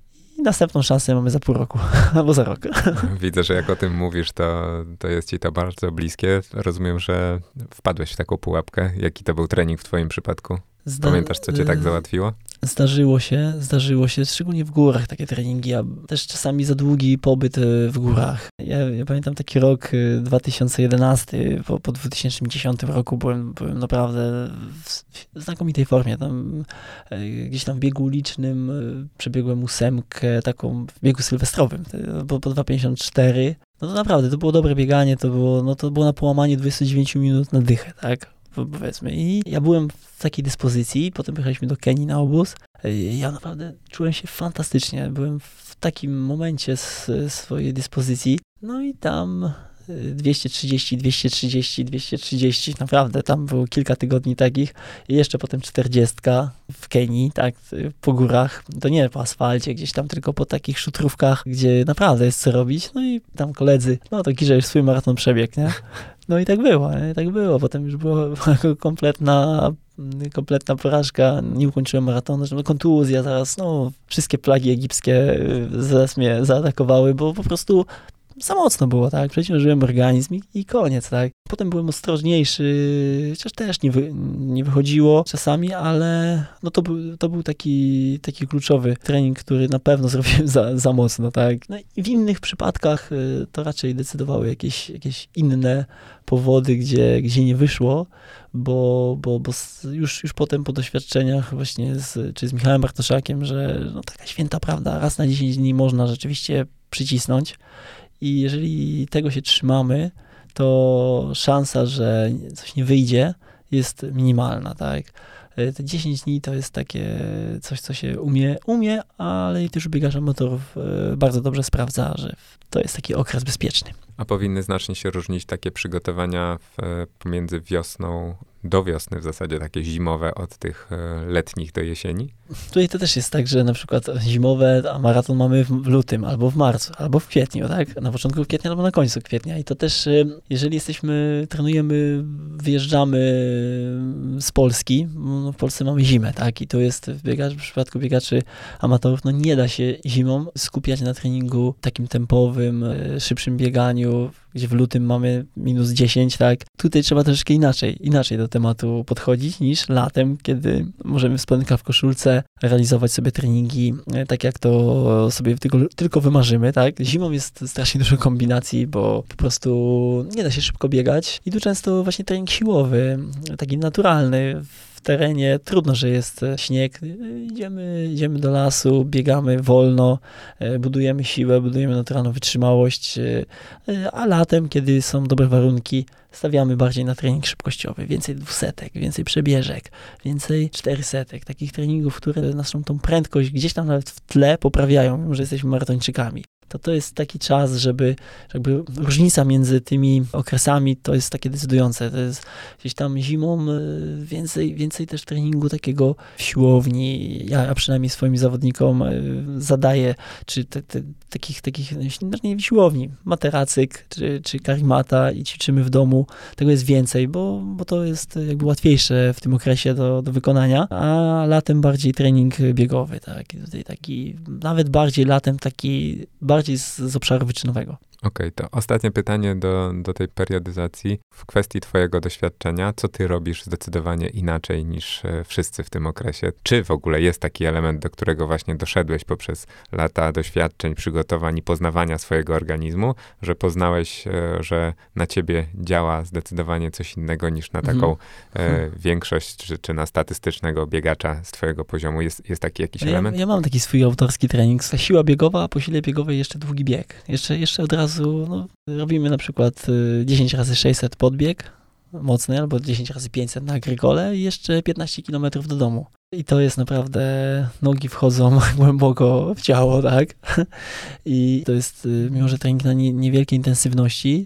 I następną szansę mamy za pół roku, albo za rok. Widzę, że jak o tym mówisz, to, to jest ci to bardzo bliskie. Rozumiem, że wpadłeś w taką pułapkę. Jaki to był trening w twoim przypadku? Zda- Pamiętasz, co cię tak załatwiło? Zdarzyło się, zdarzyło się, szczególnie w górach takie treningi, a też czasami za długi pobyt w górach. Ja, ja pamiętam taki rok dwa tysiące jedenasty, po, po dwa tysiące dziesiątym roku byłem, byłem naprawdę w znakomitej formie. Tam, gdzieś tam w biegu ulicznym przebiegłem ósemkę, taką w biegu sylwestrowym, po, po dwa pięćdziesiąt cztery. No to naprawdę, to było dobre bieganie, to było, no to było na połamanie dwudziestu dziewięciu minut na dychę, tak? Powiedzmy. I ja byłem w takiej dyspozycji, potem pojechaliśmy do Kenii na obóz. Ja naprawdę czułem się fantastycznie. Byłem w takim momencie z swojej dyspozycji. No i tam dwieście trzydzieści, dwieście trzydzieści, dwieście trzydzieści, naprawdę tam było kilka tygodni takich. I jeszcze potem czterdziestka w Kenii, tak, po górach. To nie po asfalcie gdzieś tam, tylko po takich szutrówkach, gdzie naprawdę jest co robić. No i tam koledzy, no to Kirze już swój maraton przebiegł, nie? No i tak było, nie? Tak było. Potem już była kompletna, kompletna porażka. Nie ukończyłem maratonu, że kontuzja zaraz, no wszystkie plagi egipskie zaraz mnie zaatakowały, bo po prostu za mocno było, tak? Przeciążyłem organizm i, i koniec, tak? Potem byłem ostrożniejszy, chociaż też nie, wy, nie wychodziło czasami, ale no to był, to był taki, taki kluczowy trening, który na pewno zrobiłem za, za mocno, tak? No i w innych przypadkach to raczej decydowały jakieś, jakieś inne powody, gdzie, gdzie nie wyszło, bo, bo, bo już, już potem po doświadczeniach właśnie z, czy z Michałem Bartoszakiem, że no taka święta prawda, raz na dziesięć dni można rzeczywiście przycisnąć. I jeżeli tego się trzymamy, to szansa, że coś nie wyjdzie, jest minimalna, tak? Te dziesięć dni to jest takie coś, co się umie, umie, ale i też biegasz amatorów bardzo dobrze sprawdza, że to jest taki okres bezpieczny. A powinny znacznie się różnić takie przygotowania w, pomiędzy wiosną, do wiosny w zasadzie, takie zimowe od tych letnich do jesieni? Tutaj to też jest tak, że na przykład zimowe, a maraton mamy w lutym, albo w marcu, albo w kwietniu, tak? Na początku kwietnia, albo na końcu kwietnia. I to też, jeżeli jesteśmy, trenujemy, wyjeżdżamy z Polski, no w Polsce mamy zimę, tak? I to jest w, biegacz, w przypadku biegaczy amatorów, no nie da się zimą skupiać na treningu takim tempowym, szybszym bieganiu, gdzie w lutym mamy minus dziesięć, tak? Tutaj trzeba troszeczkę inaczej, inaczej do tematu podchodzić niż latem, kiedy możemy w spodenkach w koszulce realizować sobie treningi tak, jak to sobie tylko, tylko wymarzymy, tak? Zimą jest strasznie dużo kombinacji, bo po prostu nie da się szybko biegać i tu często właśnie trening siłowy, taki naturalny, w terenie, trudno, że jest śnieg, idziemy, idziemy do lasu, biegamy wolno, budujemy siłę, budujemy naturalną wytrzymałość, a latem, kiedy są dobre warunki, stawiamy bardziej na trening szybkościowy, więcej dwusetek, więcej przebieżek, więcej czterysetek, takich treningów, które naszą tą prędkość gdzieś tam nawet w tle poprawiają, mimo że jesteśmy maratończykami. To to jest taki czas, żeby jakby różnica między tymi okresami to jest takie decydujące. To jest gdzieś tam zimą więcej, więcej też treningu takiego w siłowni. Ja, ja przynajmniej swoim zawodnikom zadaję, czy te, te, takich, takich, nie w siłowni, materacyk, czy, czy karimata i ćwiczymy w domu. Tego jest więcej, bo, bo to jest jakby łatwiejsze w tym okresie do, do wykonania, a latem bardziej trening biegowy, tak. I tutaj taki, nawet bardziej latem taki, bardziej z, z obszaru wyczynowego. Okej, okay, to ostatnie pytanie do, do tej periodyzacji. W kwestii twojego doświadczenia, co ty robisz zdecydowanie inaczej niż wszyscy w tym okresie? Czy w ogóle jest taki element, do którego właśnie doszedłeś poprzez lata doświadczeń, przygotowań i poznawania swojego organizmu, że poznałeś, że na ciebie działa zdecydowanie coś innego niż na taką hmm. e, większość, czy, czy na statystycznego biegacza z twojego poziomu? Jest, jest taki jakiś ja, element? Ja mam taki swój autorski trening. Siła biegowa, a po sile biegowej jeszcze długi bieg. Jeszcze, jeszcze od razu no, robimy na przykład dziesięć razy sześćset podbieg, mocny, albo dziesięć razy pięćset na agrykole i jeszcze piętnaście kilometrów do domu. I to jest naprawdę, nogi wchodzą głęboko w ciało, tak? I to jest, mimo że trening na nie, niewielkiej intensywności,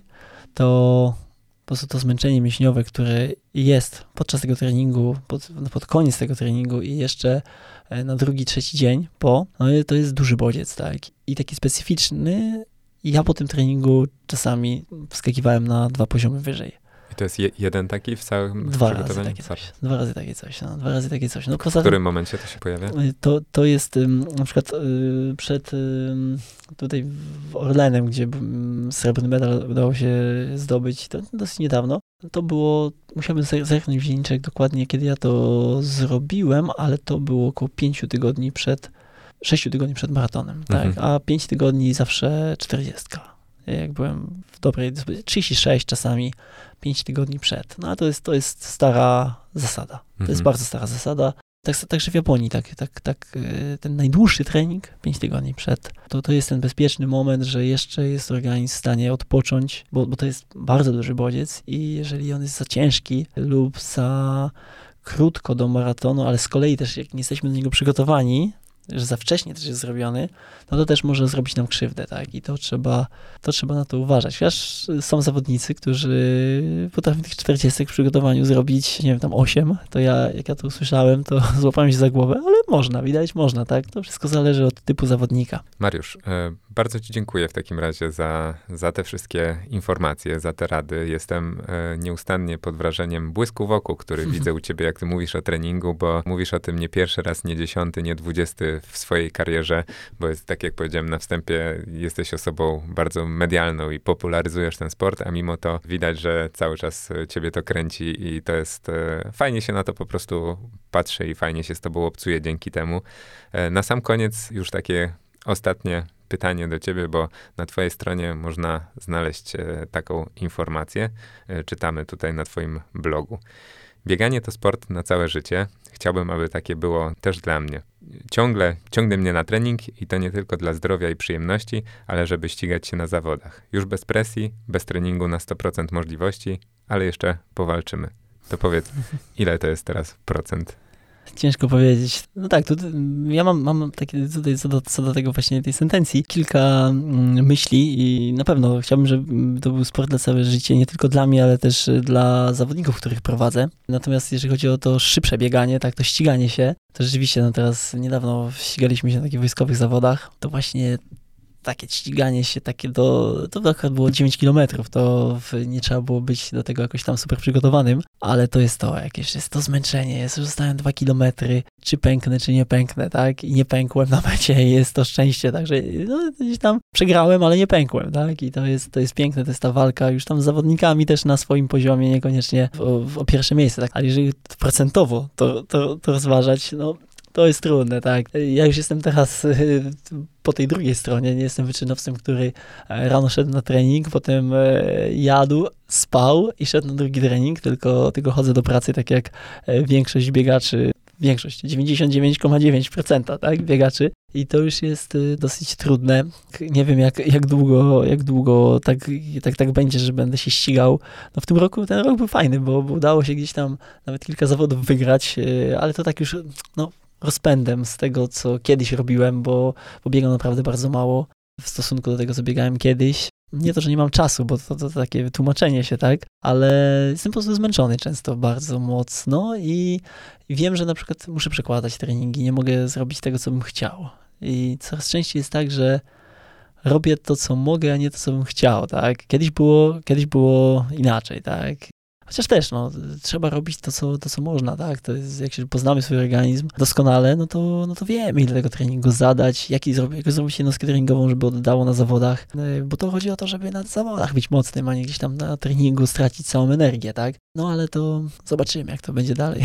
to po prostu to zmęczenie mięśniowe, które jest podczas tego treningu, pod, pod koniec tego treningu i jeszcze na drugi, trzeci dzień po, no to jest duży bodziec, tak? I taki specyficzny. I ja po tym treningu czasami wskakiwałem na dwa poziomy wyżej. I to jest je, jeden taki w całym Dwa razy takie coś. Dwa razy takie coś. No, dwa razy takie coś. No, w którym momencie to się pojawia? To, to jest um, na przykład um, przed um, tutaj w Orlenem, gdzie um, srebrny medal udało się zdobyć, to dosyć niedawno. To było, musiałbym zerknąć w dzienniczek dokładnie, kiedy ja to zrobiłem, ale to było około pięciu tygodni przed Sześciu tygodni przed maratonem, tak, mhm. a pięć tygodni zawsze czterdziestka. Jak byłem w dobrej dyspozycji, trzydzieści sześć czasami, pięć tygodni przed. No a to jest, to jest stara zasada. To mhm. jest bardzo stara zasada. Tak, także w Japonii, tak, tak, tak, ten najdłuższy trening, pięć tygodni przed, to, to jest ten bezpieczny moment, że jeszcze jest organizm w stanie odpocząć, bo, bo to jest bardzo duży bodziec i jeżeli on jest za ciężki lub za krótko do maratonu, ale z kolei też jak nie jesteśmy do niego przygotowani, że za wcześnie też jest zrobiony, no to też może zrobić nam krzywdę, tak? I to trzeba, to trzeba na to uważać. Chociaż są zawodnicy, którzy potrafią tych czterdziestek w przygotowaniu zrobić, nie wiem, tam osiem, to ja, jak ja to usłyszałem, to złapałem się za głowę, ale można, widać, można, tak? To wszystko zależy od typu zawodnika. Mariusz, bardzo ci dziękuję w takim razie za, za te wszystkie informacje, za te rady. Jestem nieustannie pod wrażeniem błysku w oku, który widzę u ciebie, jak ty mówisz o treningu, bo mówisz o tym nie pierwszy raz, nie dziesiąty, nie dwudziesty w swojej karierze, bo jest, tak jak powiedziałem na wstępie, jesteś osobą bardzo medialną i popularyzujesz ten sport, a mimo to widać, że cały czas ciebie to kręci i to jest, fajnie się na to po prostu patrzy i fajnie się z tobą obcuje dzięki temu. Na sam koniec już takie ostatnie pytanie do ciebie, bo na twojej stronie można znaleźć taką informację. Czytamy tutaj na twoim blogu. Bieganie to sport na całe życie. Chciałbym, aby takie było też dla mnie. Ciągle ciągnie mnie na trening i to nie tylko dla zdrowia i przyjemności, ale żeby ścigać się na zawodach. Już bez presji, bez treningu na sto procent możliwości, ale jeszcze powalczymy. To powiedz, ile to jest teraz procent? Ciężko powiedzieć. No tak, tu, ja mam, mam takie tutaj co do, co do tego właśnie tej sentencji kilka mm, myśli i na pewno chciałbym, żeby to był sport na całe życie, nie tylko dla mnie, ale też dla zawodników, których prowadzę. Natomiast jeżeli chodzi o to szybsze bieganie, tak, to ściganie się, to rzeczywiście, no teraz niedawno ścigaliśmy się na takich wojskowych zawodach, to właśnie takie ściganie się, takie do, to akurat było dziewięć kilometrów, to nie trzeba było być do tego jakoś tam super przygotowanym, ale to jest to, jakieś jest to zmęczenie, jest, że zostałem dwa kilometry, czy pęknę, czy nie pęknę, tak, i nie pękłem na mecie i jest to szczęście, także no, gdzieś tam przegrałem, ale nie pękłem, tak, i to jest, to jest piękne, to jest ta walka już tam z zawodnikami też na swoim poziomie, niekoniecznie o, o pierwsze miejsce, tak, ale jeżeli procentowo to, to, to rozważać, no to jest trudne, tak. Ja już jestem teraz y, po tej drugiej stronie, nie jestem wyczynowcem, który rano szedł na trening, potem y, jadł, spał i szedł na drugi trening, tylko, tylko chodzę do pracy tak jak większość biegaczy, większość, dziewięćdziesiąt dziewięć przecinek dziewięć procent, tak, biegaczy. I to już jest y, dosyć trudne. Nie wiem, jak, jak długo, jak długo tak, tak, tak będzie, że będę się ścigał. No w tym roku, ten rok był fajny, bo, bo udało się gdzieś tam nawet kilka zawodów wygrać, y, ale to tak już, no, rozpędem z tego, co kiedyś robiłem, bo, bo biegam naprawdę bardzo mało w stosunku do tego, co biegałem kiedyś. Nie to, że nie mam czasu, bo to, to, to takie tłumaczenie się, tak? Ale jestem po prostu zmęczony często bardzo mocno i, i wiem, że na przykład muszę przekładać treningi, nie mogę zrobić tego, co bym chciał. I coraz częściej jest tak, że robię to, co mogę, a nie to, co bym chciał, tak? Kiedyś było, kiedyś było inaczej, tak? Chociaż też, no, trzeba robić to, co, to, co można, tak? To jest, jak się poznamy swój organizm doskonale, no to, no to wiemy, ile tego treningu zadać, jaki zrobić, jak zrobić jednostkę treningową, żeby oddało na zawodach, bo to chodzi o to, żeby na zawodach być mocnym, a nie gdzieś tam na treningu stracić całą energię, tak? No ale to zobaczymy, jak to będzie dalej.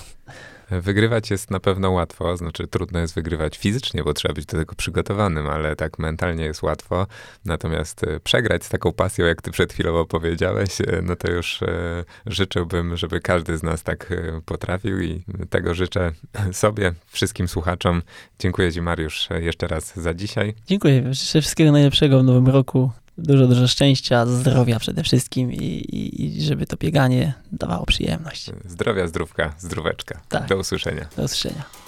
Wygrywać jest na pewno łatwo, znaczy trudno jest wygrywać fizycznie, bo trzeba być do tego przygotowanym, ale tak mentalnie jest łatwo. Natomiast przegrać z taką pasją, jak ty przed chwilą opowiedziałeś, no to już życzyłbym, żeby każdy z nas tak potrafił i tego życzę sobie, wszystkim słuchaczom. Dziękuję ci, Mariusz, jeszcze raz za dzisiaj. Dziękuję. Życzę wszystkiego najlepszego w nowym roku. Dużo, dużo szczęścia, zdrowia przede wszystkim i, i, i żeby to bieganie dawało przyjemność. Zdrowia, zdrówka, zdróweczka. Tak. Do usłyszenia. Do usłyszenia.